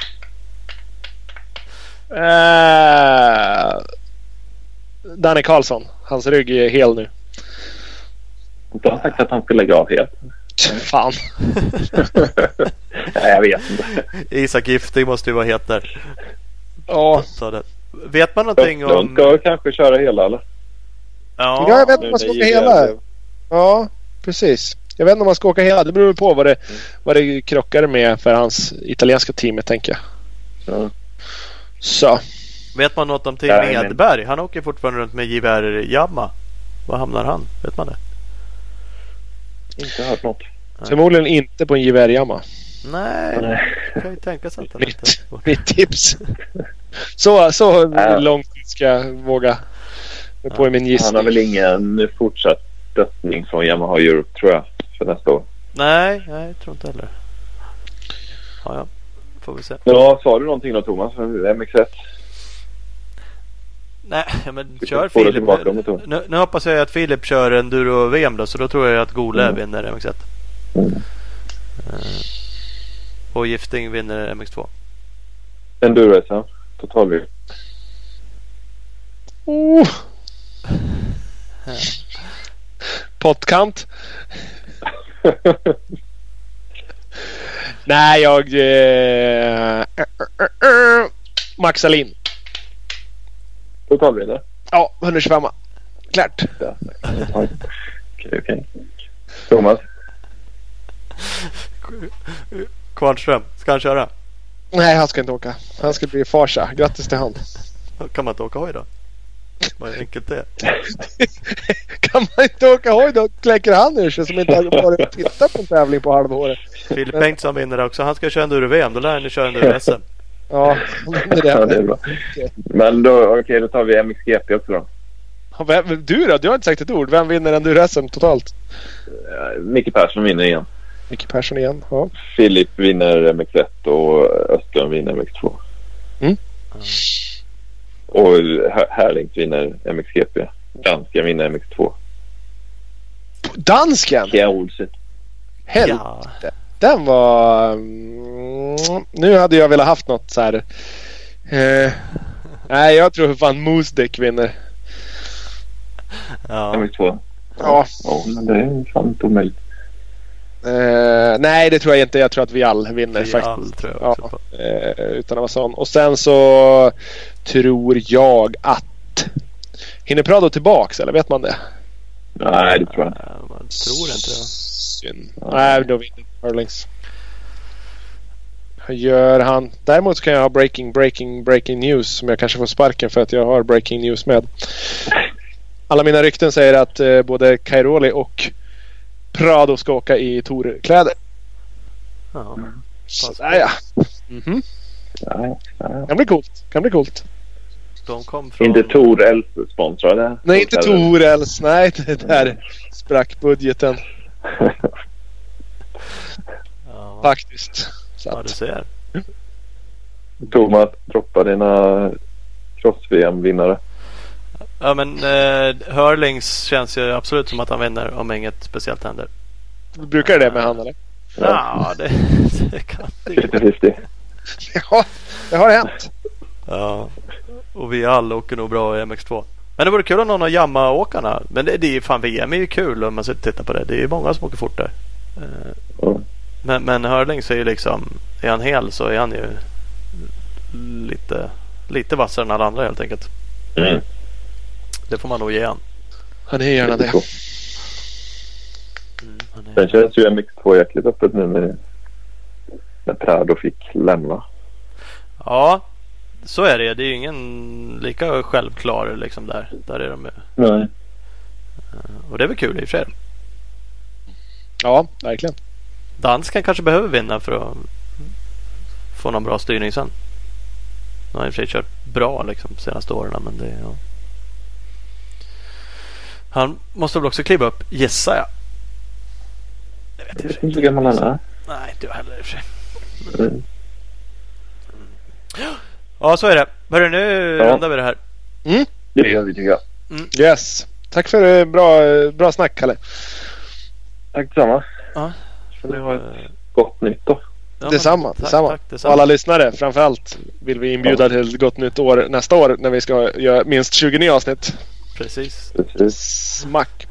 Eh, Danny Karlsson. Hans rygg är hel nu. Du har sagt att han skulle lägga av helt. Fan. Nej, jag vet inte. Isak Gifting måste ju vara het där. Ja. Så det. Vet man någonting De om... ska kanske köra hela eller? Ja, jag vet inte om man ska åka hela. Ja, precis. Jag vet inte om man ska åka hela. Det beror på vad det, vad det krockar med för hans italienska teamet, tänker jag. Ja. Så. Vet man något om Tim Nej, men- Edberg? Han åker fortfarande runt med J V R Yamaha. Var hamnar han? Vet man det? Inte hört något. Förmodligen inte på en J V R-Yamaha. Nej, Nej. kan ju tänka sig att han inte... Mitt, mitt tips. Så, så Ja. långt ska jag våga mig på i min Han har gissning. väl ingen fortsatt stöttning från Yamaha Europe tror jag för nästa år. Nej, nej, jag tror inte heller. Ja, ja. Får vi se. Ja, sa du någonting då Thomas? M X ett? Nej, men Vi kör får det Filip. tillbaka om ett år. Nu, nu hoppas jag att Filip kör Enduro-V M då. Så då tror jag att Gole Mm. vinner M X ett. Mm. Eh, och Gifting vinner M X två. Enduro-resan. Totalvikt. Oh. Pottkant. Nej, jag... Eh, äh, äh, äh, Max Alin. Totalvikt? Ja, etthundratjugofem. Klart. Ja. Okej, okej. Thomas? Kvarnström, ska han köra? Nej, han ska inte åka. Han ska bli farsa. Grattis till han. Kan man inte åka hoj då? Vad enkelt det är. Kan man inte åka hoj då kläcker han ur sig som inte har varit och tittat på en tävling på halvåret. Filip Bengtsson vinner också. Han ska köra Enduro-V M. Då lär han ju köra Enduro-S M. Ja, det är det. Ja, det är bra. Men då, okej, då tar vi M X G P också då. Ja, vem- Du då? Du har inte sagt ett ord. Vem vinner Enduro-S M totalt? Uh, Micke Persson vinner igen. Micke Persson igen. Ja. Filip vinner M X ett och Östlund vinner M X två. Mm. Och Her- Herlings vinner M X G P. Dansken vinner M X två. Dansken? Kia Olsen. Helvete. Ja. Den var... Mm, nu hade jag velat haft något så här. Eh, nej, jag tror fan Moosdek vinner. Ja. M X två. Ja. Ja, men det är fan inte omöjligt. Eh, nej, det tror jag inte. Jag tror att vi alla vinner Vi faktiskt. all tror jag också på. Eh, utan att vara sån. Och sen så tror jag att... Hinner Prado tillbaks, eller vet man det? Nej, det tror jag inte. Ja, man tror inte det. Synd. Nej, då vinner Hurlings. Gör han. Däremot så kan jag ha breaking, breaking, breaking news som jag kanske får sparken för att jag har breaking news med. Alla mina rykten säger att eh, både Cairoli och Prado ska åka i Tour-kläder. Ja. Så där ja. Mhm. Nej, nej. Kan bli coolt. Kan bli coolt. De kom från... Inte Tor Elf-sponsrade. Nej, inte Tor ens. Nej, det där sprack budgeten Ja, faktiskt. Så ja, att, du ser. Thomas, droppa dina cross-V M-vinnare. Ja, men eh, Hurlings känns ju absolut som att han vinner om inget speciellt händer. brukar det med han eller? Ja, det, det kan det ju. femtio femtio. Ja, det har hänt. Ja. Och vi alla åker nog bra i M X två. Men det vore kul om någon av Yamaha-åkarna. Men det, det är ju fan, V M är ju kul om man sitter och tittar på det. Det är ju många som åker fort där. Eh, Ja. Men, men Hurlings är ju liksom, är han hel så är han ju lite lite vassare än alla andra helt enkelt. Mm. Det får man nog ge han. Han är gärna det. Mm, han är... Sen känns ju M X två jäkligt öppet nu med när Prado fick lämna. Ja, så är det. Det är ju ingen lika självklar liksom där. Där är de. Nej. Och det är väl kul i och för sig. Ja, verkligen. Dansken kanske behöver vinna för att få någon bra styrning sen. Han har i och för sig kört bra liksom de senaste åren, men det ja. Han måste väl också kliva upp, gissar jag. Jag vet, jag vet inte hur gammal han är. Nej, inte jag heller i och för sig. Men... Mm. Ja, så är det. Hörru, nu ja. rundar vi det här. Mm. Det gör vi, tycker jag. Mm. Yes. Tack för eh, bra, bra snack, Kalle. Tack detsamma. Ja. Så det var ett gott nytt då. Ja, detsamma, tack, detsamma. tack, detsamma. Alla lyssnare, framförallt vill vi inbjuda ja. till ett gott nytt år nästa år när vi ska göra minst tjugo nya avsnitt. Precis. Precis. Smack.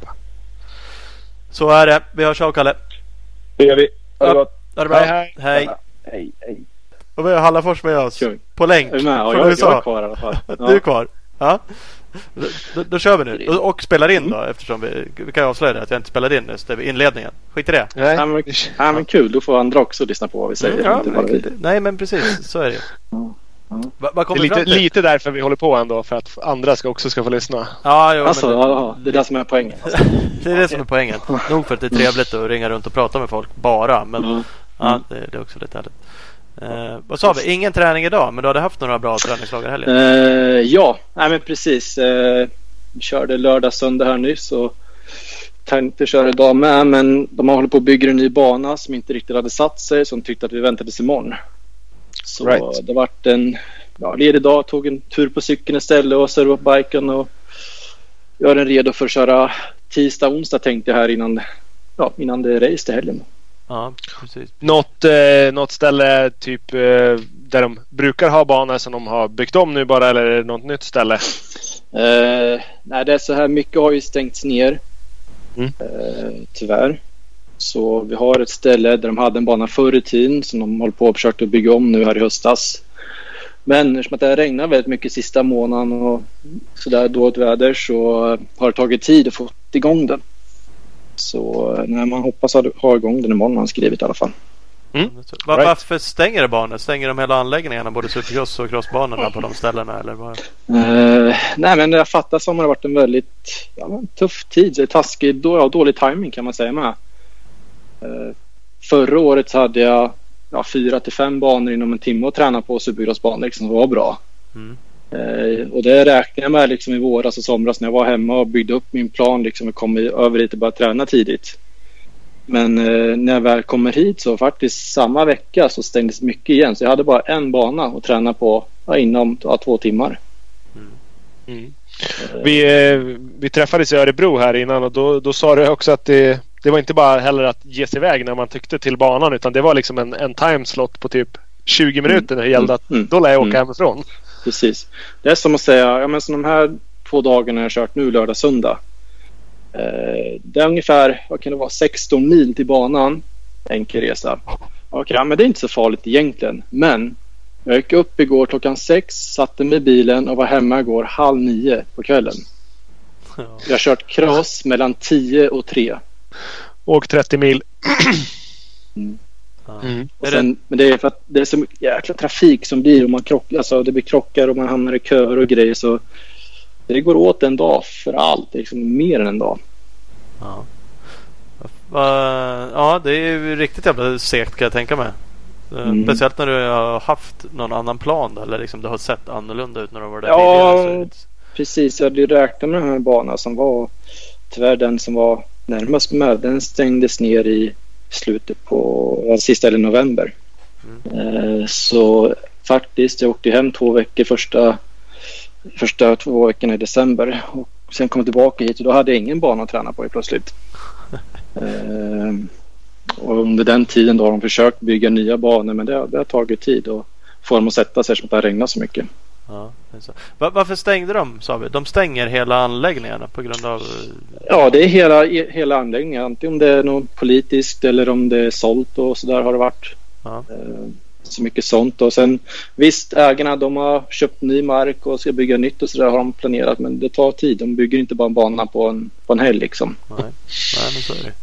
Så är det. Vi hörs av, Kalle. Det gör vi. Ha det ja. gott. Ha det bra. Hej, hej. Hej. Hej, hej. Och vi har Hallafors med oss. Kul. På länk. Är du med? Ja, från jag, U S A. jag är kvar i alla fall. Ja. Du är kvar. Ja. Då, då, då kör vi nu. Och, och spelar in då, eftersom vi, vi kan avslöja det att jag inte spelade in just det vid inledningen. Skit i det. Nej. Ja, men, ja, men kul. Då får andra också lyssna på vad vi säger. Mm, ja, inte bara vi. nej, men precis. Så är det ju. Ja. Ja. Va, vad Det kommer är lite, fram till? lite därför vi håller på ändå, för att andra ska också ska få lyssna. Ja, jo, Alltså, men ja, ja, det är det som är poängen. Alltså. det är det som är poängen. Nog för att det är trevligt att ringa runt och prata med folk bara. Men Mm. ja, det, det är också lite härligt. Eh, vad sa vi? Ingen träning idag, men du hade haft några bra träningsdagar i helgen. Eh, ja, nej, men precis. Eh, körde lördag, söndag här nyss och tänkte köra idag med, men de har hållit på att bygga en ny bana som inte riktigt hade satt sig, som tyckte att vi väntade till imorgon. Så Right. det vart en ja, ledig dag, tog en tur på cykeln istället och servade upp biken och gör den redo för att köra tisdag, onsdag tänkte jag här innan, ja, innan det är race till helgen. Ja, precis. Något, eh, något ställe typ eh, där de brukar ha banor som de har byggt om nu bara, eller är det något nytt ställe? Eh, nej, det är så här, mycket har ju stängts ner. Mm. Eh, tyvärr. Så vi har ett ställe där de hade en bana förr i tiden som de håller på och försökt att bygga om nu här i höstas. Men eftersom att det regnar väldigt mycket sista månaden och sådär dåligt väder, så har det tagit tid att få igång den. Så när man hoppas att ha igång den imorgon, har han skrivit i alla fall. Mm. Var, Right. Varför stänger det banan? Stänger de hela anläggningarna, både supercross och crossbanorna på de ställena? Eller vad? Eh, nej, men jag fattar som det har varit en väldigt ja, en tuff tid. Det är taskig, då, ja, dålig timing kan man säga med. Eh, förra året så hade jag ja, fyra till fem banor inom en timme att träna på supercrossbanor liksom, som var bra. Mm. Eh, och det räknade jag med liksom, i våras och somras när jag var hemma och byggde upp min plan liksom, och kom över hit och började träna tidigt. Men eh, när jag väl kommer hit så faktiskt samma vecka så stängdes mycket igen. Så jag hade bara en bana att träna på ja, inom ja, två timmar. Mm. Vi, eh, vi träffades i Örebro här innan och då, då sa du också att det, det var inte bara heller att ge sig iväg när man tyckte till banan, utan det var liksom en, en timeslot på typ tjugo minuter när det gällde att Mm. då lär jag åka Mm. hemifrån. Precis. Det är som att säga, ja, men som de här två dagarna jag har kört nu, lördag, söndag. Eh, det är ungefär, vad kan det vara, sexton mil till banan. Enkel resa. Okej, ja, men det är inte så farligt egentligen. Men jag gick upp igår klockan sex, satte mig i bilen och var hemma igår halv nio på kvällen. Ja. Jag har kört cross mellan tio och tre. Åk trettio mil. Ja. Mm. Och sen, men det är för att det är så mycket jäkla trafik som blir och man krock, alltså det blir krockar och man hamnar i köer och grejer, så det går åt en dag för allt, liksom mer än en dag. Ja. Uh, ja, det är ju riktigt jävla segt kan jag tänka mig. Uh, Mm. Speciellt när du har haft någon annan plan då, eller liksom det har sett annorlunda ut när du var där Ja, tidigare. Så är det inte... Precis, jag hade räknat med den här banan som var tyvärr den som var närmast med. Den stängdes ner i slutet på ja, sista eller november. Mm. Uh, så faktiskt, jag åkte hem två veckor första första två veckorna i december och sen kom jag tillbaka hit och då hade jag ingen bana att träna på i plötsligt. uh, och under den tiden då har de försökt bygga nya banor, men det, det har tagit tid och få dem att sätta sig som att det har regnat så mycket. Ja, det är så. Var, varför stängde de, sa vi? De stänger hela anläggningarna på grund av... Ja, det är hela, hela anläggningen. Antingen om det är något politiskt eller om det är sålt och så där har det varit. Ja. Uh, så mycket sånt. Och sen visst, ägarna de har köpt ny mark och ska bygga nytt och så där har de planerat, men det tar tid. De bygger inte bara en bana på en, på en helg liksom. Nej, Nej men så är det.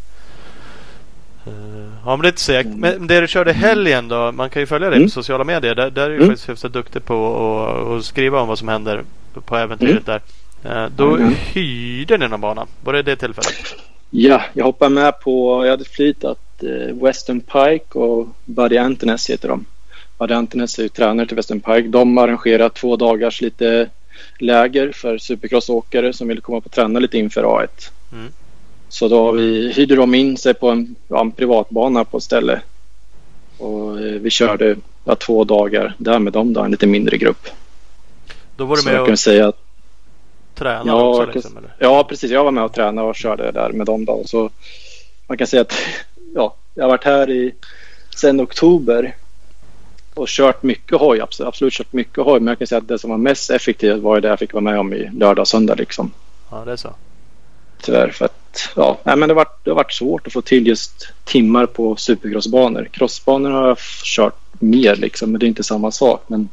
Uh, ja, men det är inte segt. Men det du körde helgen då, man kan ju följa det mm. på sociala medier. Där, där är du mm. faktiskt hyfsat duktig på att skriva om vad som händer på äventyret mm. där. Uh, då mm. hyrde ni någon bana. Var det det tillfället? Ja, jag hoppade med på, jag hade flyttat uh, Western Pike och Buddy Antones heter de. Buddy Antones är ju tränare till Western Pike. De arrangerar två dagars lite läger för supercrossåkare som vill komma på träna lite inför A ett. Mm. Så då vi hyrde de in sig på en, ja, en privatbana på ett ställe. Och eh, vi körde ja, två dagar där med dem då, en lite mindre grupp. Då var du så med jag kan och säga att, träna ja, också kan, liksom, eller? Ja, precis. Jag var med och tränade och körde där med dem då. Så man kan säga att ja, jag har varit här i sedan oktober och kört mycket hoj, absolut, absolut kört mycket hoj. Men jag kan säga att det som var mest effektivt var det jag fick vara med om i lördag och söndag liksom. Ja, det är så. Tyvärr, för att ja, nej, men det, har varit, det har varit svårt att få till just timmar på supercrossbanor. Crossbanor har jag kört mer liksom, men det är inte samma sak. Men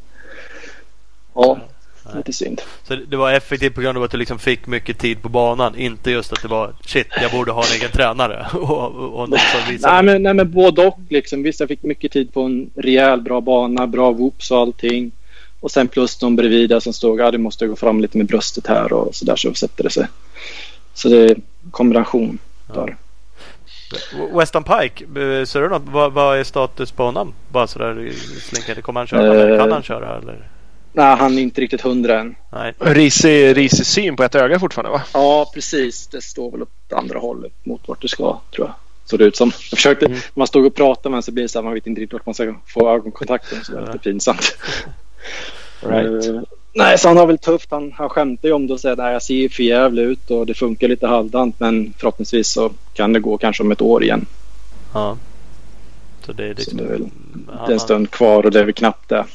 ja, nej. Lite synd. Så det var effektivt på grund av att du liksom fick mycket tid på banan, inte just att det var shit, jag borde ha en egen tränare och, och, och någon som visar. Nej men, nej men både och liksom. Visst, jag fick mycket tid på en rejäl bra bana, bra whoops och allting. Och sen plus de bredvid där som stod, ja du måste gå fram lite med bröstet här och så där, så sätter det sig. Så det är kombination där. Ja. Western Pike, ser du något? Vad, vad är status på honom? Bara sådär slänkade. Kommer han köra? Uh, kan han köra? Eller? Nej, han är inte riktigt hundra än. Nej. Risig, risig syn på ett öga fortfarande, va? Ja, precis. Det står väl åt andra hållet mot vart det ska, tror jag. Så det ut som. Jag försökte, mm. man stod och pratade men så blir det så här, man vet inte riktigt vart man ska få ögonkontakten. Så det är lite pinsamt. Right. Uh, nej, så han har väl tufft. Han, han skämtar ju om det och säger att jag ser för jävla ut och det funkar lite halvdant, men förhoppningsvis så kan det gå kanske om ett år igen. Ja. Så det är, liksom, så det är väl det är en stund kvar och det är väl knappt det.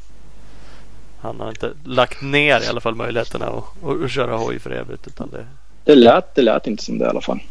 Han har inte lagt ner i alla fall möjligheterna att, att, att köra hoj för evigt, utan det... Det lät, det lät inte som det i alla fall.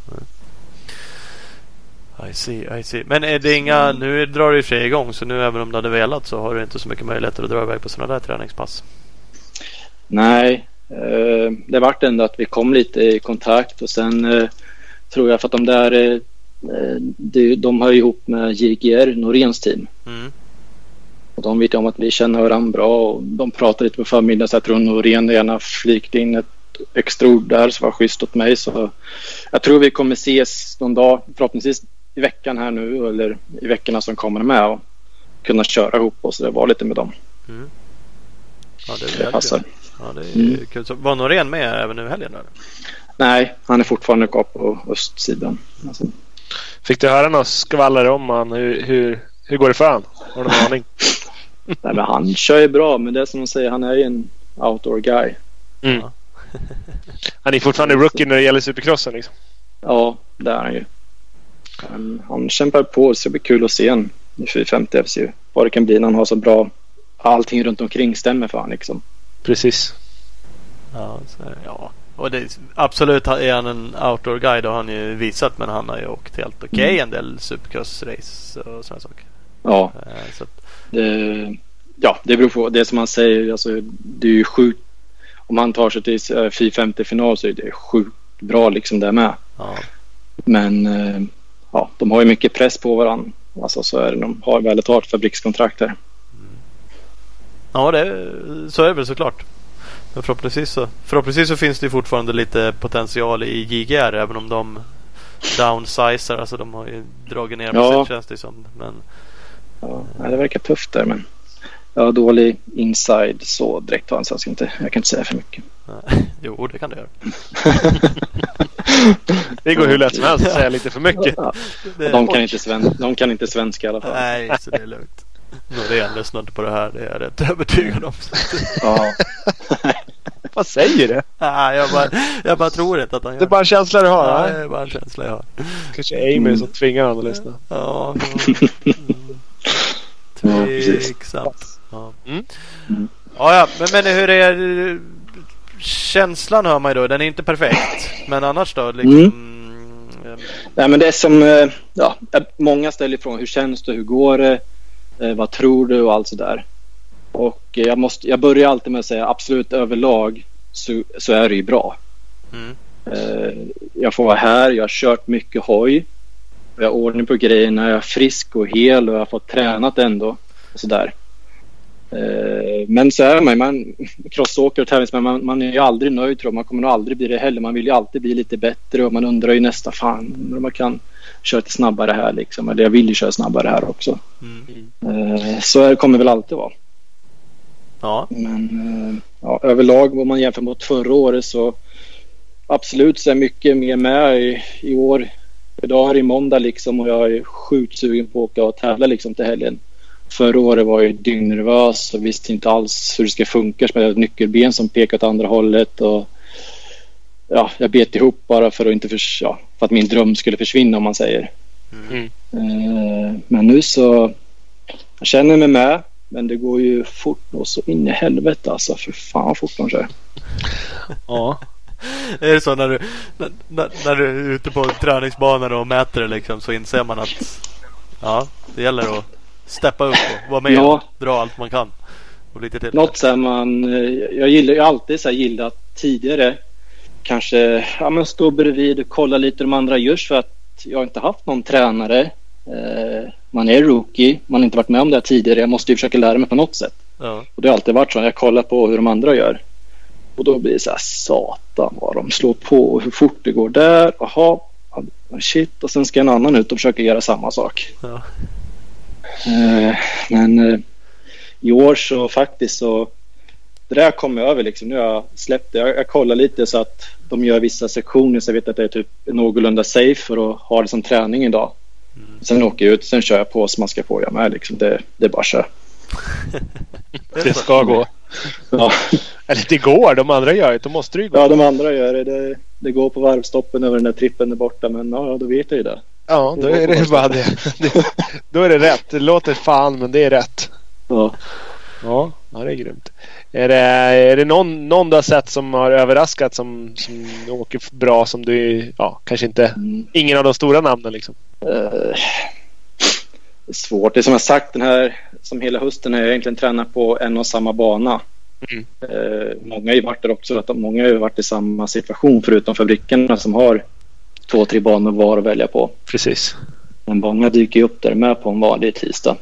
I see, I see. Men är det inga, nu drar du i sig igång, så nu även om du hade velat så har du inte så mycket möjligheter att dra iväg på sådana där träningspass. Nej, eh, det vart ändå att vi kom lite i kontakt och sen eh, tror jag för att de där eh, de, de har ihop med J G R, Noréns team. Mm. Och de vet om att vi känner varandra bra och de pratar lite på förmiddagen, så jag tror Norén gärna flikte in ett extra ord där som var schysst åt mig, så jag tror vi kommer ses någon dag, förhoppningsvis i veckan här nu eller i veckorna som kommer med, och kunna köra ihop och så det var lite med dem. Mm. Ja, det, det passar. Ja, det är mm. kul. Så var Norén med även nu helgen? Eller? Nej, han är fortfarande kvar på östsidan. Alltså. Fick du höra något skvaller om han? Hur, hur, hur går det för han? Har du någon aning? Nej, men han kör ju bra, men det är som de säger, han är ju en outdoor guy. Mm. Ja. Han är fortfarande rookie när det gäller supercrossen liksom. Ja, det är han ju. Han, han kämpar på, så det blir kul att se en i fyra femtio F C U. Vad det kan bli när han har så bra, allting runt omkring stämmer för han liksom. Precis. Ja, så, ja. Och det, absolut är han en outdoor guy, då har han ju visat, men han har ju åkt helt okej okay, mm. en del supercross-race och sådana saker. Ja. Så att... det, ja, det beror på det som han säger, alltså, det är ju sjukt. Om han tar sig till fyra femtio final så är det sjukt bra liksom där med. Ja. Men ja, de har ju mycket press på varandra. Alltså så är det, de har väldigt hårt fabrikskontrakt här. Mm. Ja, det, så är det väl såklart. Men förhoppningsvis så, förhoppningsvis så finns det fortfarande lite potential i J G R, även om de downsizar, alltså de har ju dragit ner på ja. sitt, känns det som. Men, ja, det verkar tufft där, men jag har dålig inside så direkt, så jag, ska inte, jag kan inte säga för mycket. Jo, det kan du göra. Det går hur lätt som helst att säga lite för mycket. Ja. De, kan inte sven- de kan inte svenska i alla fall. Nej, så det är lugnt. Norén lyssnade på det här, det är jag rätt övertygad om. Ja. Vad säger du? Ah, jag, bara, jag bara tror inte att han gör. Det är bara en känsla du har. Ja, det är bara en känsla jag har. Kanske Amy mm. som tvingar honom att lyssna. Ja, mm. Tveksamt. Ja. Mm. Mm. Ja, ja, men, men hur är känslan, hör man ju då? Den är inte perfekt. Men annars då? Liksom, mm. Nej, men det är som ja, många ställer ifrån, hur känns det, hur går det? Eh, vad tror du och allt sådär. Och eh, jag, måste, jag börjar alltid med att säga absolut överlag så, så är det ju bra. Mm. Eh, jag får vara här, jag har kört mycket hoj. Jag har ordning på grejerna, jag är frisk och hel och jag har fått tränat ändå. Och sådär. Eh, men så är man, man crossåker och tävlingsmän, man, man är ju aldrig nöjd tror jag. Man kommer nog aldrig bli det heller. Man vill ju alltid bli lite bättre och man undrar ju nästa fan om man kan köra lite snabbare här liksom. Eller jag vill ju köra snabbare här också. Mm. Eh, så är det, kommer väl alltid vara. Ja. Men eh, ja, överlag om man jämför mot förra året så absolut så är mycket mer med i, i år. Idag är det måndag liksom och jag är sjukt sugen på att åka och tävla liksom till helgen. Förra året var jag dyngnervös och visste inte alls hur det ska funka. Jag hade ett nyckelben som pekade åt andra hållet och ja, jag bet ihop bara för att inte för, ja, för att min dröm skulle försvinna om man säger. Mm. Eh, men nu så jag känner mig med, men det går ju fort och så in i helvete alltså, för fan fort de kör. Ja. Är det så när du när, när du är ute på träningsbanan och mäter det liksom, så inser man att ja, det gäller att steppa upp och vara med ja. och dra allt man kan och lite till. Något så här man jag gillar ju alltid så här gillat tidigare kanske ja men stå bredvid och kolla lite de andra görs, för att jag inte haft någon tränare. Eh, man är rookie, man har inte varit med om det här tidigare. Jag måste ju försöka lära mig på något sätt. Ja. Och det har alltid varit så. Jag kollar på hur de andra gör. Och då blir det så här, satan vad de slår på och hur fort det går där. Jaha, shit. Och sen ska en annan ut och försöka göra samma sak. Ja. Eh, men eh, i år så faktiskt så det där kommer över liksom. Nu har jag släppt det. Jag, jag kollar lite så att de gör vissa sektioner så jag vet att det är typ någorlunda safe för att ha det som träning idag. Mm. Sen åker jag ut, sen kör jag på som man ska få göra med liksom. Det, det är bara kör. Det ska gå. Ja. Eller det går, de andra gör det, då måste det gå. Ja, de andra gör det. det. Det går på varvstoppen över den där trippen där borta, men ja, då vet jag ju det. Ja, då är det bara det. det. Då är det rätt. Det låter fan, men det är rätt. Ja. Ja, ja det är grymt. Är det, är det någon, någon du har sett som har överraskat som, som åker bra som du, ja, kanske inte mm. ingen av de stora namnen liksom? Uh, det är svårt. Det är som jag sagt, den här som hela hösten har jag egentligen tränat på en och samma bana. Mm. Uh, många har ju varit där också, att många har ju varit i samma situation förutom fabrikerna som har två, tre banor var att välja på. Precis. Men många dyker ju upp där med på en vanlig tisdag.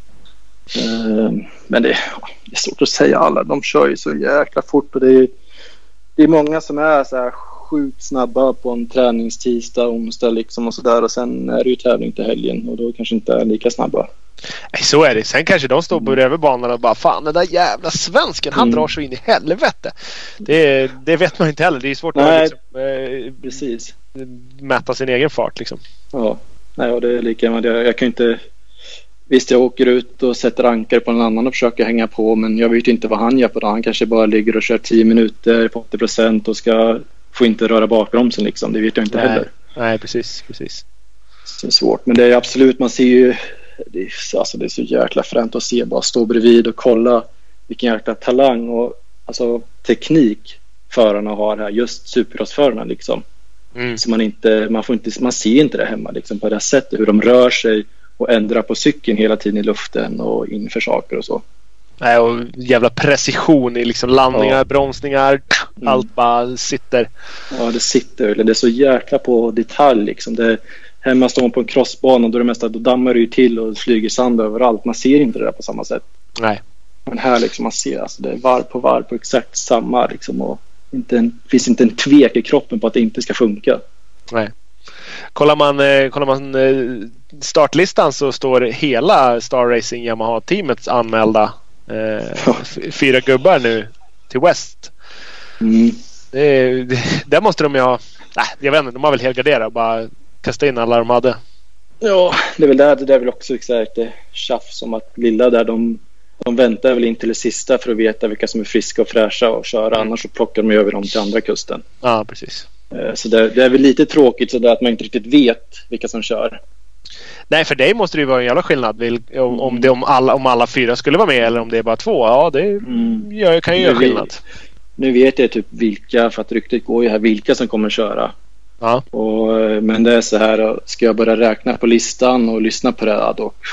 Uh, men det, det är svårt att säga alla. De kör ju så jäkla fort och det är, det är många som är så här sjukt snabba på en träningstisdag, onsdag liksom och sådär, och sen är det ju tävling till helgen och då kanske inte är lika snabba. Nej, så är det. Sen kanske de står på mm. överbanan och bara fan, den där jävla svensken, han mm. drar så in i helvete. Det, det vet man inte heller. Det är svårt Nej, att liksom, eh, precis. mäta sin egen fart liksom. Ja, Nej, och det är lika med det. Jag kan inte. Visst, jag åker ut och sätter ankar på någon annan och försöker hänga på, men jag vet inte vad han gör på det. Han kanske bara ligger och kör tio minuter på åttio procent och ska få inte röra bakbromsen liksom. Det vet jag inte Nej. heller. Nej, precis, precis. Så det är svårt, men det är absolut, man ser ju det är, alltså det är så jäkla fränt att se, bara stå bredvid och kolla vilken jäkla talang och alltså teknik förarna har här, just supercrossförarna liksom. Mm. Så man inte, man får inte, man ser inte det hemma liksom på det här sättet, hur de rör sig och ändrar på cykeln hela tiden i luften och inför saker och så. Nej, och jävla precision i liksom landningar, ja. bromsningar, mm. allt bara sitter. Ja, det sitter. Det är så jäkla på detalj liksom. Det, hemma står man på en crossbana och då är det mesta, då dammar det ju till och flyger sand överallt. Man ser inte det där på samma sätt. Nej. Men här liksom man ser, alltså det är varv på varv på exakt samma liksom, och inte en, finns inte en tvek i kroppen på att det inte ska funka. Nej. Kollar man, eh, kollar man eh, startlistan så står hela Star Racing Yamaha-teamets anmälda eh, f- fyra gubbar nu till West. Mm. Det, det, där måste de ju ha, nej, jag vet inte, de har väl helgarderat och bara kasta in alla de hade. Ja, det är väl där, det är väl också exakt det tjafs som att lilla där de, de väntar väl in till det sista för att veta vilka som är friska och fräscha och köra, mm. annars så plockar de över dem till andra kusten. Ja, precis. Så det, det är väl lite tråkigt så där att man inte riktigt vet vilka som kör. Nej, för dig måste det ju vara en jävla skillnad om, om, det, om, alla, om alla fyra skulle vara med eller om det är bara två. Ja, det mm. gör, kan ju göra skillnad. Nu vet jag typ vilka, för att ryktet går ju här, vilka som kommer köra. Ja. Och, men det är så här, ska jag börja räkna på listan och lyssna på det, då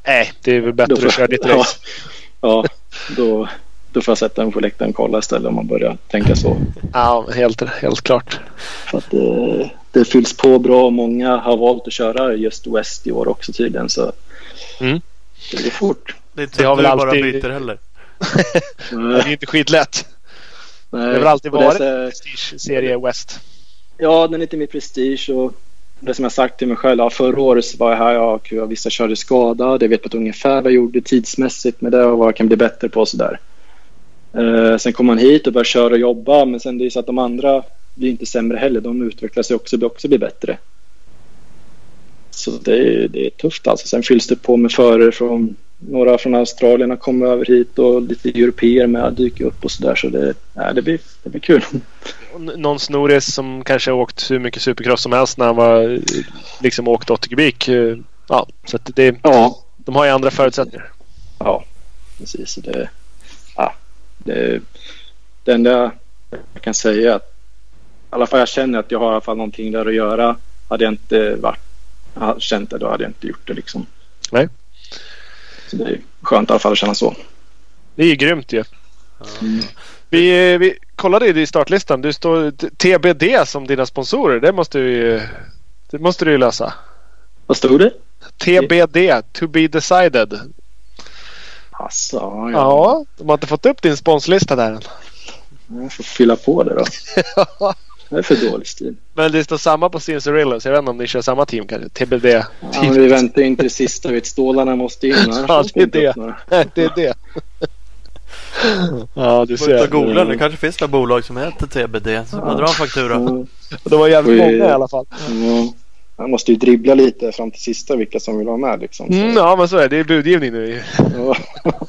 Nej, det är väl bättre får, att köra ditt race. Ja, ja då, då får jag sätta den på läktaren och kolla istället om man börjar tänka så. Ja, helt, helt klart. För att det, det fylls på bra. Många har valt att köra just West i år också tydligen. Så mm. det går fort. Det är inte så att du alltid... bara byter heller. Det är inte skitlätt. Nej, det har väl alltid varit en prestige-serie West. Ja, den är lite mer prestige och det som jag sagt till mig själv, ja, förra året så var jag här, ja, jag vissa körde skada, det vet på ett ungefär vad jag gjorde tidsmässigt med det och vad jag kan bli bättre på och sådär. Eh, sen kom man hit och började köra och jobba, men sen det är så att de andra blir inte sämre heller, de utvecklar sig också, blir också blir bättre. Så det är, det är tufft alltså. Sen fylls det på med förare från några från Australien har kommit över hit och lite europeer med att dyka upp och sådär, så det, ja, det, blir, det blir kul. Någon snoris som kanske har åkt hur mycket supercross som helst när han var liksom åkt åttio kubik. Ja, så att det, ja. De har ju andra förutsättningar. Ja, precis. Det, ja, det, det enda jag kan säga är att i alla fall jag känner att jag har i alla fall någonting där att göra. Hade jag inte varit jag känt det, då hade jag inte gjort det liksom. Nej. Så det är skönt i alla fall att känna så. Det är ju grymt ju. Mm. Vi, vi kollade i startlistan. Du står T B D som dina sponsorer. Det måste vi, det måste du ju lösa. Vad stod det? T B D, to be decided. Asså, ja. Ja, de har inte fått upp din sponslista där än. Jag får fylla på det då. Det är för dålig stil. Men det står samma på Cincerillos. Jag vet inte om ni kör samma team kanske. T B D. Ja, men vi väntar inte det sista. Vet, stålarna måste in. Ja, det är det. Det är det. Ja, du ser. Googla, det kanske finns ett bolag som heter T B D. Så man drar en faktura. Ja. Det var jävligt många i alla fall. Ja. Man måste ju dribbla lite fram till sista vilka som vill ha med liksom. Mm, ja, men så är det. Det är budgivning nu. Ja.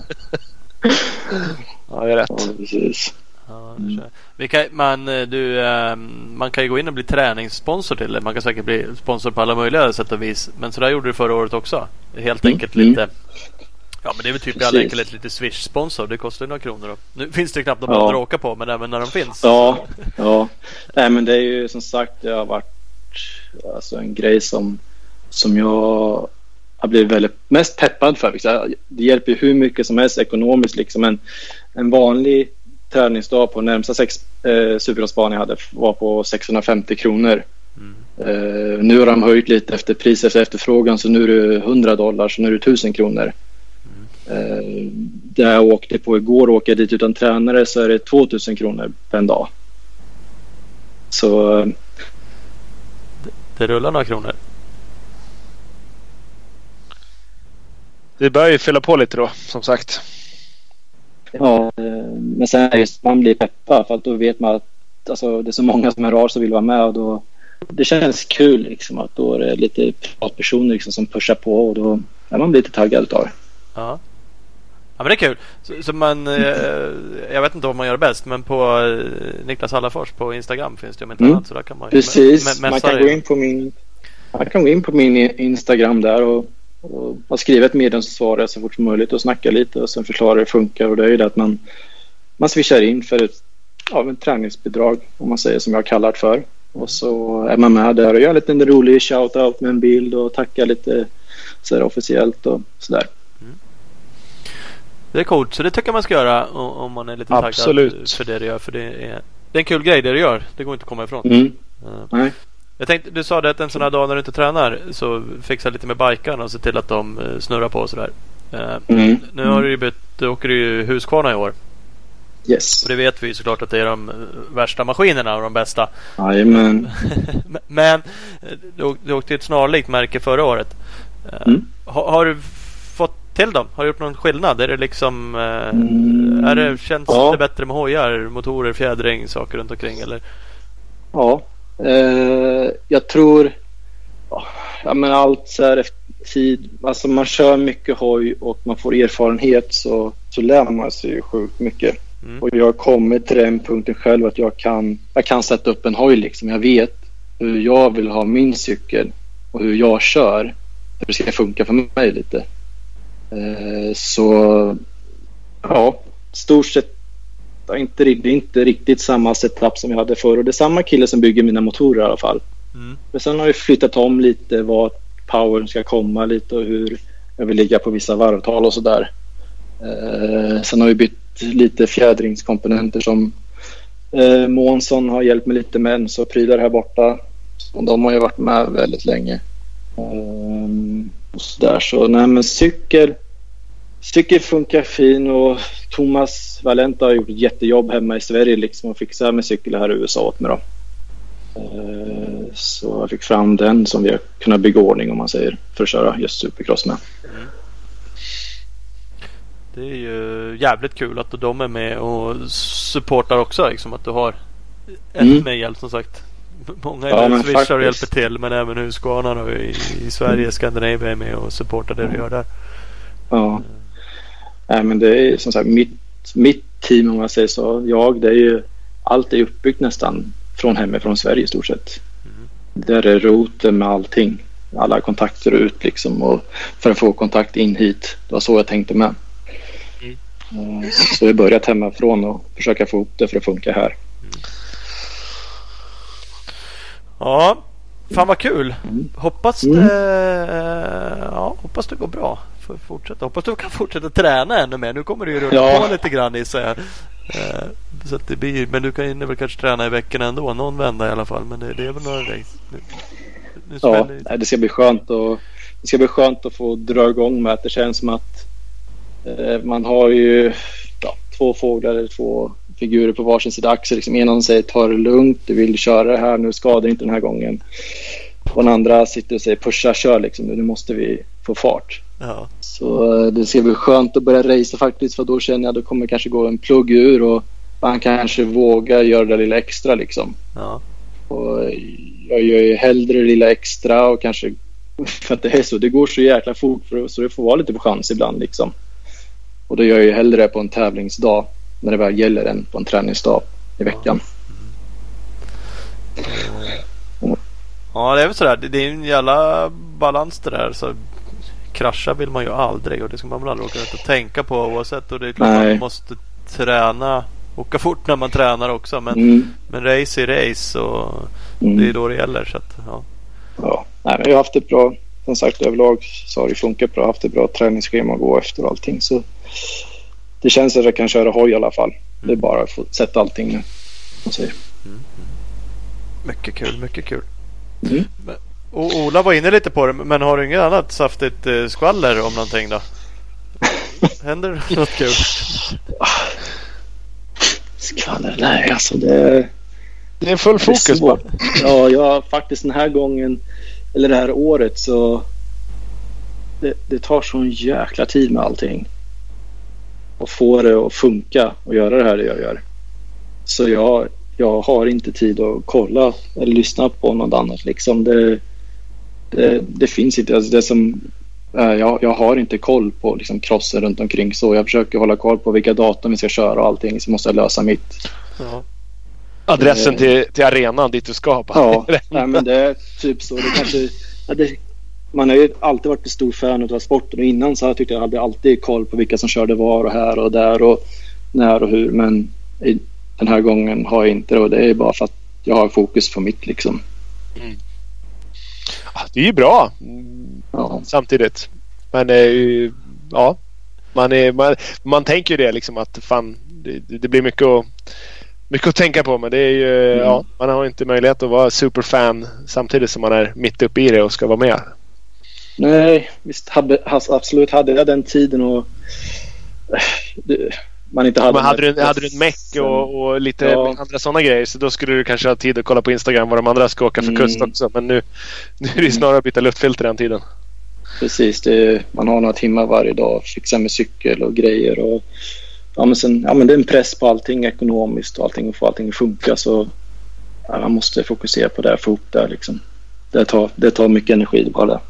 Ja, det är rätt. Ja, precis. Ja, mm. Vi kan, man, du, man kan ju gå in och bli träningssponsor till det. Man kan säkert bli sponsor på alla möjliga sätt och vis. Men så där gjorde du förra året också. Helt mm. enkelt lite. Mm. Ja, men det är väl typ i all enkelhet lite Swish-sponsor. Det kostar ju några kronor då. Nu finns det knappt någon ja. att åka på, men även när de finns. Ja, ja. Nej, men det är ju som sagt, det har varit alltså en grej som, som jag har blivit väldigt mest peppad för. Det hjälper ju hur mycket som helst ekonomiskt liksom. En, en vanlig träningsdag på närmsta sex eh, supercrossbanor jag hade var på sexhundrafemtio kronor. Mm. Eh, nu har de höjt lite efter pris efter efterfrågan, så nu är det hundra dollar, så nu är det tusen kronor. Mm. Eh, där jag åkte på igår, åker jag dit utan tränare, så är det tvåtusen kronor per dag. Så det, det rullar några kronor. Det börjar ju fylla på lite då, som sagt. Ja, men sen är det man blir peppad, för att då vet man att alltså, det är så många som är rar som vill vara med, och då det känns kul liksom, att då är det lite privatpersoner liksom, som pushar på, och då är man lite taggad av det. Ja. Ja, men det är kul. Så, så man, eh, jag vet inte vad man gör bäst, men på eh, Niklas Hallafors på Instagram finns det om inte mm. annat, så där kan man. Precis. Men, men, man kan gå in på min man kan gå in på min Instagram där och och har skrivit ett meddelande, så svarar jag så fort som möjligt och snackar lite och sen förklarar hur det funkar, och det är ju det att man man swishar in för ett, ja, ett träningsbidrag, om man säger, som jag kallar det för, och så är man med där och gör lite en rolig shoutout med en bild och tackar lite så där officiellt och sådär. Mm. Det är coolt, så det tycker man ska göra om man är lite Absolut. taggad för det du gör, för det är, det är en kul grej det du gör, det går inte att komma ifrån. Mm. Uh. Nej. Jag tänkte, du sa det att en sån här dag när du inte tränar, så fixa lite med bikarna och se till att de snurrar på och sådär. Mm. Nu har du ju bytt, du åker ju Husqvarna i år. Yes. Och det vet vi ju såklart att det är de värsta maskinerna och de bästa. Jajamän. Men du, du åkte ett snarlikt märke förra året. Mm. Har, har du fått till dem? Har du gjort någon skillnad? Är det liksom mm. är det, känns ja. det bättre med hojar, motorer, fjädring, saker runt omkring, eller? Ja. Uh, jag tror ja, men allt så här efter tid, alltså man kör mycket hoj och man får erfarenhet, så, så lär man sig ju sjukt mycket. Mm. Och jag har kommit till den punkten själv att jag kan, jag kan sätta upp en hoj liksom. Jag vet hur jag vill ha min cykel och hur jag kör, hur det ska funka för mig lite. Uh, så ja, stort sett Det är, inte, det är inte riktigt samma setup som jag hade förr, och det är samma kille som bygger mina motorer i alla fall. Mm. Men sen har vi flyttat om lite vad powern ska komma lite och hur jag vill ligga på vissa varvtal och sådär. Eh, sen har vi bytt lite fjädringskomponenter som eh, Månsson har hjälpt mig lite med, så prylar här borta. Och de har ju varit med väldigt länge. Um, och så där, så nej, men cykel cykel funkar fin, och Thomas Valenta har gjort ett jättejobb hemma i Sverige liksom, och fixat med cykel här i U S A åt mig då. Uh, så jag fick fram den som vi har kunnat bygga ordning, om man säger, för att köra just supercross med. Mm. Det är ju jävligt kul att de är med och supportar också liksom, att du har en mm. med hjälp som sagt. Många ja, switchar och hjälper till, men även Husqvarna i, i Sverige, mm. Skandinavien är med och supportar det du gör där. Ja. Nej, men det är som sagt mitt, mitt team, om man säger så. Jag, det är ju, allt är uppbyggt nästan från hemifrån Sverige i stort sett. Mm. Där är roten med allting. Alla kontakter ut liksom, och för att få kontakt in hit. Det var så jag tänkte med. Mm. Så jag börjat hemifrån och försöka få upp det för att funka här. Mm. Ja, fan vad kul. Mm. Hoppas det, mm. ja, hoppas det går bra. För fortsätta. Hoppas du kan fortsätta träna ännu mer. Nu kommer du ju rulla ja. på lite grann i sig. Så att det blir, men du kan väl kanske träna i veckan ändå, någon vända i alla fall, men det, det är väl några race. Nu, nu ja, nej, det ska bli skönt och det ska bli skönt att få dra igång med att det känns som att eh, man har ju ja, två fåglar eller två figurer på varsin sida axel liksom. Ena säger ta det lugnt, du vill köra det här, nu skadar inte den här gången, och den andra sitter och säger pusha, kör liksom, nu måste vi få fart. Ja. Så det ska bli skönt att börja racea faktiskt, för då känner jag att det kommer kanske gå en plugg ur och man kanske vågar göra det lilla extra liksom. Ja. Och jag gör ju hellre det lilla extra, och kanske för att det är så, det går så jäkla fort, för, så det får vara lite på chans ibland liksom. Och då gör jag ju hellre det på en tävlingsdag när det väl gäller än på en träningsdag i veckan. Ja, ja det är väl sådär, det är en jävla balans det där, så krascha vill man ju aldrig, och det ska man väl aldrig åka ut och tänka på oavsett, och det är klart Nej. man måste träna, åka fort när man tränar också, men, mm. men race är race, och mm. det är då det gäller, så att, ja. Ja, Nej, men jag har haft ett bra, som sagt överlag så har det funkat bra, haft ett bra träningsschema att gå efter och allting, så det känns att jag kan köra hoj i alla fall. Mm. Det är bara att få sätta allting nu. Mm. Mm. Mycket kul, mycket kul. Mm. Och Ola var inne lite på det, men har du inget annat saftigt eh, skvaller om någonting då? Händer något kul? Skvaller? Nej, alltså det... Det är full fokus på. Ja, jag faktiskt den här gången, eller det här året, så det, det tar sån jäkla tid med allting. Och få det att funka och göra det här jag gör. Så jag, jag har inte tid att kolla eller lyssna på något annat liksom. Det, det, det finns inte, alltså det som äh, jag, jag har inte koll på liksom crossen runt omkring, så jag försöker hålla koll på vilka datum vi ska köra och allting, så måste jag lösa mitt. Ja. Adressen eh, till, till arenan dit du ska. Ja, nej, men det är typ så. Det kanske, ja, det, man har ju alltid varit en stor fan av sporten, och innan så jag tyckte jag hade alltid koll på vilka som körde var och här och där och när och hur, men i, den här gången har jag inte det, och det är bara för att jag har fokus på mitt liksom. Mm. Det är ju bra ja. Samtidigt, men eh, ja man, är, man, man tänker ju det liksom, att fan det, det blir mycket att mycket att tänka på, men det är ju mm. ja, man har inte möjlighet att vara superfan samtidigt som man är mitt uppe i det och ska vara med. Nej, visst hade, absolut hade jag den tiden, och det, man inte hade... Men hade du, hade du en meck och, och lite ja. andra sådana grejer, så då skulle du kanske ha tid att kolla på Instagram vad de andra ska åka för mm. kust också, men nu, nu är det snarare att byta luftfilter den tiden. Precis, det, man har några timmar varje dag, fixa med cykel och grejer, och ja, men sen, ja, men det är en press på allting ekonomiskt och allting, och få allting att funka, så ja, man måste fokusera på det, få upp det liksom. Det tar, det tar mycket energi bara det.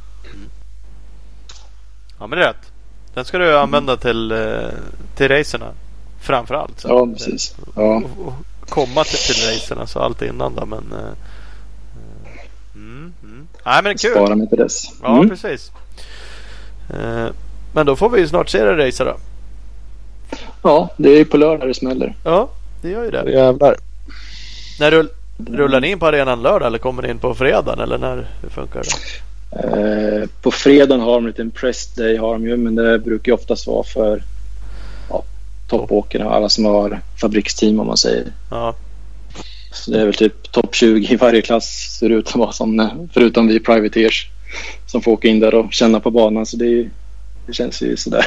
Ja, men det är rätt. Den ska du använda mm. till, till racerna framförallt. Så. Ja, precis. Ja. Och, och komma till, till racerna, så allt innan då, men uh, mm, mm. Nej, men det är kul. Spara mig till dess. Ja, mm. precis. Uh, men då får vi ju snart se det racer då. Ja, det är på lördag det smäller. Ja, det gör ju det. Jävlar. När rull, rullar ni in på arenan lördag, eller kommer ni in på fredagen, eller när hur funkar det? Eh, på fredagen har de en liten press day har de ju, men det brukar ju oftast vara för ja, toppåkarna och alla som har fabriksteam om man säger. Ja. Så det är väl typ topp tjugo i varje klass ser ut att vara som, förutom vi privateers som får åka in där och känna på banan, så det, är, det känns ju sådär.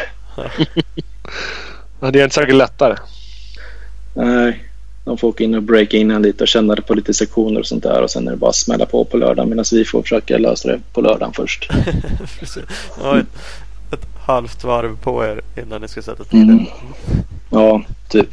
Ja, det är inte säkert lättare. Nej, de får åka in och breaka in en lite och känna det på lite sektioner och sånt där, och sen är det bara att smälla på på lördagen medan vi får försöka lösa det på lördagen först. Precis. Ja, ett, ett halvt varv på er innan ni ska sätta tiden. Mm. Ja, typ.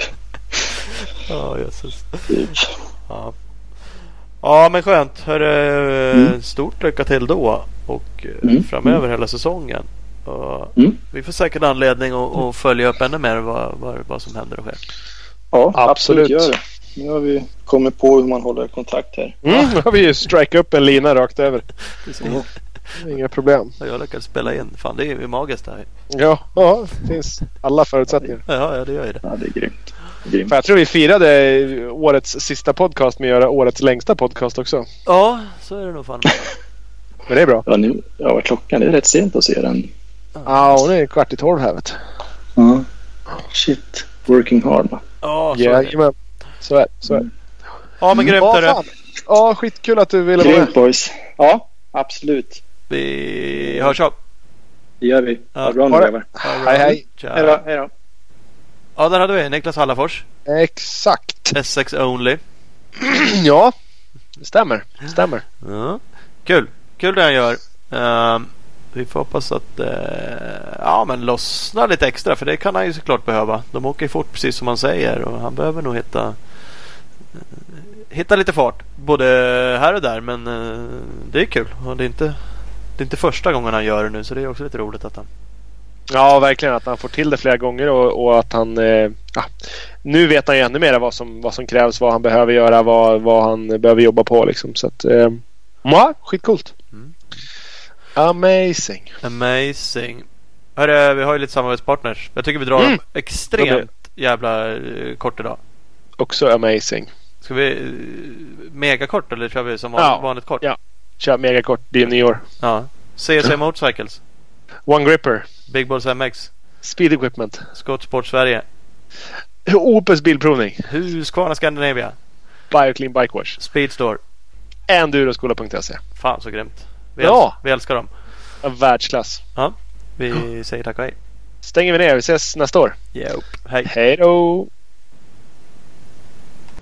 Ja, Jesus. typ. Ja. Ja, men skönt. Hörru, Mm. stort lycka till då och Mm. framöver Mm. hela säsongen. Och Mm. vi får säkert anledning att, att följa upp ännu mer vad, vad, vad som händer och sker. Ja, absolut. Absolut. Gör det. Nu har vi kommit på hur man håller kontakt här. Mm, nu har vi ju strike upp en lina rakt över. Mm. Inga problem. Och jag lyckades spela in. Fan, det är ju magiskt det här. Ja, ja, det finns alla förutsättningar. Ja, ja, det gör ju det. Ja, det är grymt. grymt. För jag tror vi firade årets sista podcast med att göra årets längsta podcast också. Ja, så är det nog fan. Men det är bra. Ja, nu, ja, vad klockan? Det är rätt sent att se den. Ja, hon är kvart i tolv här, vet du. Ja. Shit. Working hard, va? Ja, så Ja, är det. men så är så är det. Ja, men grymt Ja, är det. fan. Ja, skitkul att du ville vara med. Grymt, boys. Ja, absolut. Vi hörs av. Det gör vi. Ja. Ha bra nu, Ha det. grabbar. Hej, hej. Hej då. Hej då. Ja, där hade vi Niklas Hallafors. Exakt. S sex Only. Ja, det stämmer. Det stämmer. Ja. Kul. Kul det han gör. Uh, vi får hoppas att uh, ja, men lossna lite extra, för det kan han ju såklart behöva. De åker ju fort precis som han säger, och han behöver nog hitta uh, hitta lite fart både här och där, men uh, det är kul, och det är inte det är inte första gången han gör det nu, så det är också lite roligt att han Ja, verkligen att han får till det flera gånger, och, och att han eh, ja, nu vet han ju ännu mer vad som, vad som krävs, vad han behöver göra, vad, vad han behöver jobba på liksom. Så att eh, ja, skitcoolt. Mm. Amazing. Amazing. Hörru, vi har ju lite samarbetspartners. Jag tycker vi drar Mm. dem extremt jävla uh, kort idag. Också amazing. Ska vi uh, megakort eller kör vi som van, Ja. vanligt kort? Ja. Kör megakort, det är nyår. Ja. C C Motorcycles, One Gripper, Big Balls M X, Speed Equipment, Scott Sport Sverige, Opus Bilprovning, Husqvarna Scandinavia, Bioclean Bike Wash, Speedstore. Enduroskola punkt se. Fan så grymt. Vi, Ja. äls- vi älskar dem. Världsklass. Ja. Vi säger tack och hej. Stänger vi ner, vi ses nästa år. Yep. Hej. Hej då!